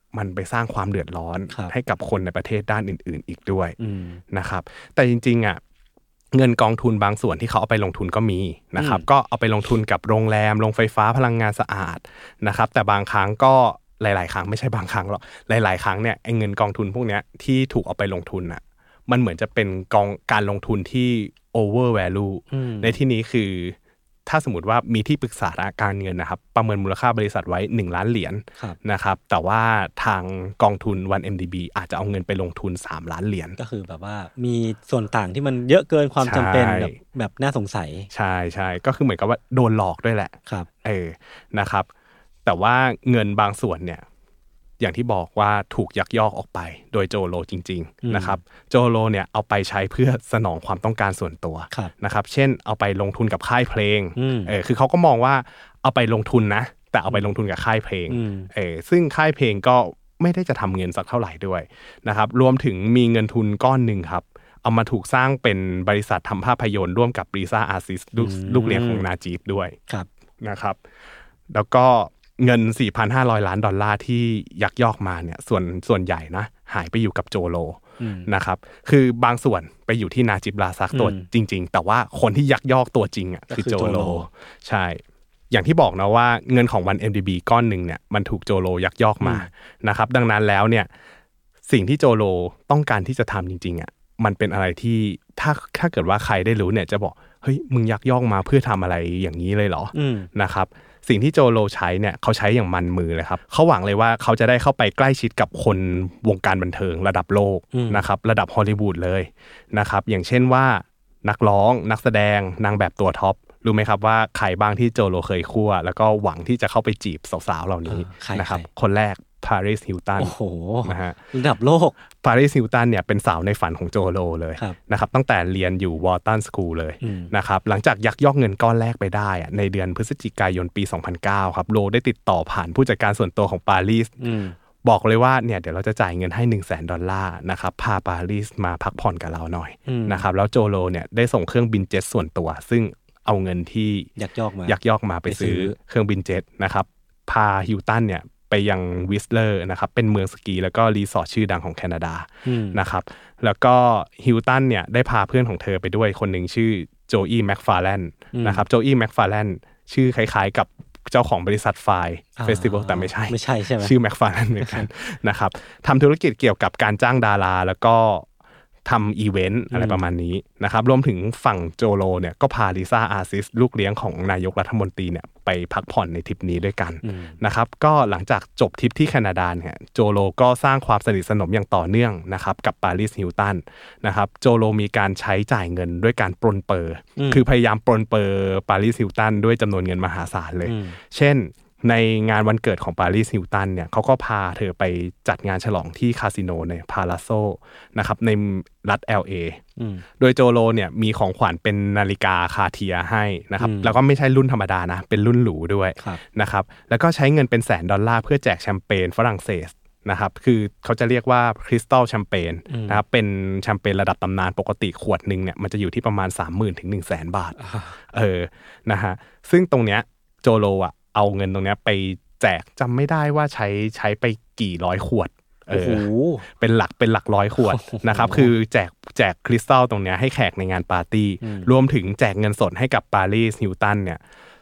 มันไปสร้างความเดือดร้อนให้กับคนในประเทศด้านอื่นๆอีกด้วยนะครับแต่จริงๆอ่ะเงินกองทุนบางส่วนที่เขาเอาไปลงทุนก็มีนะครับก็เอาไปลงทุนกับโรงแรมโรงไฟฟ้าพลังงานสะอาดนะครับแต่บางครั้งก็หลายๆครั้งไม่ใช่บางครั้งหรอกหลายๆครั้งเนี่ยไอ้เงินกองทุนพวกเนี้ยที่ถูกเอาไปลงทุนอ่ะมันเหมือนจะเป็นการลงทุนที่ over value ในที่นี้คือถ้าสมมติว่ามีที่ปรึกษาการเงินนะครับประเมินมูลค่าบริษัทไว้1ล้านเหรียญนะครับแต่ว่าทางกองทุน 1MDB อาจจะเอาเงินไปลงทุน3ล้านเหรียญก็คือแบบว่ามีส่วนต่างที่มันเยอะเกินความจำเป็นแบบน่าสงสัยใช่ๆก็คือเหมือนกับว่าโดนหลอกด้วยแหละนะครับแต่ว่าเงินบางส่วนเนี่ยอย่างที่บอกว่าถูกยักยอกออกไปโดยโจโลจริงๆนะครับโจโลเนี่ยเอาไปใช้เพื่อสนองความต้องการส่วนตัวนะครับเช่นเอาไปลงทุนกับค่ายเพลงคือเขาก็มองว่าเอาไปลงทุนนะแต่เอาไปลงทุนกับค่ายเพลงซึ่งค่ายเพลงก็ไม่ได้จะทำเงินสักเท่าไหร่ด้วยนะครับรวมถึงมีเงินทุนก้อนหนึ่งครับเอามาถูกสร้างเป็นบริษัททำภาพยนตร์ร่วมกับริซ่าอาซิสลูกเลี้ยงของนาจีบด้วยนะครับแล้วก็เงิน 4,500 ล้านดอลลาร์ที่ยักยอกมาเนี่ยส่วนใหญ่นะหายไปอยู่กับโจโลนะครับคือบางส่วนไปอยู่ที่นาจิบราซักตัวจริงๆแต่ว่าคนที่ยักยอกตัวจริงอ่ะคือโจโลใช่อย่างที่บอกนะว่าเงินของ 1MDB ก้อนนึงเนี่ยมันถูกโจโลยักยอกมานะครับดังนั้นแล้วเนี่ยสิ่งที่โจโลต้องการที่จะทำจริงๆอ่ะมันเป็นอะไรที่ถ้าเกิดว่าใครได้รู้เนี่ยจะบอกเฮ้ยมึงยักยอกมาเพื่อทำอะไรอย่างนี้เลยเหรอนะครับสิ่งที่โจโลใช้เนี่ยเขาใช้อย่างมันมือเลยครับเขาหวังเลยว่าเขาจะได้เข้าไปใกล้ชิดกับคนวงการบันเทิงระดับโลกนะครับระดับฮอลลีวูดเลยนะครับอย่างเช่นว่านักร้องนักแสดงนางแบบตัวท็อปรู้ไหมครับว่าใครบ้างที่โจโลเคยคั่วแล้วก็หวังที่จะเข้าไปจีบสาวๆเหล่านี้นะครับคนแรกปาริสฮิลตันนะฮะระดับโลกปาริสฮิลตันเนี่ยเป็นสาวในฝันของโจโลเลยนะครับตั้งแต่เรียนอยู่วอลตันสคูลเลยนะครับหลังจากยักยอกเงินก้อนแรกไปได้ในเดือนพฤศจิกายนปี 2009 ครับโลได้ติดต่อผ่านผู้จัดการส่วนตัวของปาริสบอกเลยว่าเนี่ยเดี๋ยวเราจะจ่ายเงินให้ 100,000 ดอลลาร์นะครับพาปาริสมาพักผ่อนกับเราหน่อยนะครับแล้วโจโลเนี่ยได้ส่งเครื่องบินเจ็ตส่วนตัวซึ่งเอาเงินที่ยักยอกมาไปซื้อเครื่องบินเจ็ตนะครับพาฮิลตันเนี่ยไปยังวิสเลอร์นะครับเป็นเมืองสกีแล้วก็รีสอร์ทชื่อดังของแคนาดานะครับแล้วก็ฮิลตันเนี่ยได้พาเพื่อนของเธอไปด้วยคนหนึ่งชื่อโจอี้แม็กฟาร์แลนด์นะครับโจอี้แม็กฟาร์แลนด์ชื่อคล้ายๆกับเจ้าของบริษัทไฟเฟสติวัลแต่ไม่ใช่ใช่ไหมชื่อแม็กฟาร์แลนด์เหมือนกันนะครับทำธุรกิจเกี่ยวกับการจ้างดาราแล้วก็ทำอีเวนต์อะไรประมาณนี้นะครับรวมถึงฝั่งโจโลเนี่ยก็พาลิซ่าอาซิสลูกเลี้ยงของนายกรัฐมนตรีเนี่ยไปพักผ่อนในทริปนี้ด้วยกันนะครับก็หลังจากจบทริปที่แคนาดาเนี่ยโจโลก็สร้างความสนิทสนมอย่างต่อเนื่องนะครับกับปาริสฮิลตันนะครับโจโลมีการใช้จ่ายเงินด้วยการปรนเปอร์คือพยายามปรนเปอร์ปาริสฮิลตันด้วยจำนวนเงินมหาศาลเลยเช่นในงานวันเกิดของปาริสฮิลตันเนี่ยเขาก็พาเธอไปจัดงานฉลองที่คาสิโนในพาลาโซนะครับในรัฐ LA โดยโจโลเนี่ยมีของขวัญเป็นนาฬิกาคาร์เทียให้นะครับแล้วก็ไม่ใช่รุ่นธรรมดานะเป็นรุ่นหรูด้วยนะครับแล้วก็ใช้เงินเป็น$100,000เพื่อแจกแชมเปญฝรั่งเศสนะครับคือเขาจะเรียกว่าคริสตัลแชมเปญนะครับเป็นแชมเปญระดับตำนานปกติขวดนึงเนี่ยมันจะอยู่ที่ประมาณ 30,000 ถึง 100,000 บาทนะฮะซึ่งตรงเนี้ยโจโลอ่ะเอาเงินตรงนี้ไปแจกจำไม่ได้ว่าใช้ไปกี่ร้อยขวดเป็นหลักร้อยขวดนะครับคือแจกคริสตัลตรงนี้ให้แขกในงานปาร์ตี้รวมถึงแจกเงินสดให้กับปาริสฮิลตันเนี่ย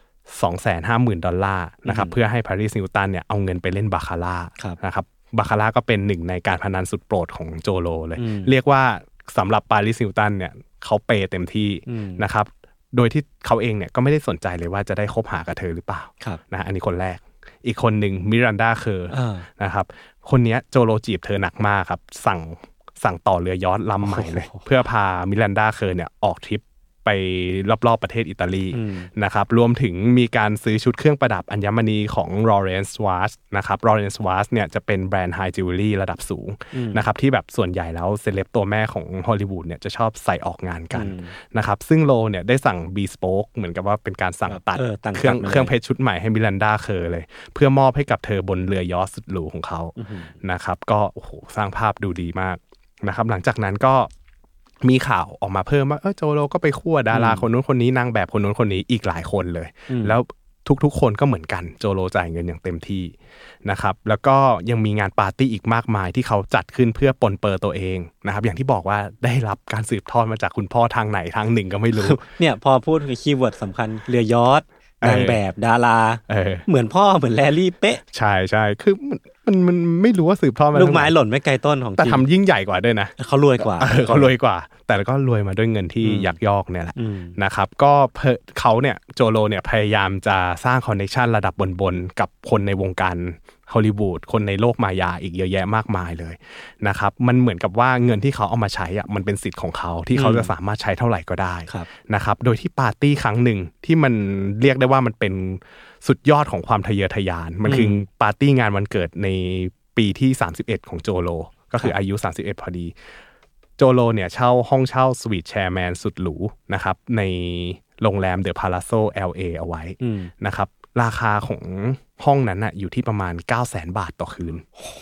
$250,000นะครับเพื่อให้ปาริสฮิลตันเนี่ยเอาเงินไปเล่นบาคาร่านะครับบาคาร่าก็เป็นหนึ่งในการพนันสุดโปรดของโจโลเลยเรียกว่าสำหรับปาริสฮิลตันเนี่ยเขาเปย์เต็มที่นะครับโดยที่เขาเองเนี่ยก็ไม่ได้สนใจเลยว่าจะได้คบหากับเธอหรือเปล่านะอันนี้คนแรกอีกคนหนึ่งมิรันดาเคอร์นะครับคนนี้โจโลจีบเธอหนักมากครับสั่งต่อเรือยอชต์ลำใหม่เลยเพื่อพามิรันดาเคอร์เนี่ยออกทริปไปรอบๆประเทศอิตาลีนะครับรวมถึงมีการซื้อชุดเครื่องประดับอัญมณีของ Lawrence Watch นะครับ Lawrence Watch เนี่ยจะเป็นแบรนด์ High Jewelry ระดับสูงนะครับที่แบบส่วนใหญ่แล้วเซเลบตัวแม่ของฮอลลีวูดเนี่ยจะชอบใส่ออกงานกันนะครับซึ่งโลเนี่ยได้สั่ง Bespoke เหมือนกับว่าเป็นการสั่งตัดเครื่องเพชรชุดใหม่ให้มิรันดาเคอร์เลยเพื่อมอบให้กับเธอบนเรือยอชต์สุดหรูของเขานะครับก็โอ้โหสร้างภาพดูดีมากนะครับหลังจากนั้นก็มีข่าวออกมาเพิ่มว่าโจโลก็ไปคั่วดาราคนนู้นคนนี้นางแบบคนนู้นคนนี้อีกหลายคนเลยแล้วทุกๆคนก็เหมือนกันโจโลจ่ายเงินอย่างเต็มที่นะครับแล้วก็ยังมีงานปาร์ตี้อีกมากมายที่เขาจัดขึ้นเพื่อปนเปื้อตัวเองนะครับอย่างที่บอกว่าได้รับการสืบทอดมาจากคุณพ่อทางไหนทางหนึ่งก็ไม่รู้เนี่ยพอพูดคีย์เวิร์ดสำคัญเรือยอทนางแบบดาราเหมือนพ่อเหมือนแลลี่เป๊ะใช่ใช่คือมันไม่รู้ว่าสืบทอดมาลูกไม้หล่นไม่ไกลต้นของจริงแต่ทำยิ่งใหญ่กว่าด้วยนะเขารวยกว่าเขารวยกว่าแต่ก็รวยมาด้วยเงินที่ยักยอกเนี่ยแหละนะครับก็เขาเนี่ยโจโลเนี่ยพยายามจะสร้างคอนเนคชันระดับบนๆกับคนในวงการฮอลลีวูดคนในโลกมายาอีกเยอะแยะมากมายเลยนะครับมันเหมือนกับว่าเงินที่เขาเอามาใช้อ่ะมันเป็นสิทธิ์ของเขาที่เขาจะสามารถใช้เท่าไหร่ก็ได้นะครับโดยที่ปาร์ตี้ครั้งหนึ่งที่มันเรียกได้ว่ามันเป็นสุดยอดของความทะเยอทะยานมันคือปาร์ตี้งานวันเกิดในปีที่31ของโจโลก็คืออายุ31พอดีโจโลเนี่ยเช่าห้องเช่าสวีทแชร์แมนสุดหรูนะครับในโรงแรมเดอะพาลาโซ LA เอาไว้นะครับราคาของห้องนั้นน่ะอยู่ที่ประมาณ 900,000 บาทต่อคืน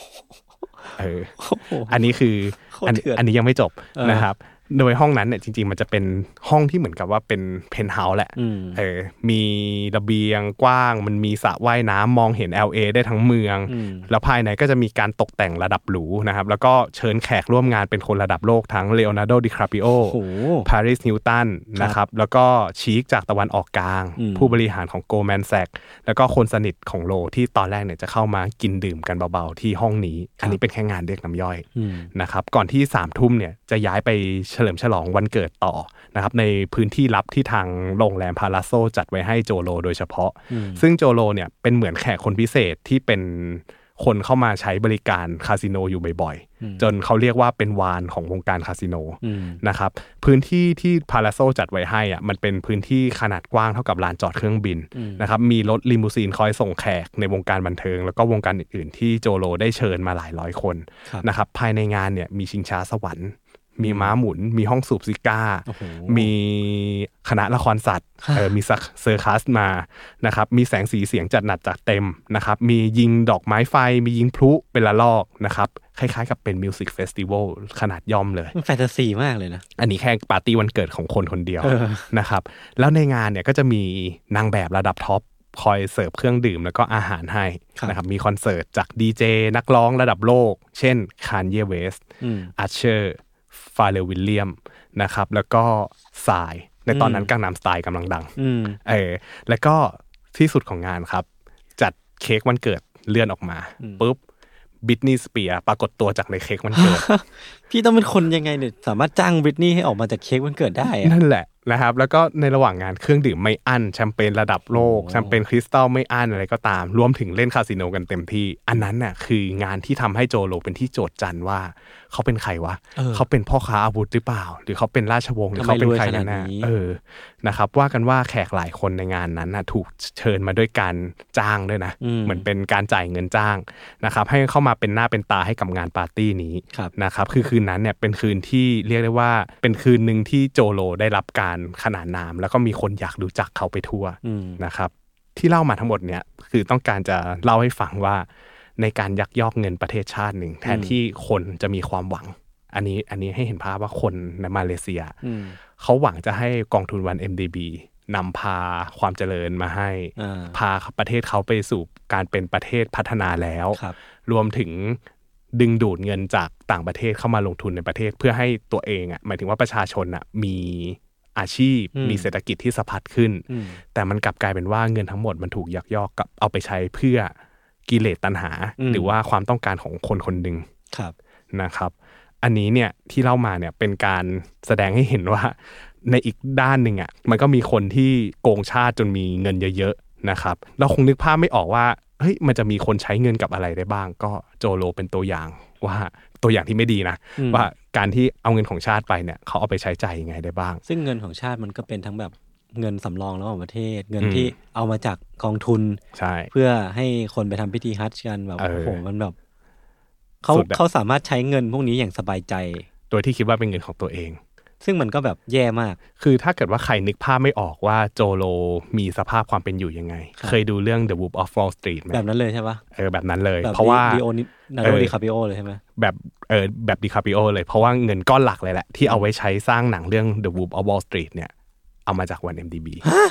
อันนี้คืออันนี้ยังไม่จบนะครับโดยห้องนั้นเนี่ยจริงๆมันจะเป็นห้องที่เหมือนกับว่าเป็นเพนท์เฮาส์แหละมีระเบียงกว้างมันมีสระว่ายน้ำมองเห็น LA ได้ทั้งเมืองแล้วภายในก็จะมีการตกแต่งระดับหรูนะครับแล้วก็เชิญแขกร่วมงานเป็นคนระดับโลกทั้งเลโอนาร์โด ดิคาปิโอปาริส ฮิลตันนะครับแล้วก็ชีคจากตะวันออกกลางผู้บริหารของโกลแมนแซกแล้วก็คนสนิทของโลที่ตอนแรกเนี่ยจะเข้ามากินดื่มกันเบาๆที่ห้องนี้อันนี้เป็นแค่งานเรียกน้ำย่อยนะครับก่อนที่ 3 ทุ่มเนี่ยจะย้ายไปเฉลิมฉลองวันเกิดต่อนะครับในพื้นที่ลับที่ทางโรงแรมพาลาโซจัดไว้ให้โจโลโดยเฉพาะซึ่งโจโลเนี่ยเป็นเหมือนแขกคนพิเศษที่เป็นคนเข้ามาใช้บริการคาสิโนอยู่บ่อยๆจนเขาเรียกว่าเป็นวานของวงการคาสิโนนะครับพื้นที่ที่พาลาโซจัดไว้ให้อ่ะมันเป็นพื้นที่ขนาดกว้างเท่ากับลานจอดเครื่องบินนะครับมีรถลิมูซีนคอยส่งแขกในวงการบันเทิงแล้วก็วงการอื่นๆที่โจโลได้เชิญมาหลายร้อยคนนะครับภายในงานเนี่ยมีชิงช้าสวรรค์มีม้าหมุนมีห้องสูบซิก้ามีคณะละครสัตว์มีเซอร์คัสมานะครับมีแสงสีเสียงจัดหนักจัดเต็มนะครับมียิงดอกไม้ไฟมียิงพลุเป็นละลอกนะครับคล้ายๆกับเป็นมิวสิกเฟสติวัลขนาดย่อมเลยแฟนตาซีมากเลยนะอันนี้แค่ปาร์ตี้วันเกิดของคนคนเดียวนะครับแล้วในงานเนี่ยก็จะมีนางแบบระดับท็อปคอยเสิร์ฟเครื่องดื่มแล้วก็อาหารให้นะครับมีคอนเสิร์ตจากดีเจนักร้องระดับโลกเช่นคานเย เวสต์อัชเชอร์ฟาเรลวิลเลียมนะครับแล้วก็สายในตอนนั้นกังนำสไตล์กำลังดังแล้วก็ที่สุดของงานครับจัดเค้กวันเกิดเลื่อนออกมาปุ๊บบิทนีย์สเปียร์ปรากฏตัวจากในเค้กวันเกิดพี่ต้องเป็นคนยังไงเนี่ยสามารถจ้างบิทนีย์ให้ออกมาจากเค้กวันเกิดได้นั่นแหละนะครับแล้วก็ในระหว่างงานเครื่องดื่มไม่อั้นแชมเปญระดับโลกแชมเปญคริสตัลไม่อั้นอะไรก็ตามรวมถึงเล่นคาสิโนกันเต็มที่อันนั้นน่ะคืองานที่ทำให้โจโลเป็นที่โจทย์จันว่าเขาเป็นใครวะเขาเป็นพ่อค้าอาวุธหรือเปล่าหรือเขาเป็นราชวงศ์หรือเขาเป็นใครแน่นะครับว่ากันว่าแขกหลายคนในงานนั้นน่ะถูกเชิญมาด้วยการจ้างด้วยนะเหมือนเป็นการจ่ายเงินจ้างนะครับให้เข้ามาเป็นหน้าเป็นตาให้กับงานปาร์ตี้นี้นะครับคือคืนนั้นเนี่ยเป็นคืนที่เรียกได้ว่าเป็นคืนนึงที่โจโลได้รับการขนานนามแล้วก็มีคนอยากรู้จักเขาไปทั่วนะครับที่เล่ามาทั้งหมดเนี่ยคือต้องการจะเล่าให้ฟังว่าในการยักยอกเงินประเทศชาติหนึ่งแทนที่คนจะมีความหวังอันนี้ให้เห็นภาพว่าคนในมาเลเซียเขาหวังจะให้กองทุน 1MDB นำพาความเจริญมาให้พาประเทศเขาไปสู่การเป็นประเทศพัฒนาแล้วรวมถึงดึงดูดเงินจากต่างประเทศเข้ามาลงทุนในประเทศเพื่อให้ตัวเองอ่ะหมายถึงว่าประชาชนอ่ะมีอาชีพมีเศรษฐกิจที่สะพัดขึ้นแต่มันกลับกลายเป็นว่าเงินทั้งหมดมันถูกยักยอกกับเอาไปใช้เพื่อกิเลสตัณหาหรือว่าความต้องการของคนคนหนึ่งนะครับอันนี้เนี่ยที่เล่ามาเนี่ยเป็นการแสดงให้เห็นว่าในอีกด้านหนึ่งอ่ะมันก็มีคนที่โกงชาติจนมีเงินเยอะๆนะครับเราคงนึกภาพไม่ออกว่าเฮ้ยมันจะมีคนใช้เงินกับอะไรได้บ้างก็โจโลเป็นตัวอย่างว่าตัวอย่างที่ไม่ดีนะว่าการที่เอาเงินของชาติไปเนี่ยเขาเอาไปใช้จ่ายยังไงได้บ้างซึ่งเงินของชาติมันก็เป็นทั้งแบบเงินสำรองระหว่างประเทศเงินที่เอามาจากกองทุนเพื่อให้คนไปทำพิธีฮัจญ์กันแบบโอ้โหมันแบบเขาสามารถใช้เงินพวกนี้อย่างสบายใจโดยที่คิดว่าเป็นเงินของตัวเองซึ่งมันก็แบบแย่มากคือถ้าเกิดว่าใครนึกภาพไม่ออกว่าโจโลมีสภาพความเป็นอยู่ยังไงเคยดูเรื่อง The Wolf of Wall Street ไหมแบบนั้นเลยใช่ปะแบบนั้นเลยเพราะว่าดิคาปิโอเลยใช่ไหมแบบดิคาปิโอเลยเพราะว่าเงินก้อนหลักเลยแหละที่เอาไว้ใช้สร้างหนังเรื่อง The Wolf of Wall Street เนี่ยเอามาจาก 1MDB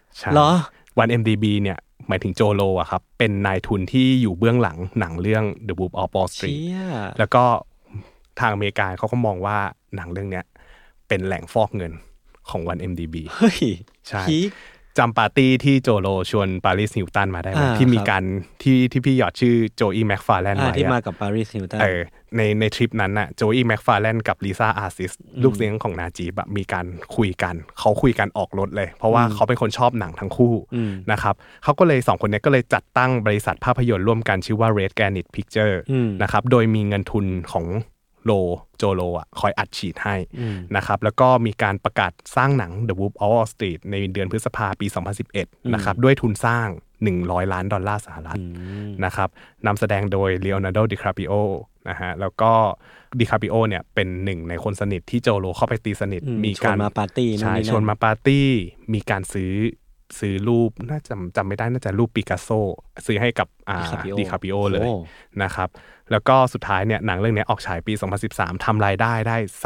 เหรอ 1MDB เนี่ยหมายถึงโจโลอะครับเป็นนายทุนที่อยู่เบื้องหลังหนังเรื่อง The Wolf of Wall Street แล้วก็ทางอเมริกาเขาก็มองว่าหนังเรื่องเนี้ยเป็นแหล่งฟอกเงินของ 1MDB เฮ้ยใช่จำปาร์ตี้ที่โจโลชวนปาริสฮิลตันมาได้ไหมที่มีการที่พี่หยอดชื่อโจอี้แม็กฟาร์แลนด์ไว้ที่มากับปาริสฮิลตันในทริปนั้นน่ะโจอี้แม็กฟาร์แลนด์กับลิซ่าอาร์ซิสลูกเลี้ยงของนาจีบมีการคุยกันเขาคุยกันออกรถเลยเพราะว่าเขาเป็นคนชอบหนังทั้งคู่นะครับเขาก็เลย2คนนี้ก็เลยจัดตั้งบริษัทภาพยนตร์ร่วมกันชื่อว่า Red Granite Picture นะครับโดยมีเงินทุนของโจโลคอยอัดฉีดให้นะครับแล้วก็มีการประกาศสร้างหนัง The Wolf of Wall Street ในเดือนพฤษภาคมปี 2011 นะครับด้วยทุนสร้าง$100 ล้านนะครับนำแสดงโดย Leonardo DiCaprio นะฮะแล้วก็DiCaprio เนี่ยเป็นหนึ่งในคนสนิทที่โจโลเข้าไปตีสนิทมีการมาปาร์ตี้ใช่ชวนมาปาร์ตี้มีการซื้อรูปน่าจะจำไม่ได้น่าจะรูปปิกัสโซซื้อให้กับDiCaprio เลยนะครับแล้วก็สุดท้ายเนี่ยหนังเรื่องนี้ออกฉายปี 2013 ทำรายได้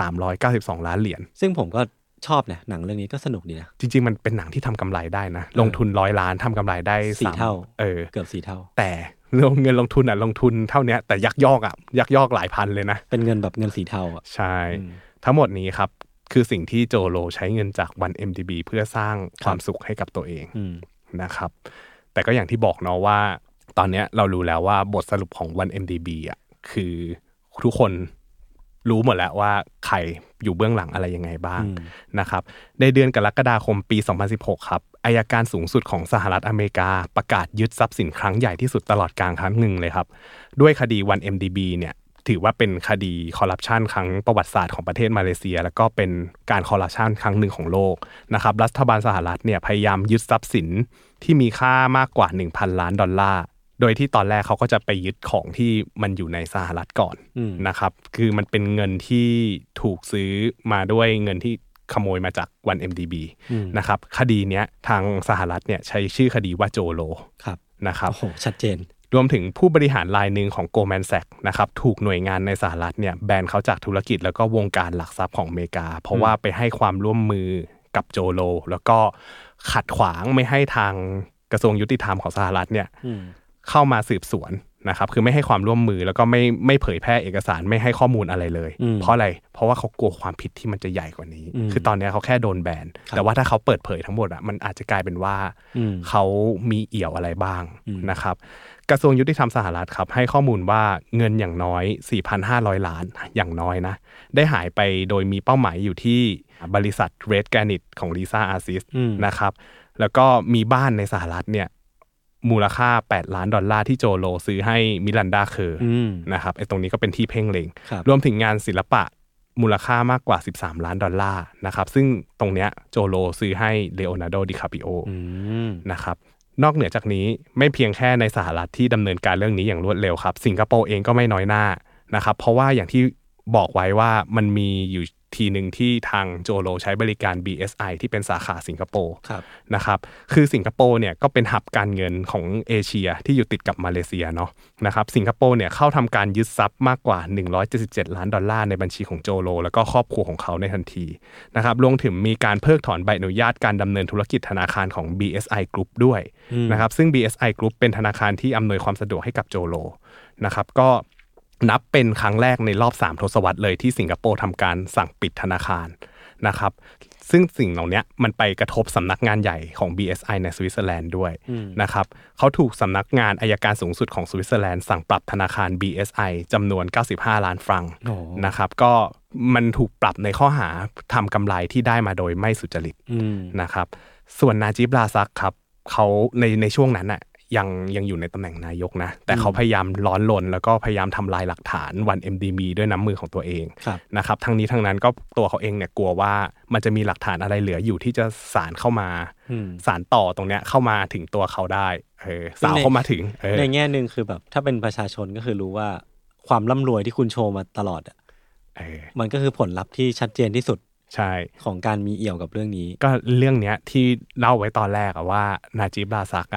$392 ล้านซึ่งผมก็ชอบนะหนังเรื่องนี้ก็สนุกดีนะจริงๆมันเป็นหนังที่ทำกำไรได้นะลงทุน100 ล้านทำกำไรได้ 4 เท่าเกือบ4 เท่าแต่เงินลงทุนลงทุนเท่านี้แต่ยักยอกหลายพันเลยนะเป็นเงินแบบเงิน4 เท่าใช่ทั้งหมดนี้ครับคือสิ่งที่โจโลใช้เงินจาก 1MDB เพื่อสร้างความสุขให้กับตัวเองนะครับแต่ก็อย่างที่บอกเนาะว่าตอนนี้เรารู้แล้วว่าบทสรุปของ 1MDB อ่ะคือทุกคนรู้หมดแล้วว่าใครอยู่เบื้องหลังอะไรยังไงบ้างนะครับในเดือนกรกฎาคมปี 2016 ครับอัยการสูงสุดของสหรัฐอเมริกาประกาศยึดทรัพย์สินครั้งใหญ่ที่สุดตลอดกาลครั้งหนึ่งเลยครับด้วยคดี 1MDB เนี่ยถือว่าเป็นคดีคอร์รัปชันครั้งประวัติศาสตร์ของประเทศมาเลเซียแล้วก็เป็นการคอร์รัปชันครั้งหนึ่งของโลกนะครับรัฐบาลสหรัฐเนี่ยพยายามยึดทรัพย์สินที่มีค่ามากกว่า $1,000 ล้านโดยที่ตอนแรกเขาก็จะไปยึดของที่มันอยู่ในสหรัฐก่อนนะครับคือมันเป็นเงินที่ถูกซื้อมาด้วยเงินที่ขโมยมาจาก 1MDB นะครับคดีเนี้ยทางสหรัฐเนี่ยใช้ชื่อคดีว่าโจโลนะครับโอ้โหชัดเจนรวมถึงผู้บริหารรายหนึ่งของ Goldman Sachs นะครับถูกหน่วยงานในสหรัฐเนี่ยแบนเขาจากธุรกิจแล้วก็วงการหลักทรัพย์ของอเมริกาเพราะว่าไปให้ความร่วมมือกับโจโลแล้วก็ขัดขวางไม่ให้ทางกระทรวงยุติธรรมของสหรัฐเนี่ยเข้ามาสืบสวนนะครับคือไม่ให้ความร่วมมือแล้วก็ไม่เผยแพร่เอกสารไม่ให้ข้อมูลอะไรเลยเพราะอะไรเพราะว่าเขากลัวความผิดที่มันจะใหญ่กว่านี้คือตอนนี้เขาแค่โดนแบนแต่ว่าถ้าเขาเปิดเผยทั้งหมดอ่ะมันอาจจะกลายเป็นว่าเขามีเอี่ยวอะไรบ้างนะครับกระทรวงยุติธรรมสหรัฐครับให้ข้อมูลว่าเงินอย่างน้อย 4,500 ล้านอย่างน้อยนะได้หายไปโดยมีเป้าหมายอยู่ที่บริษัท Red Granite ของ Lisa Arsis นะครับแล้วก็มีบ้านในสหรัฐเนี่ยมูลค่า$8 ล้านที่โจโลซื้อให้มิลันดาเคอร์นะครับไอ้ตรงนี้ก็เป็นที่เพ่งเล็งรวมถึงงานศิลปะมูลค่ามากกว่า$13 ล้านนะครับซึ่งตรงเนี้ยโจโลซื้อให้เลโอนาร์โดดิคาปิโอนะครับนอกเหนือจากนี้ไม่เพียงแค่ในสหรัฐที่ดำเนินการเรื่องนี้อย่างรวดเร็วครับสิงคโปร์เองก็ไม่น้อยหน้านะครับเพราะว่าอย่างที่บอกไว้ว่ามันมีอยู่ทีหนึ่งที่ทางโจโลใช้บริการ BSI ที่เป็นสาขาสิงคโปร์นะครับคือสิงคโปร์เนี่ยก็เป็นหับการเงินของเอเชียที่อยู่ติดกับมาเลเซียเนาะนะครับสิงคโปร์เนี่ยเข้าทำการยึดทรัพย์มากกว่า$177 ล้านในบัญชีของโจโลแล้วก็ครอบครัวของเขาในทันทีนะครับรวมถึงมีการเพิกถอนใบอนุญาตการดำเนินธุรกิจธนาคารของ BSI Group ด้วยนะครับซึ่ง BSI Group เป็นธนาคารที่อำนวยความสะดวกให้กับโจโลนะครับก็นับเป็นครั้งแรกในรอบ3 ทศวรรษเลยที่สิงคโปร์ทำการสั่งปิดธนาคารนะครับซึ่งสิ่งเหล่านี้มันไปกระทบสำนักงานใหญ่ของ BSI ในสวิตเซอร์แลนด์ด้วยนะครับเขาถูกสำนักงานอัยการสูงสุดของสวิตเซอร์แลนด์สั่งปรับธนาคาร BSI จำนวน$95 ล้านนะครับก็มันถูกปรับในข้อหาทำกำไรที่ได้มาโดยไม่สุจริตนะครับส่วนนาจิบ ราซักครับเขาในช่วงนั้นน่ะยังอยู่ในตำแหน่งนายกนะแต่เขาพยายามร้อนรนแล้วก็พยายามทำลายหลักฐาน 1MDB ด้วยน้ำมือของตัวเองนะครับทั้งนี้ทั้งนั้นก็ตัวเขาเองเนี่ยกลัวว่ามันจะมีหลักฐานอะไรเหลืออยู่ที่จะสารเข้ามาสารต่อตรงเนี้ยเข้ามาถึงตัวเขาได้สาวเข้ามาถึงในแง่นึงคือแบบถ้าเป็นประชาชนก็คือรู้ว่าความร่ำรวยที่คุณโชว์มาตลอดมันก็คือผลลัพธ์ที่ชัดเจนที่สุดใช่ของการมีเอี่ยวกับเรื่องนี้ก็เรื่องเนี้ยที่เล่าไว้ตอนแรกว่านาจิบ ราซัก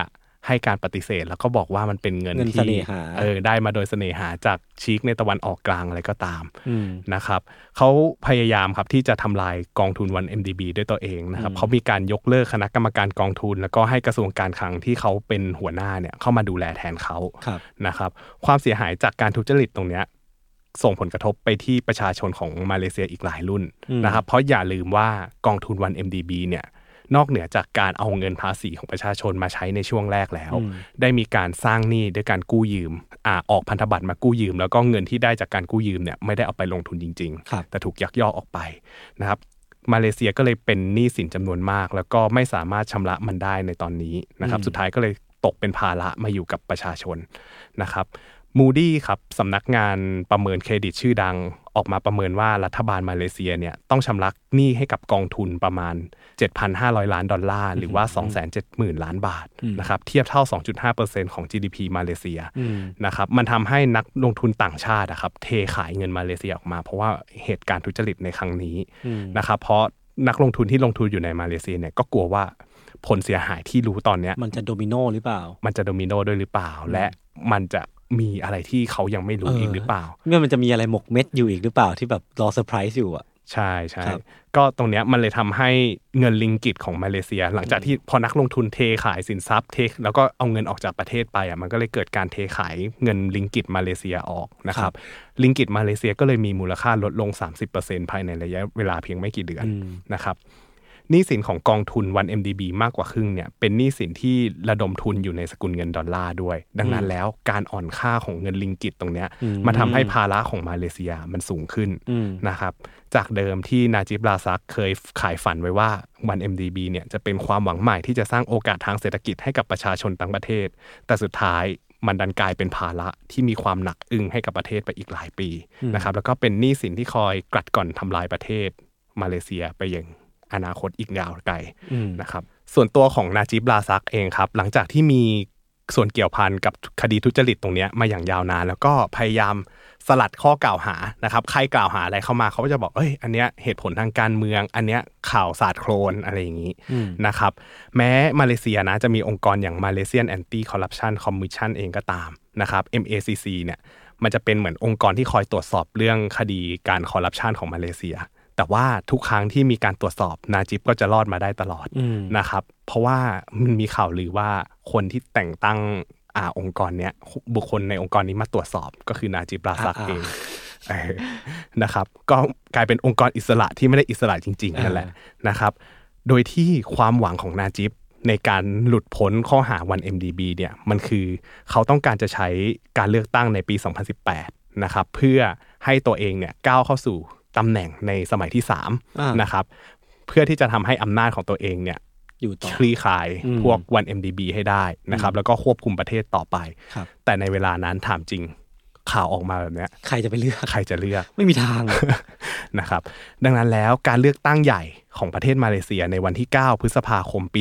ให้การปฏิเสธแล้วก็บอกว่ามันเป็นเงินที่ได้มาโดยเสน่หาจากชีคในตะวันออกกลางอะไรก็ตามนะครับเขาพยายามครับที่จะทำลายกองทุน 1MDB ด้วยตัวเองนะครับเขามีการยกเลิกคณะกรรมการกองทุนแล้วก็ให้กระทรวงการคลังที่เขาเป็นหัวหน้าเนี่ยเข้ามาดูแลแทนเขานะครับความเสียหายจากการทุจริตตรงเนี้ยส่งผลกระทบไปที่ประชาชนของมาเลเซียอีกหลายรุ่นนะครับเพราะอย่าลืมว่ากองทุน 1MDB เนี่ยนอกเหนือจากการเอาเงินภาษีของประชาชนมาใช้ในช่วงแรกแล้วได้มีการสร้างหนี้ด้วยการกู้ยืมออกพันธบัตรมากู้ยืมแล้วก็เงินที่ได้จากการกู้ยืมเนี่ยไม่ได้เอาไปลงทุนจริงๆแต่ถูกยักยอกออกไปนะครับมาเลเซียก็เลยเป็นหนี้สินจำนวนมากแล้วก็ไม่สามารถชำระมันได้ในตอนนี้นะครับสุดท้ายก็เลยตกเป็นภาระมาอยู่กับประชาชนนะครับมูดี้ครับสำนักงานประเมินเครดิตชื่อดังออกมาประเมินว่ารัฐบาลมาเลเซียเนี่ยต้องชำระหนี้ให้กับกองทุนประมาณ 7,500 ล้านดอลลาร์หรือว่า 270,000 ล้านบาทนะครับเทียบเท่า 2.5% ของ GDP มาเลเซียนะครับมันทำให้นักลงทุนต่างชาติครับเทขายเงินมาเลเซียออกมาเพราะว่าเหตุการณ์ทุจริตในครั้งนี้นะครับเพราะนักลงทุนที่ลงทุนอยู่ในมาเลเซียเนี่ยก็กลัวว่าผลเสียหายที่รู้ตอนนี้มันจะโดมิโนหรือเปล่ามันจะโดมิโนด้วยหรือเปล่าและมันจะมีอะไรที่เขายังไม่รู้อีกหรือเปล่ามันจะมีอะไรหมกเม็ดอยู่อีกหรือเปล่าที่แบบรอเซอร์ไพรส์อยู่อ่ะใช่ใช่ก็ตรงเนี้ยมันเลยทำให้เงินลิงกิตของมาเลเซียหลังจากที่พอนักลงทุนเทขายสินทรัพย์แล้วก็เอาเงินออกจากประเทศไปมันก็เลยเกิดการเทขายเงินลิงกิตมาเลเซียออกนะครับลิงกิตมาเลเซียก็เลยมีมูลค่าลดลง 30% ภายในระยะเวลาเพียงไม่กี่เดือนนะครับหนี้สินของกองทุน 1MDB มากกว่าครึ่งเนี่ยเป็นหนี้สินที่ระดมทุนอยู่ในสกุลเงินดอลลาร์ด้วยดังนั้นแล้วการอ่อนค่าของเงินลิงกิตตรงเนี้ยมาทำให้ภาระของมาเลเซียมันสูงขึ้นนะครับจากเดิมที่นาจิบ ราซักเคยขายฝันไว้ว่า 1MDB เนี่ยจะเป็นความหวังใหม่ที่จะสร้างโอกาสทางเศรษฐกิจให้กับประชาชนทั้งประเทศแต่สุดท้ายมันดันกลายเป็นภาระที่มีความหนักอึ้งให้กับประเทศไปอีกหลายปีนะครับแล้วก็เป็นหนี้สินที่คอยกัดก่อนทำลายประเทศมาเลเซียไปอย่างอนาคตอีกยาวไกลนะครับส่วนตัวของนาจิบ ราซักเองครับหลังจากที่มีส่วนเกี่ยวพันกับคดีทุจริตตรงนี้มาอย่างยาวนานแล้วก็พยายามสลัดข้อกล่าวหานะครับใครกล่าวหาอะไรเข้ามาเขาก็จะบอกอันเนี้ยเหตุผลทางการเมืองอันเนี้ยข่าวสาดโคลนอะไรอย่างนี้นะครับแม้มาเลเซียนะจะมีองค์กรอย่าง Malaysian Anti-Corruption Commission เองก็ตามนะครับ MACC เนี่ยมันจะเป็นเหมือนองค์กรที่คอยตรวจสอบเรื่องคดีการคอร์รัปชันของมาเลเซียแต่ว่าทุกครั้งที่มีการตรวจสอบนาจิบก็จะรอดมาได้ตลอดนะครับเพราะว่ามันมีข่าวลือว่าคนที่แต่งตั้งองค์กรเนี้ยบุคคลในองค์กรนี้มาตรวจสอบก็คือนาจิบ ราซักเองนะครับก็กลายเป็นองค์กรอิสระที่ไม่ได้อิสระจริงๆนั่นแหละนะครับโดยที่ความหวังของนาจิบในการหลุดพ้นข้อหา 1MDB เนี่ยมันคือเขาต้องการจะใช้การเลือกตั้งในปี 2018 นะครับเพื่อให้ตัวเองเนี่ยก้าวเข้าสู่ตำแหน่งในสมัยที่3นะครับเพื่อที่จะทำให้อำนาจของตัวเองเนี่ยคลี่คลายพวก 1MDB ให้ได้นะครับแล้วก็ควบคุมประเทศต่อไปแต่ในเวลานั้นถามจริงข่าวออกมาแบบนี้ใครจะไปเลือกใครจะเลือกไม่มีทางนะครับดังนั้นแล้วการเลือกตั้งใหญ่ของประเทศมาเลเซียในวันที่9พฤษภาคมปี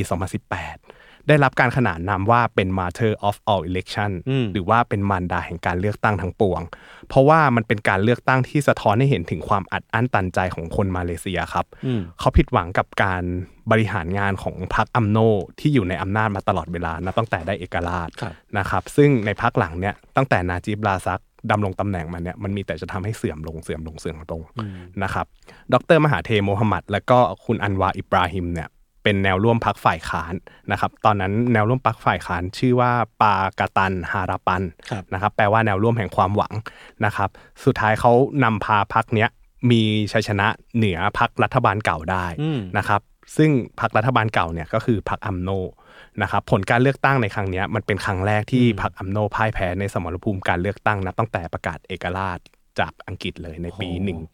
2018ได้รับการขนานนามว่าเป็น Mother of all election หรือว่าเป็นมารดาแห่งการเลือกตั้งทั้งปวงเพราะว่ามันเป็นการเลือกตั้งที่สะท้อนให้เห็นถึงความอัดอั้นตันใจของคนมาเลเซียครับเขาผิดหวังกับการบริหารงานของพรรคอัมโนที่อยู่ในอำนาจมาตลอดเวลานะตั้งแต่ได้เอกราชนะครับซึ่งในพรรคหลังเนี่ยตั้งแต่นาจิบ ราซักดำรงตำแหน่งมันเนี่ยมันมีแต่จะทำให้เสื่อมลงนะครับดร.มหาเทโมฮัมหมัดและก็คุณอันวา อิบราฮิมเนี่ยเป็นแนวร่วมพรรคฝ่ายค้านนะครับตอนนั้นแนวร่วมพรรคฝ่ายค้านชื่อว่าปากาตันฮาราปันนะครับแปลว่าแนวร่วมแห่งความหวังนะครับสุดท้ายเขานำพาพรรคเนี้ยมีชัยชนะเหนือพรรครัฐบาลเก่าได้นะครับซึ่งพรรครัฐบาลเก่าเนี่ยก็คือพรรคอัมโนนะครับผลการเลือกตั้งในครั้งนี้มันเป็นครั้งแรกที่พรรคอัมโนพ่ายแพ้ในสมรภูมิการเลือกตั้งนับตั้งแต่ประกาศเอกราชจากอังกฤษเลยในปี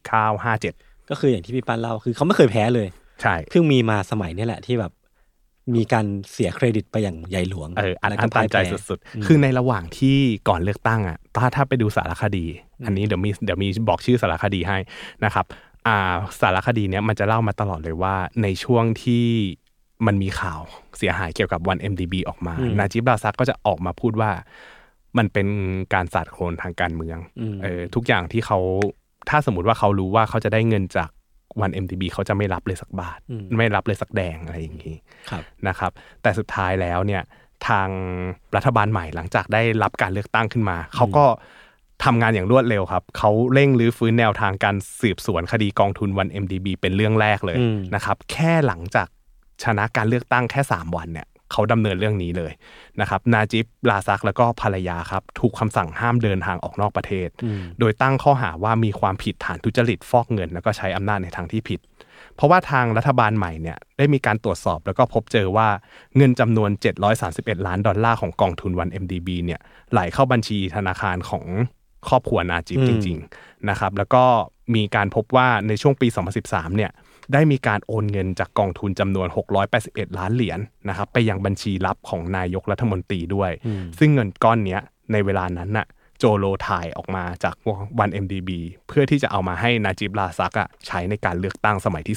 1957 ก็คืออย่างที่พี่ปานเล่าคือเขาไม่เคยแพ้เลยใช่เพิ่งมีมาสมัยนี้แหละที่แบบมีการเสียเครดิตไปอย่างใหญ่หลวงอันตันใจสุดๆคือในระหว่างที่ก่อนเลือกตั้งถ้าไปดูสารคดีอันนี้เดี๋ยวมีบอกชื่อสารคดีให้นะครับสารคดีเนี้ยมันจะเล่ามาตลอดเลยว่าในช่วงที่มันมีข่าวเสียหายเกี่ยวกับ 1MDB ออกมานาจิบ ราซักก็จะออกมาพูดว่ามันเป็นการสาดโคลนทางการเมืองทุกอย่างที่เขาถ้าสมมติว่าเขารู้ว่าเขาจะได้เงินจาก 1MDB เขาจะไม่รับเลยสักบาทไม่รับเลยสักแดงอะไรอย่างนี้นะครับแต่สุดท้ายแล้วเนี่ยทางรัฐบาลใหม่หลังจากได้รับการเลือกตั้งขึ้นมาเขาก็ทำงานอย่างรวดเร็วครับเขาเร่งรื้อฟื้นแนวทางการสืบสวนคดีกองทุน 1MDB เป็นเรื่องแรกเลยนะครับแค่หลังจากชนะการเลือกตั้งแค่3วันเนี่ยเขาดำเนินเรื่องนี้เลยนะครับนาจิบลาซักแล้วก็ภรรยาครับถูกคำสั่งห้ามเดินทางออกนอกประเทศโดยตั้งข้อหาว่ามีความผิดฐานทุจริตฟอกเงินแล้วก็ใช้อำนาจในทางที่ผิดเพราะว่าทางรัฐบาลใหม่เนี่ยได้มีการตรวจสอบแล้วก็พบเจอว่าเงินจำนวน$731 ล้านของกองทุน 1MDB เนี่ยไหลเข้าบัญชีธนาคารของครอบครัวนาจิบจริงๆนะครับแล้วก็มีการพบว่าในช่วงปี2013เนี่ยได้มีการโอนเงินจากกองทุนจำนวน$681 ล้านนะครับไปยังบัญชีลับของนายกรัฐมนตรีด้วยซึ่งเงินก้อนนี้ในเวลานั้นน่ะโจโลถ่ายออกมาจาก 1MDB เพื่อที่จะเอามาให้นาจิบลาซักใช้ในการเลือกตั้งสมัยที่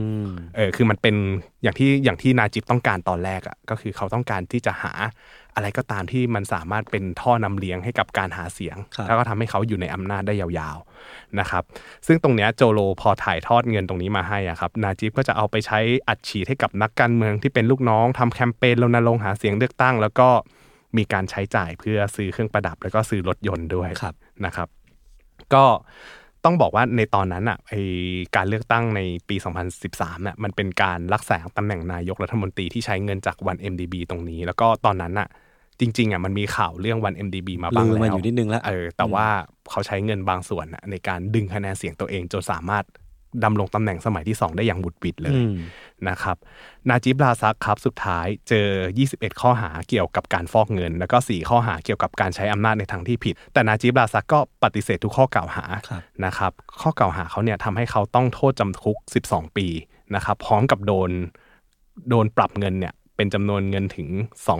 2คือมันเป็นอย่างที่นาจิบต้องการตอนแรกก็คือเขาต้องการที่จะหาอะไรก็ตามที่มันสามารถเป็นท่อนำเลี้ยงให้กับการหาเสียงแล้วก็ทำให้เขาอยู่ในอำนาจได้ยาวๆนะครับซึ่งตรงเนี้ยโจโลพอถ่ายทอดเงินตรงนี้มาให้ครับนาจิบก็จะเอาไปใช้อัดฉีดให้กับนักการเมืองที่เป็นลูกน้องทำแคมเปญรณรงค์หาเสียงเลือกตั้งแล้วก็มีการใช้จ่ายเพื่อซื้อเครื่องประดับแล้วก็ซื้อรถยนต์ด้วยนะครับก็ต้องบอกว่าในตอนนั้นการเลือกตั้งในปี2013น่ะมันเป็นการรักษาตำแหน่งนายกรัฐมนตรีที่ใช้เงินจาก 1MDB ตรงนี้แล้วก็ตอนนั้นน่ะจริงๆมันมีข่าวเรื่อง 1MDB มาบ้างแล้วอยู่นิดนึงแล้วแต่ว่าเขาใช้เงินบางส่วนในการดึงคะแนนเสียงตัวเองจนสามารถดำรงตำแหน่งสมัยที่2ได้อย่างบุดบิดเลยนะครับนาจิบลาซักครับสุดท้ายเจอ21ข้อหาเกี่ยวกับการฟอกเงินแล้วก็4ข้อหาเกี่ยวกับการใช้อำนาจในทางที่ผิดแต่นาจิบลาซักก็ปฏิเสธทุกข้อกล่าวหานะครับข้อกล่าวหาเขาเนี่ยทำให้เขาต้องโทษจำคุก12ปีนะครับพร้อมกับโดนปรับเงินเนี่ยเป็นจำนวนเงินถึง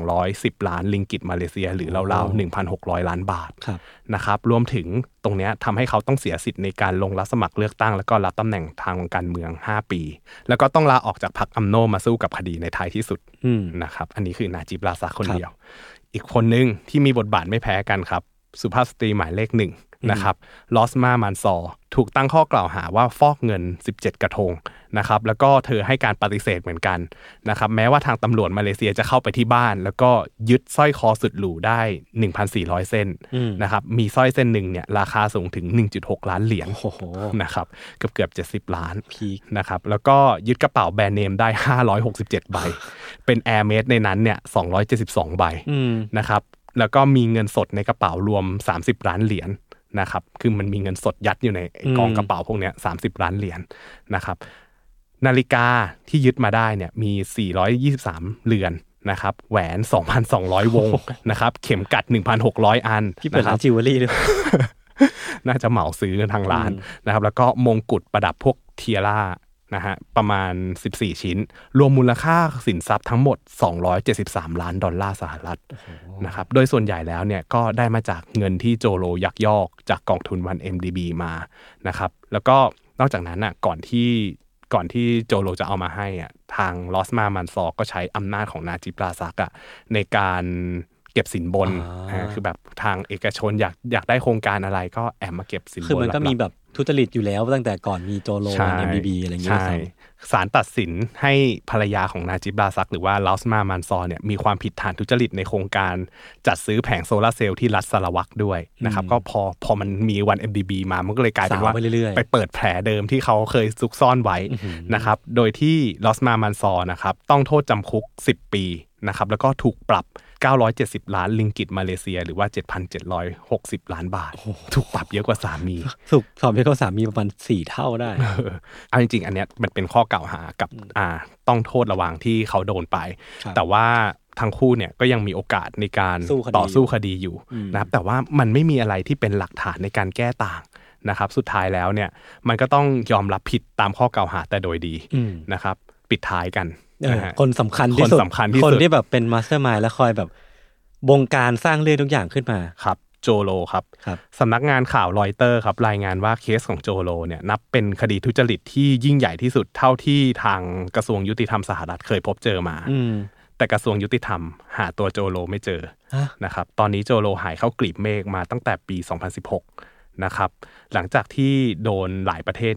210ล้านริงกิตมาเลเซียหรือราวๆ 1,600 ล้านบาทนะครับรวมถึงตรงนี้ทำให้เขาต้องเสียสิทธิ์ในการลงรับสมัครเลือกตั้งแล้วก็รับตำแหน่งทางการเมือง5ปีแล้วก็ต้องลาออกจากพรรคอัมโนมาสู้กับคดีในท้ายที่สุดนะครับอันนี้คือนาจิบลาซักคนเดียวอีกคนนึงที่มีบทบาทไม่แพ้กันครับสุภาพสตรีหมายเลข1นะครับลอสมามันซอถูกตั้งข้อกล่าวหาว่าฟอกเงิน17กระทงนะครับแล้วก็เธอให้การปฏิเสธเหมือนกันนะครับแม้ว่าทางตำรวจมาเลเซียจะเข้าไปที่บ้านแล้วก็ยึดสร้อยคอสุดหรูได้ 1,400 เส้นนะครับมีสร้อยเส้นหนึ่งเนี่ยราคาสูงถึง 1.6 ล้านเหรียญนะครับเกือบ70 ล้านนะครับแล้วก็ยึดกระเป๋าแบรนด์เนมได้567ใบเป็นแอร์เมสในนั้นเนี่ย272ใบนะครับแล้วก็มีเงินสดในกระเป๋ารวม30ล้านเหรียญนะครับคือมันมีเงินสดยัดอยู่ในกองกระเป๋าพวกเนี้ย30ล้านเหรียญนะครับนาฬิกาที่ยึดมาได้เนี่ยมี423เรือนนะครับแหวน 2,200 วงนะครับเข็มกัด 1,600 อันที่เป็นร้านจิวเวลรี่ด้วยน่าจะเหมาซื้อกันทางร้านนะครับแล้วก็มงกุฎประดับพวกเทียร่านะฮะประมาณ14ชิ้นรวมมูลค่าสินทรัพย์ทั้งหมด$273 ล้านสหรัฐนะครับโดยส่วนใหญ่แล้วเนี่ยก็ได้มาจากเงินที่โจโลยักยอกจากกองทุน 1MDB มานะครับแล้วก็นอกจากนั้นก่อนที่โจโลจะเอามาให้ทางลอสมามันซอก็ใช้อำนาจของนาจิบลาซักในการเก็บสินบนคือแบบทางเอกชนอยากได้โครงการอะไรก็แอบมาเก็บสินบนคือมันก็มีแบบทุจริตอยู่แล้วตั้งแต่ก่อนมีโจโล 1MDB อะไรอย่างเงี้ยศาลตัดสินให้ภรรยาของนาจิบลาซักหรือว่าลอสมามันซอเนี่ยมีความผิดฐานทุจริตในโครงการจัดซื้อแผงโซลาร์เซลล์ที่รัฐสารวัตรด้วยนะครับก็พอมันมี 1MDB มามันก็เลยกลายเป็นว่าไปเปิดแผลเดิมที่เขาเคยซุกซ่อนไว้นะครับโดยที่ลอสมามันซอนะครับต้องโทษจำคุก10ปีนะครับแล้วก็ถูกปรับ970ล้านริงกิตมาเลเซียหรือว่า 7,760 ล้านบาทถูกปรับเยอะกว่าสามีถูกปรับเยอะกว่าสามีประมาณ4เท่าได้เอาจริงๆอันเนี้ยมันเป็นข้อกล่าวหากับต้องโทษระหว่างที่เขาโดนไปแต่ว่าทั้งคู่เนี่ยก็ยังมีโอกาสในการต่อสู้คดีอยู่นะครับแต่ว่ามันไม่มีอะไรที่เป็นหลักฐานในการแก้ต่างนะครับสุดท้ายแล้วเนี่ยมันก็ต้องยอมรับผิดตามข้อกล่าวหาแต่โดยดีนะครับปิดท้ายกันคนสำคัญที่สุดคนที่แบบเป็นมาสเตอร์มายด์และคอยแบบบงการสร้างเรื่องทุกอย่างขึ้นมาครับโจโลครับสำนักงานข่าวรอยเตอร์ครับรายงานว่าเคสของโจโลเนี่ยนับเป็นคดีทุจริตที่ยิ่งใหญ่ที่สุดเท่าที่ทางกระทรวงยุติธรรมสหรัฐเคยพบเจอมาแต่กระทรวงยุติธรรมหาตัวโจโลไม่เจอนะครับตอนนี้โจโลหายเข้ากลีบเมฆมาตั้งแต่ปี2016นะครับหลังจากที่โดนหลายประเทศเนี่ย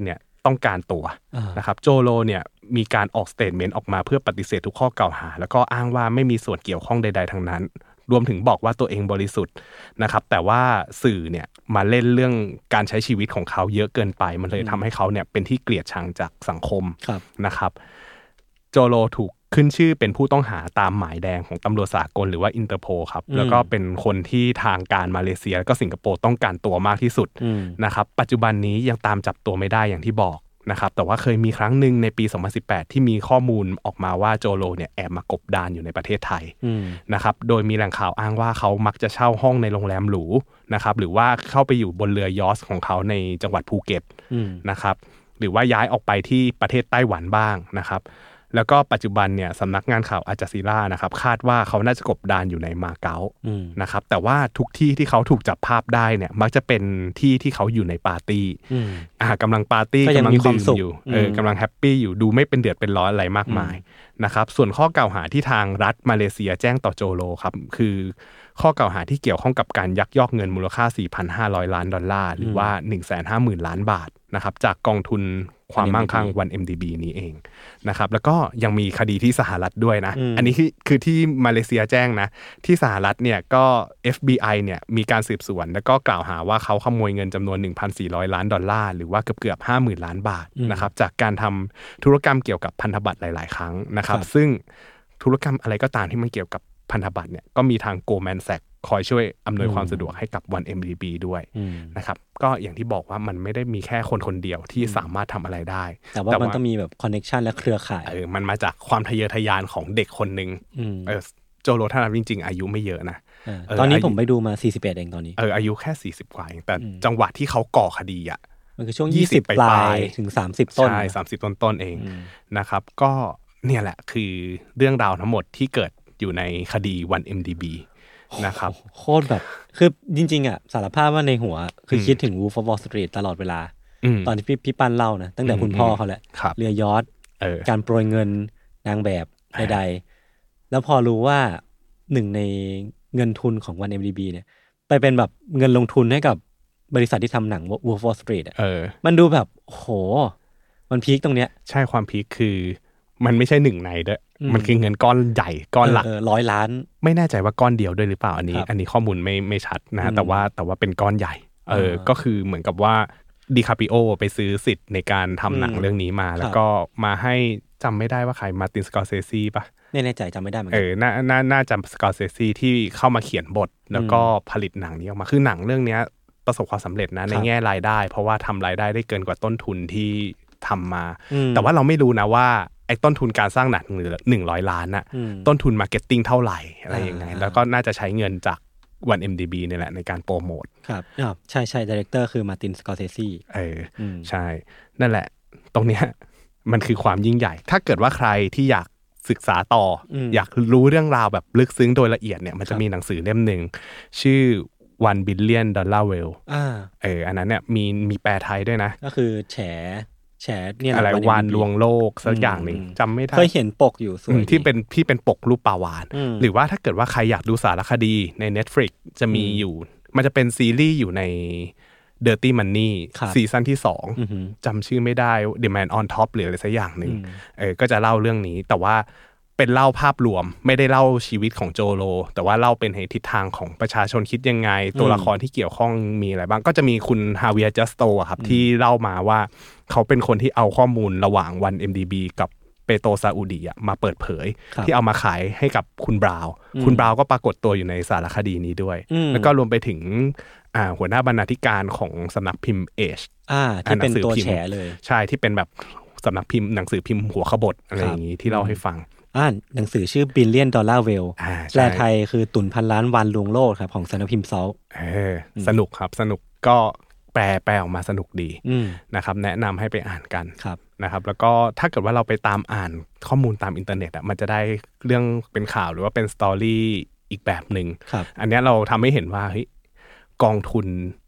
ต้องการตัวนะครับโจโลเนี่ยมีการออกสเตทเมนต์ออกมาเพื่อปฏิเสธทุกข้อกล่าวหาแล้วก็อ้างว่าไม่มีส่วนเกี่ยวข้องใดๆทั้งนั้นรวมถึงบอกว่าตัวเองบริสุทธิ์นะครับแต่ว่าสื่อเนี่ยมาเล่นเรื่องการใช้ชีวิตของเขาเยอะเกินไปมันเลยทำให้เขาเนี่ยเป็นที่เกลียดชังจากสังคมนะครับโจโลถูกขึ้นชื่อเป็นผู้ต้องหาตามหมายแดงของตำรวจสากลหรือว่าอินเตอร์โพลครับแล้วก็เป็นคนที่ทางการมาเลเซียและก็สิงคโปร์ต้องการตัวมากที่สุดนะครับปัจจุบันนี้ยังตามจับตัวไม่ได้อย่างที่บอกนะครับแต่ว่าเคยมีครั้งหนึ่งในปี2018ที่มีข้อมูลออกมาว่าโจโลเนี่ยแอบมากบดานอยู่ในประเทศไทยนะครับโดยมีแหล่งข่าวอ้างว่าเขามักจะเช่าห้องในโรงแรมหรูนะครับหรือว่าเข้าไปอยู่บนเรือยอชต์ของเขาในจังหวัดภูเก็ตนะครับหรือว่าย้ายออกไปที่ประเทศไต้หวันบ้างนะครับแล้วก็ปัจจุบันเนี่ยสำนักงานข่าวอาจาซีรานะครับคาดว่าเขาน่าจะกบดานอยู่ในมาเก๊านะครับแต่ว่าทุกที่ที่เขาถูกจับภาพได้เนี่ยมักจะเป็นที่ที่เขาอยู่ในปาร์ตี้กำลังปาร์ตี้กำลังดื่มอยู่กำลังแฮปปี้อยู่ดูไม่เป็นเดือดเป็นร้อนอะไรมากมายนะครับส่วนข้อกล่าวหาที่ทางรัฐมาเลเซียแจ้งต่อโจโลครับคือข้อกล่าวหาที่เกี่ยวข้องกับการยักยอกเงินมูลค่า $4,500 ล้านหรือว่า 150,000 ล้านบาทนะครับจากกองทุนความมั่งคั่ง 1MDB นี้เองนะครับแล้วก็ยังมีคดีที่สหรัฐด้วยนะอันนี้คือที่มาเลเซียแจ้งนะที่สหรัฐเนี่ยก็ FBI เนี่ยมีการสืบสวนแล้วก็กล่าวหาว่าเขาขโมยเงินจำนวน $1,400 ล้านหรือว่าเกือบ 50,000 ล้านบาทนะครับจากการทำธุรกรรมเกี่ยวกับพันธบัตรหลายๆครั้งนะครับซึ่งธุรกรรมอะไรก็ตามที่มันเกี่ยวกับพันธบัตรเนี่ยก็มีทาง Goldman Sachs คอยช่วยอำนวยความสะดวกให้กับ 1MDB ด้วยนะครับก็อย่างที่บอกว่ามันไม่ได้มีแค่คนเดียวที่สามารถทำอะไรได้แต่ว่ามันต้องมีแบบคอนเนคชันและเครือข่ายมันมาจากความทะเยอทะยานของเด็กคนนึงโจโลท่านจริงๆอายุไม่เยอะนะตอนนี้ผมไปดูมา41เองตอนนี้อายุแค่40กว่าเองแต่จังหวะที่เขาก่อคดีอ่ะมันคือช่วง20ปลายถึง30ต้นใช่30ต้นๆเองนะครับก็เนี่ยแหละคือเรื่องราวทั้งหมดที่เกิดอยู่ในคดี 1MDB นะครับโคตรแบบคือจริงๆอ่ะสารภาพว่าในหัวคือคิดถึง Wolf of Wall Street ตลอดเวลาตอนที่พี่ปั้นเล่านะตั้งแต่คุณพ่อเขาแหละเรือยอชต์การโปรยเงินนางแบบใดๆแล้วพอรู้ว่าหนึ่งในเงินทุนของ 1MDB เนี่ยไปเป็นแบบเงินลงทุนให้กับบริษัทที่ทำหนัง Wolf of Wall Street มันดูแบบโหมันพีคตรงเนี้ยใช่ความพีคคือมันไม่ใช่หนึ่งในด้วยมันคือเงินก้อนใหญ่ก้อนหลัก 100 ล้านไม่แน่ใจว่าก้อนเดียวด้วยหรือเปล่าอันนี้ข้อมูลไม่ชัดนะแต่ว่าเป็นก้อนใหญ่ก็คือเหมือนกับว่าดิคาปิโอไปซื้อสิทธิ์ในการทำหนังเรื่องนี้มาแล้วก็มาให้จำไม่ได้ว่าใครมาร์ตินสกอร์เซซีป่ะไม่แน่ใจจำไม่ได้เหมือนกันน่าจำสกอร์เซซีที่เข้ามาเขียนบทแล้วก็ผลิตหนังนี้ออกมาคือหนังเรื่องนี้ประสบความสำเร็จนะในแง่รายได้เพราะว่าทำรายได้ได้เกินกว่าต้นทุนที่ทำมาแต่ว่าเราไม่รู้นะว่าไอ้ต้นทุนการสร้างหนัง100 ล้านน่ะต้นทุนมาร์เก็ตติ้งเท่าไหร่อะไรยังไงแล้วก็น่าจะใช้เงินจาก 1MDB นี่แหละในการโปรโมทครับใช่ไดเรคเตอร์คือมาร์ตินสกอร์เซซีใช่นั่นแหละตรงเนี้ยมันคือความยิ่งใหญ่ถ้าเกิดว่าใครที่อยากศึกษาต่ออยากรู้เรื่องราวแบบลึกซึ้งโดยละเอียดเนี่ยมันจะมีหนังสือเล่มหนึ่งชื่อ$1 billion whale อันนั้นเนี่ยมีแปลไทยด้วยนะก็คือแฉเนี่ยอะไรวานลวงโลกสักอย่างนึงจำไม่ได้เคยเห็นปกอยู่สวยที่เป็นปกรูปปลาวาฬหรือว่าถ้าเกิดว่าใครอยากดูสารคดีใน Netflix จะมีอยู่มันจะเป็นซีรีส์อยู่ใน Dirty Money ซีซั่นที่2จำชื่อไม่ได้ The Man on Top หรืออะไรสักอย่างนึงก็จะเล่าเรื่องนี้แต่ว่าเป็นเล่าภาพรวมไม่ได้เล่าชีวิตของโจโลแต่ว่าเล่าเป็นทิศทางของประชาชนคิดยังไงตัวละครที่เกี่ยวข้องมีอะไรบ้างก็จะมีคุณฮาเวียร์จัสโตครับที่เล่ามาว่าเขาเป็นคนที่เอาข้อมูลระหว่าง 1MDB กับเปโตรซาอุดีมาเปิดเผยที่เอามาขายให้กับคุณบราวน์ก็ปรากฏตัวอยู่ในสารคดีนี้ด้วยแล้วก็รวมไปถึงหัวหน้าบรรณาธิการของสำนักพิมพ์ Age ที่เป็นตัวแฉเลยใช่ที่เป็นแบบสำนักพิมพ์หนังสือพิมพ์หัวขบถอะไรอย่างนี้ที่เล่าให้ฟังหนังสือชื่อ $1 billion whale แปลไทยคือตุ่นพันล้านวานลวงโลกครับของสำนักพิมพ์ซอลสนุกครับสนุกก็แปลออกมาสนุกดีนะครับแนะนำให้ไปอ่านกันนะครับแล้วก็ถ้าเกิดว่าเราไปตามอ่านข้อมูลตามอินเทอร์เน็ตมันจะได้เรื่องเป็นข่าวหรือว่าเป็นสตอรี่อีกแบบนึงอันนี้เราทำให้เห็นว่าเฮ้ยกองทุน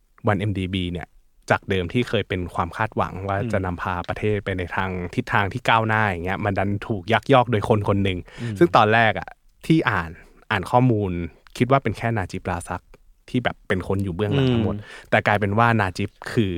1MDB เนี่ยจากเดิมที่เคยเป็นความคาดหวังว่าจะนำพาประเทศไปในทางทิศทางที่ก้าวหน้าอย่างเงี้ยมันดันถูกยักยอกโดยคนหนึ่งซึ่งตอนแรกที่อ่านข้อมูลคิดว่าเป็นแค่นาจิบราซักที่แบบเป็นคนอยู่เบื้องหลังทั้งหมดแต่กลายเป็นว่านาจิบคือ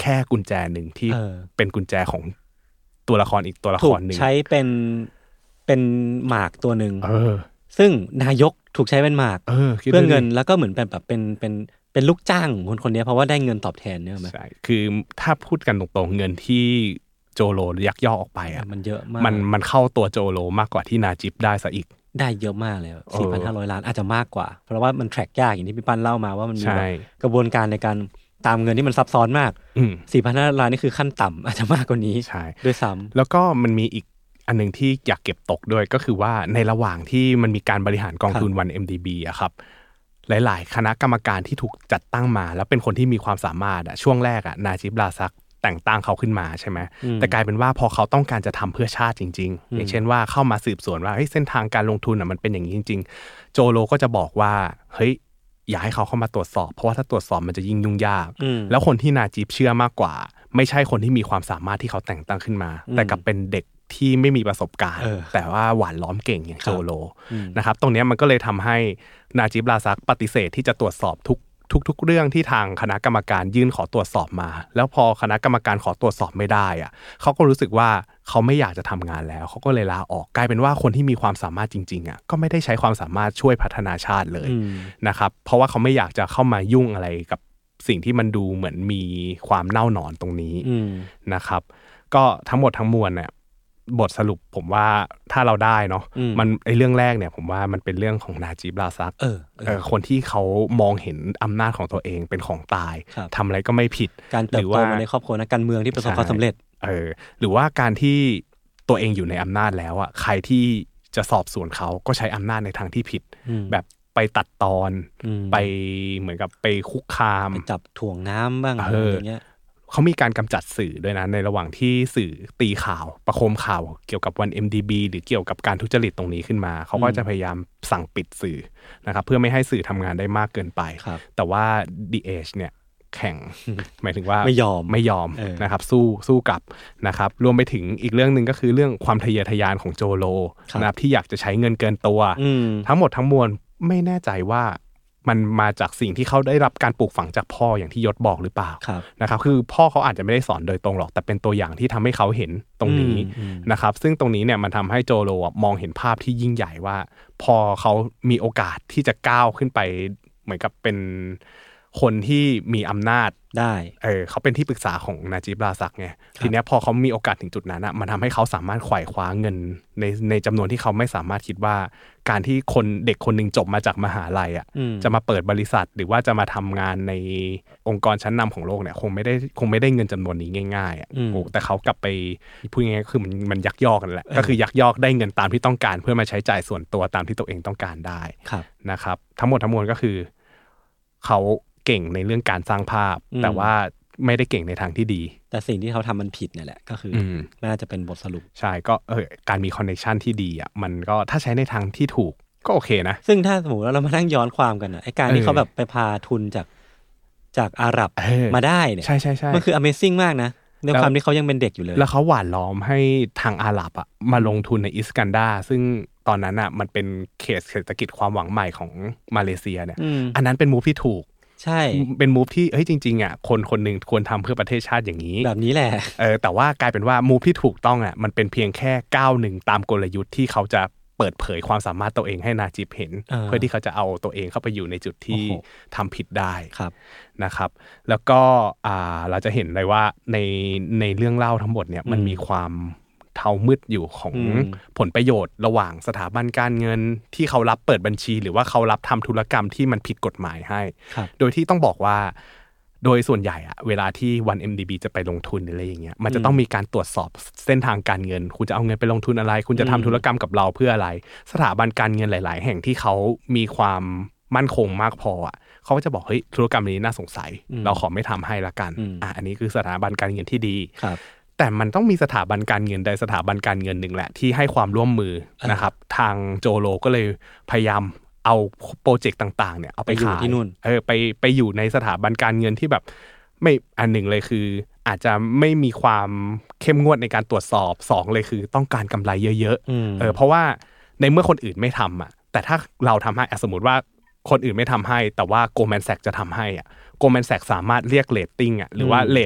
แค่กุญแจหนึ่งที่เป็นกุญแจของตัวละครอีกตัวละครหนึ่งใช้เป็นหมากตัวหนึ่งซึ่งนายกถูกใช้เป็นหมากเพื่อเงินแล้วก็เหมือนเป็นแบบเป็นลูกจ้างคนคนนี้เพราะว่าได้เงินตอบแทนเนี่ยไหมใช่คือถ้าพูดกันตรงๆเงินที่โจโลยักยอกออกไปอ่ะมันเยอะมากมันเข้าตัวโจโลมากกว่าที่นาจิบได้ซะอีกได้เยอะมากเลย 4,500 ล้านอาจจะมากกว่าเพราะว่ามันแทร็กยากอย่างที่พี่ปั้นเล่ามาว่ามันมีกระบวนการในการตามเงินที่มันซับซ้อนมาก 4,500 ล้านนี่คือขั้นต่ำอาจจะมากกว่านี้ด้วยซ้ำแล้วก็มันมีอีกอันนึงที่อยากเก็บตกด้วยก็คือว่าในระหว่างที่มันมีการบริหารกองทุน 1MDB อะครับหลายๆคณะกรรมการที่ถูกจัดตั้งมาแล้วเป็นคนที่มีความสามารถอะช่วงแรกอะนาจิบ ราซักแต่งตั้งเขาขึ้นมาใช่ไหมแต่กลายเป็นว่าพอเขาต้องการจะทำเพื่อชาติจริงๆอย่างเช่นว่าเข้ามาสืบสวนว่าเส้นทางการลงทุนอะมันเป็นอย่างนี้จริงๆโจโลก็จะบอกว่าเฮ้ยอย่าให้เขาเข้ามาตรวจสอบเพราะว่าถ้าตรวจสอบมันจะยิ่งยุ่งยากแล้วคนที่นาจิบเชื่อมากกว่าไม่ใช่คนที่มีความสามารถที่เขาแต่งตั้งขึ้นมาแต่กับเป็นเด็กที่ไม่มีประสบการณ์แต่ว่าหวานล้อมเก่งอย่างโจโลนะครับตรงนี้มันก็เลยทำให้นาจิบ ราซักปฏิเสธที่จะตรวจสอบทุกเรื่องที่ทางคณะกรรมการยื่นขอตรวจสอบมาแล้วพอคณะกรรมการขอตรวจสอบไม่ได้อะเขาก็รู้สึกว่าเขาไม่อยากจะทำงานแล้วเขาก็เลยลาออกกลายเป็นว่าคนที่มีความสามารถจริงๆอ่ะก็ไม่ได้ใช้ความสามารถช่วยพัฒนาชาติเลยนะครับเพราะว่าเขาไม่อยากจะเข้ามายุ่งอะไรกับสิ่งที่มันดูเหมือนมีความเน่าหนอนตรงนี้นะครับก็ทั้งหมดทั้งมวลเนี่ยบทสรุปผมว่าถ้าเราได้เนาะมันไอเรื่องแรกเนี่ยผมว่ามันเป็นเรื่องของนาจิบ ราซักคนที่เขามองเห็นอำนาจของตัวเองเป็นของตายทำอะไรก็ไม่ผิดการเติบโตมาในครอบครัวนักการเมืองที่ประสบความสำเร็จหรือว่าการที่ตัวเองอยู่ในอำนาจแล้วอ่ะใครที่จะสอบสวนเขาก็ใช้อำนาจในทางที่ผิดแบบไปตัดตอนไปเหมือนกับไปคุกคามไปจับถ่วงน้ำบ้างอะไรอย่างเงี้ยเขามีการกำจัดสื่อด้วยนะในระหว่างที่สื่อตีข่าวประโคมข่าวเกี่ยวกับ 1MDB หรือเกี่ยวกับการทุจริตตรงนี้ขึ้นมาเขาก็จะพยายามสั่งปิดสื่อนะครับเพื่อไม่ให้สื่อทำงานได้มากเกินไปแต่ว่า The Age เนี่ยแข่งหมายถึงว่าไม่ยอมนะครับสู้กลับนะครับรวมไปถึงอีกเรื่องนึงก็คือเรื่องความทะเยอทะยานของโจโลนะครับที่อยากจะใช้เงินเกินตัวทั้งหมดทั้งมวลไม่แน่ใจว่ามันมาจากสิ่งที่เขาได้รับการปลูกฝังจากพ่ออย่างที่ยศบอกหรือเปล่านะครับคือพ่อเขาอาจจะไม่ได้สอนโดยตรงหรอกแต่เป็นตัวอย่างที่ทำให้เขาเห็นตรงนี้นะครับซึ่งตรงนี้เนี่ยมันทำให้โจโลมองเห็นภาพที่ยิ่งใหญ่ว่าพอเขามีโอกาสที่จะก้าวขึ้นไปเหมือนกับเป็นคนที่มีอำนาจได้เขาเป็นที่ปรึกษาของนาจิบ ราซักไงทีเนี้ยพอเขามีโอกาสถึงจุดนั้นมันทำให้เขาสามารถไขว่คว้าเงินในจำนวนที่เขาไม่สามารถคิดว่าการที่เด็กคนนึงจบมาจากมหาลัยจะมาเปิดบริษัทหรือว่าจะมาทำงานในองค์กรชั้นนำของโลกเนี่ยคงไม่ได้เงินจำนวนนี้ง่ายๆแต่เขากลับไปพูดง่ายๆคือมันยักยอกกันแหละก็คือยักยอกได้เงินตามที่ต้องการเพื่อมาใช้จ่ายส่วนตัวตามที่ตัวเองต้องการได้นะครับทั้งหมดทั้งมวลก็คือเขาเก่งในเรื่องการสร้างภาพแต่ว่าไม่ได้เก่งในทางที่ดีแต่สิ่งที่เขาทำมันผิดนี่แหละก็คือน่าจะเป็นบทสรุปใช่ก็การมีคอนเนคชั่นที่ดีมันก็ถ้าใช้ในทางที่ถูกก็โอเคนะซึ่งถ้าสมมติว่าเรามานั่งย้อนความกันไอ้การที่เขาแบบไปพาทุนจากอาหรับมาได้เนี่ยใช่มันคือ Amazing มากนะในความที่เขายังเป็นเด็กอยู่เลยแล้วเขาหว่านล้อมให้ทางอาหรับมาลงทุนในอิสกันดาซึ่งตอนนั้นมันเป็นเขตเศรษฐกิจความหวังใหม่ของมาเลเซียเนี่ยอันนั้นเป็นมูฟที่ถูกใช่เป็นมูฟที่จริงๆคนนึงควรทำเพื่อประเทศชาติอย่างนี้แบบนี้แหละแต่ว่ากลายเป็นว่ามูฟที่ถูกต้องมันเป็นเพียงแค่ก้าวหนึ่งตามกลยุทธ์ที่เขาจะเปิดเผยความสามารถตัวเองให้นาจิบเห็นเพื่อที่เขาจะเอาตัวเองเข้าไปอยู่ในจุดที่ทำผิดได้นะครับแล้วก็เราจะเห็นเลยว่าในเรื่องเล่าทั้งหมดเนี่ยมันมีความเทามืดอยู่ของผลประโยชน์ระหว่างสถาบันการเงินที่เขารับเปิดบัญชีหรือว่าเขารับทำธุรกรรมที่มันผิดกฎหมายให้โดยที่ต้องบอกว่าโดยส่วนใหญ่เวลาที่ 1MDB จะไปลงทุนอะไรอย่างเงี้ยมันจะต้องมีการตรวจสอบเส้นทางการเงินคุณจะเอาเงินไปลงทุนอะไรคุณจะทำธุรกรรมกับเราเพื่ออะไรสถาบันการเงินหลายๆแห่งที่เขามีความมั่นคงมากพอเขาก็จะบอกเฮ้ยธุรกรรมนี้น่าสงสัยเราขอไม่ทำให้ละกันอันนี้คือสถาบันการเงินที่ดีแต่มันต้องมีสถาบันการเงินใดสถาบันการเงินหนึ่งแหละที่ให้ความร่วมมือนะครับทางโจโลก็เลยพยายามเอาโปรเจกต์ต่างๆเนี่ยเอาไปขายที่นู่นไปอยู่ในสถาบันการเงินที่แบบไม่อันหนึ่งเลยคืออาจจะไม่มีความเข้มงวดในการตรวจสอบ2เลยคือต้องการกำไรเยอะๆเพราะว่าในเมื่อคนอื่นไม่ทำแต่ถ้าเราทำให้สมมติว่าคนอื่นไม่ทำให้แต่ว่า Goldman Sachs จะทำให้Goldman Sachs สามารถเรียกเรตติ้งหรือว่าเรต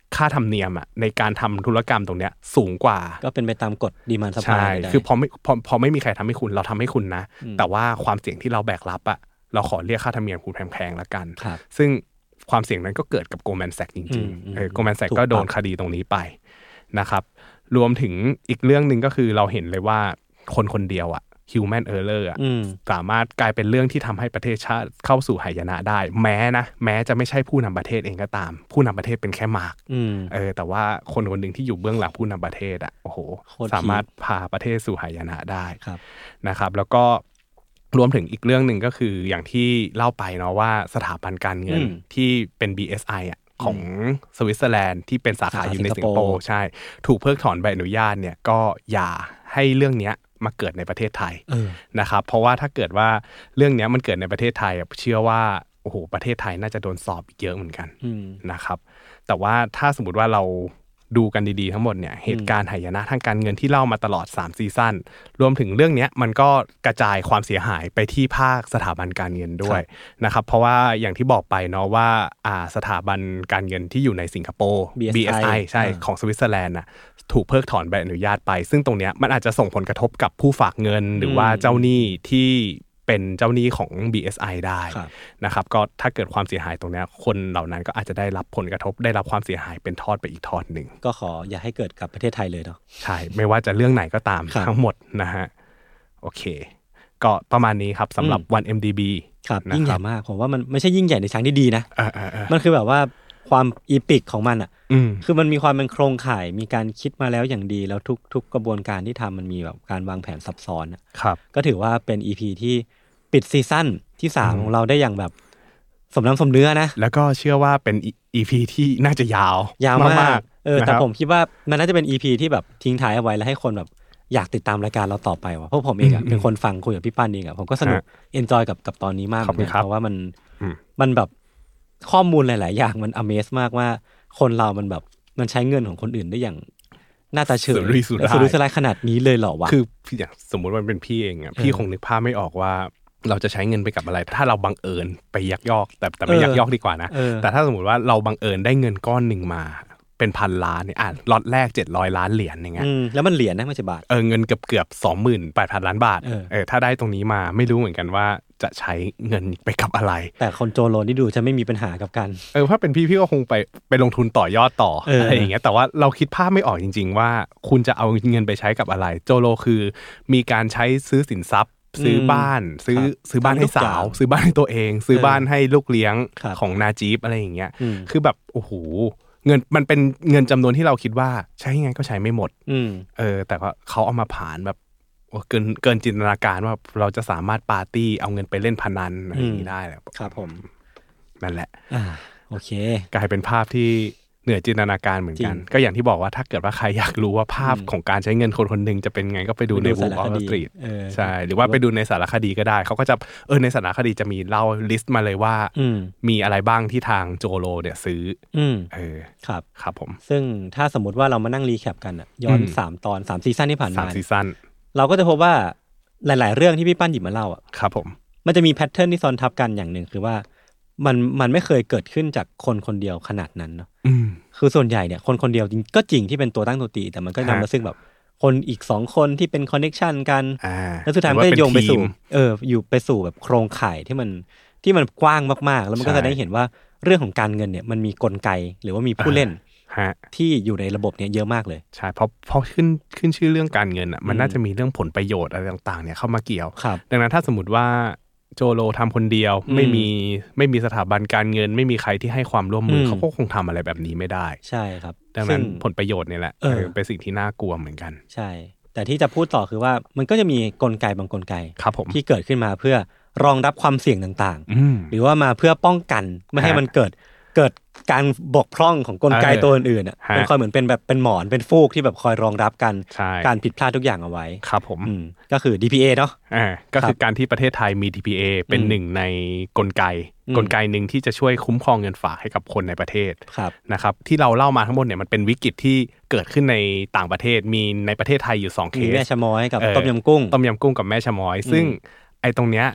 ค่าธรรมเนียมอ่ะในการทำธุรกรรมตรงเนี้ยสูงกว่าก็เป็นไปตามกฎดีมานด์ซัพพลายคือพอไม่มีใครทำให้คุณเราทำให้คุณนะแต่ว่าความเสี่ยงที่เราแบกรับอ่ะเราขอเรียกค่าธรรมเนียมคุณแพงๆแล้วกันซึ่งความเสี่ยงนั้นก็เกิดกับ Goldman Sachs จริงๆGoldman Sachs ก็โดนคดีตรงนี้ไปนะครับรวมถึงอีกเรื่องนึงก็คือเราเห็นเลยว่าคนเดียวอ่ะhuman error อ่ะสามารถกลายเป็นเรื่องที่ทำให้ประเทศชาติเข้าสู่หายนะได้แม้จะไม่ใช่ผู้นำประเทศเองก็ตามผู้นำประเทศเป็นแค่มาร์กแต่ว่าคนหนึ่งที่อยู่เบื้องหลังผู้นำประเทศอ่ะโอ้โหสามารถพาประเทศสู่หายนะได้นะครับแล้วก็รวมถึงอีกเรื่องหนึ่งก็คืออย่างที่เล่าไปเนาะว่าสถาบันการเงินที่เป็น BSI อ่ะของสวิตเซอร์แลนด์ที่เป็นสาขาอยู่ในสิงคโปร์ใช่ถูกเพิกถอนใบอนุญาตเนี่ยก็อย่าให้เรื่องนี้มาเกิดในประเทศไทยนะครับเพราะว่าถ้าเกิดว่าเรื่องนี้มันเกิดในประเทศไทยเชื่อว่าโอ้โหประเทศไทยน่าจะโดนสอบอีกเยอะเหมือนกันนะครับแต่ว่าถ้าสมมติว่าเราดูกันดีๆทั้งหมดเนี่ยเหตุการณ์หายนะทางการเงินที่เล่ามาตลอด3ซีซั่นรวมถึงเรื่องนี้มันก็กระจายความเสียหายไปที่ภาคสถาบันการเงินด้วยนะครับเพราะว่าอย่างที่บอกไปเนาะว่าสถาบันการเงินที่อยู่ในสิงคโปร์ BSI ใช่ของสวิตเซอร์แลนด์น่ะถูกเพิกถอนใบอนุญาตไปซึ่งตรงเนี้ยมันอาจจะส่งผลกระทบกับผู้ฝากเงินหรือว่าเจ้าหนี้ที่เป็นเจ้าหนี้ของ BSI ได้นะครับก็ถ้าเกิดความเสียหายตรงนี้คนเหล่านั้นก็อาจจะได้รับผลกระทบได้รับความเสียหายเป็นทอดไปอีกทอดหนึ่งก็ขออย่าให้เกิดกับประเทศไทยเลยเนาะใช่ไม่ว่าจะเรื่องไหนก็ตามทั้งหมดนะฮะโอเคก็ประมาณนี้ครับสำหรับวัน MDB ครับยิ่งใหญ่มากผมว่ามันไม่ใช่ยิ่งใหญ่ในทางที่ดีนะมันคือแบบว่าความอีพิกของมันอ่ะคือมันมีความเป็นโครงข่ายมีการคิดมาแล้วอย่างดีแล้วทุกกระบวนการที่ทำมันมีแบบการวางแผนซับซ้อนก็ถือว่าเป็น EP ที่ปิดซีซั่นที่3ของเราได้อย่างแบบสมน้ำสมเนื้อนะแล้วก็เชื่อว่าเป็น EP ที่น่าจะยาวมากแต่ผมคิดว่ามันน่าจะเป็น EP ที่แบบทิ้งท้ายเอาไว้แล้วให้คนแบบอยากติดตามรายการเราต่อไปว่ะเพราะผมเองเป็นคนฟังคุยกับพี่ปั้นเองผมก็สนุกเอนจอยกับตอนนี้มากเหมือนกันเพราะว่ามันแบบข้อมูลหลายๆอย่างมัน Amaze มากว่าคนเรามันแบบมันใช้เงินของคนอื่นได้อย่างหน้าตาเฉยสุรุ่ยสุร่ายขนาดนี้เลยเหรอวะคืออย่างสมมุติว่าเป็นพี่เองอ่ะพี่คงนึกภาพไม่ออกว่าเราจะใช้เงินไปกับอะไรถ้าเราบังเอิญไปยักยอกแต่ไม่ยักยอกดีกว่านะแต่ถ้าสมมติว่าเราบังเอิญได้เงินก้อนหนึ่งมาเป็นพันล้านเนี่ยล็อตแรก700ล้านเหรียญอย่างเงี้ยแล้วมันเหรียญนะไม่ใช่บาทเงินเกือบ 28,000 ล้านบาทถ้าได้ตรงนี้มาไม่รู้เหมือนกันว่าจะใช้เงินไปกับอะไรแต่คนโจโลนี่ดูจะไม่มีปัญหากับกันถ้าเป็นพี่ก็คงไปลงทุนต่อยอดต่ออะไรอย่างเงี้ยแต่ว่าเราคิดภาพไม่ออกจริงๆว่าคุณจะเอาเงินไปใช้กับอะไรโจโลคือมีการใช้ซื้อสินทรัพย์ซื้อบ้านซื้อบ้านให้สาวซื้อบ้านให้ตัวเองซื้อบ้านให้ลูกเลี้ยงของนาจีบอะไรอย่างเงี้ยคือแบบโอ้โหเงินมันเป็นเงินจำนวนที่เราคิดว่าใช้ยังไงก็ใช้ไม่หมดแต่ว่าเขาเอามาผ่านแบบเกินจินตนาการว่าเราจะสามารถปาร์ตี้เอาเงินไปเล่นพนันอะไรอย่างนี้ได้แหละครับผมนั่นแหละโอเคกลายเป็นภาพที่เหนือจินตนาการเหมือนกันก็อย่างที่บอกว่าถ้าเกิดว่าใครอยากรู้ว่าภาพของการใช้เงินคนหนึ่งจะเป็นไงก็ไปดูในWolf of Wall Streetใช่หรือว่าไปดูในสารคดีก็ได้เขาก็จะในสารคดีจะมีเล่าลิสต์มาเลยว่ามีอะไรบ้างที่ทางโจโลเนี่ยซื้อครับผมซึ่งถ้าสมมติว่าเรามานั่งรีแคปกันย้อน3ตอน3ซีซั่นที่ผ่านมา 3ซีซั่นเราก็จะพบว่าหลายๆเรื่องที่พี่ปั้นหยิบมาเล่าครับผมมันจะมีแพทเทิร์นที่ซ้อนทับกันอย่างหนึ่งคือว่ามันไม่เคยเกิดขึ้นจากคนเดียวขนาดนั้นเนาะคือส่วนใหญ่เนี่ยคนเดียวก็จริงที่เป็นตัวตั้งตัวตีแต่มันก็นำมาซึ่งแบบคนอีก2คนที่เป็นคอนเนคชั่นกันแล้วสุดท้ายมันก็โยงไปสู่อยู่ไปสู่แบบโครงข่ายที่มันกว้างมากๆแล้วมันก็จะได้เห็นว่าเรื่องของการเงินเนี่ยมันมีกลไกหรือว่ามีผู้เล่นที่อยู่ในระบบเนี้ยเยอะมากเลยใช่เพราะขึ้นชื่อเรื่องการเงินมันน่าจะมีเรื่องผลประโยชน์อะไรต่างๆเนี่ยเข้ามาเกี่ยวดังนั้นถ้าสมมติว่าโจโลทำคนเดียวไม่มีสถาบันการเงินไม่มีใครที่ให้ความร่วมมือเขาก็คงทำอะไรแบบนี้ไม่ได้ใช่ครับดังนั้นผลประโยชน์เนี่ยแหละเป็นสิ่งที่น่ากลัวเหมือนกันใช่แต่ที่จะพูดต่อคือว่ามันก็จะมีกลไกบางกลไกที่เกิดขึ้นมาเพื่อรองรับความเสี่ยงต่างๆหรือว่ามาเพื่อป้องกันไม่ให้มันเกิดการบกพร่องของกลไกตัวอื่นๆเป็นคอยเหมือนเป็นแบบเป็นหมอนเป็นฟูกที่แบบคอยรองรับกันการผิดพลาดทุกอย่างเอาไว้ครับผมก็คือ DPA เนาะก็คือการที่ประเทศไทยมี DPA เป็นหนึ่งในกลไกหนึ่งที่จะช่วยคุ้มครองเงินฝากให้กับคนในประเทศนะครับที่เราเล่ามาทั้งหมดเนี่ยมันเป็นวิกฤตที่เกิดขึ้นในต่างประเทศมีในประเทศไทยอยู่2เคสแม่ชะม้อยกับต้มยำกุ้งกับแม่ชะม้อยซึ่งไอ้ตรงเนี้ย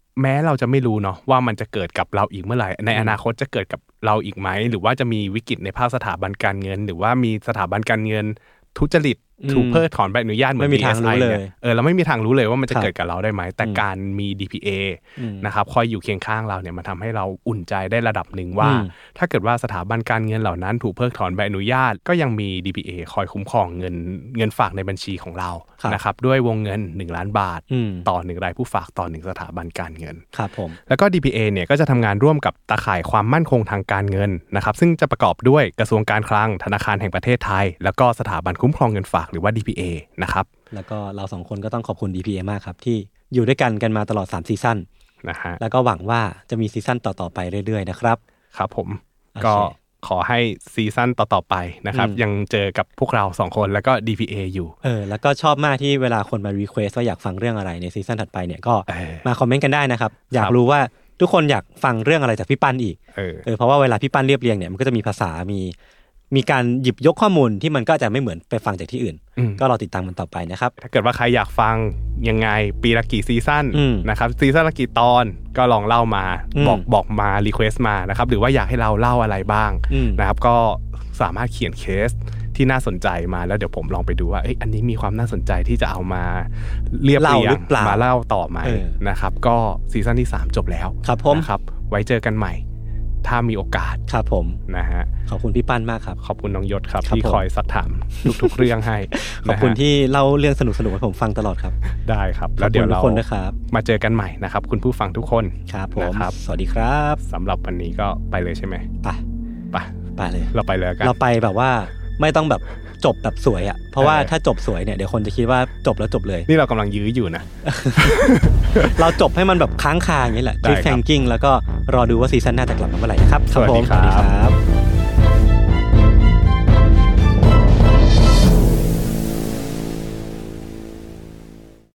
แม้เราจะไม่รู้เนาะว่ามันจะเกิดกับเราอีกเมื่อไหร่ในอนาคตจะเกิดกับเราอีกไหมหรือว่าจะมีวิกฤตในภาคสถาบันการเงินหรือว่ามีสถาบันการเงินทุจริตถูกเพิกถอนใบอนุญาตเหมือน DSI เนี่ยเราไม่มีทางรู้เลยว่ามันจะเกิดกับเราได้ไหมแต่การมี DPA นะครับคอยอยู่เคียงข้างเราเนี่ยมันทำให้เราอุ่นใจได้ระดับหนึ่งว่าถ้าเกิดว่าสถาบันการเงินเหล่านั้นถูกเพิกถอนใบอนุญาตก็ยังมี DPA คอยคุ้มครองเงินฝากในบัญชีของเรานะครับด้วยวงเงิน1ล้านบาทต่อ1รายผู้ฝากต่อ1สถาบันการเงินครับผมแล้วก็ DPA เนี่ยก็จะทำงานร่วมกับตาข่ายความมั่นคงทางการเงินนะครับซึ่งจะประกอบด้วยกระทรวงการคลังธนาคารแห่งประเทศไทยแล้วก็สถาบันคุ้มครองเงินฝากหรือว่า DPA นะครับแล้วก็เรา2คนก็ต้องขอบคุณ DPA มากครับที่อยู่ด้วยกันมาตลอด3ซีซั่นนะฮะแล้วก็หวังว่าจะมีซีซั่นต่อๆไปเรื่อยๆนะครับครับผมก็ขอให้ซีซั่นต่อๆไปนะครับยังเจอกับพวกเรา2คนแล้วก็ DPA อยู่แล้วก็ชอบมากที่เวลาคนมารีเควสว่าอยากฟังเรื่องอะไรในซีซั่นถัดไปเนี่ยก็มาคอมเมนต์กันได้นะครับอยากรู้ว่าทุกคนอยากฟังเรื่องอะไรจากพี่ปั้นอีกเพราะว่าเวลาพี่ปั้นเรียบเรียงเนี่ยมันก็จะมีภาษามีการหยิบยกข้อมูลที่มันก็จะไม่เหมือนไปฟังจากที่อื่นก็รอติดตามมันต่อไปนะครับถ้าเกิดว่าใครอยากฟังยังไงปีละกี่ซีซั่นนะครับซีซั่นละกี่ตอนก็ลองเล่ามาบอกมารีเควสต์มานะครับหรือว่าอยากให้เราเล่าอะไรบ้างนะครับก็สามารถเขียนเคสที่น่าสนใจมาแล้วเดี๋ยวผมลองไปดูว่าอันนี้มีความน่าสนใจที่จะเอามาเรียบเรียงมาเล่าต่อไหมนะครับก็ซีซั่นที่3จบแล้วนะครับไว้เจอกันใหม่ถ้ามีโอกาสครับผมนะฮะขอบคุณพี่ปั้นมากครับขอบคุณน้องยศครับที่คอยซักถามทุกๆเรื่องให้ขอบคุณที่เล่าเรื่องสนุกๆให้ผมฟังตลอดครับได้ครับแล้วเดี๋ยวเรามาเจอกันใหม่นะครับคุณผู้ฟังทุกคนครับผมสวัสดีครับสำหรับวันนี้ก็ไปเลยใช่ไหมไปเลยเราไปเลยกันเราไปแบบว่าไม่ต้องแบบจบแบบสวยอ่ะเพราะว่าถ้าจบสวยเนี่ยเดี๋ยวคนจะคิดว่าจบแล้วจบเลยนี่เรากำลังยื้ออยู่นะเราจบให้มันแบบค้างคาอย่างนี้แหละคลิปแฟงกิ้งแล้วก็รอดูว่าซีซั่นหน้าจะกลับมาเมื่อไหร่นะครับสวัสดีครับ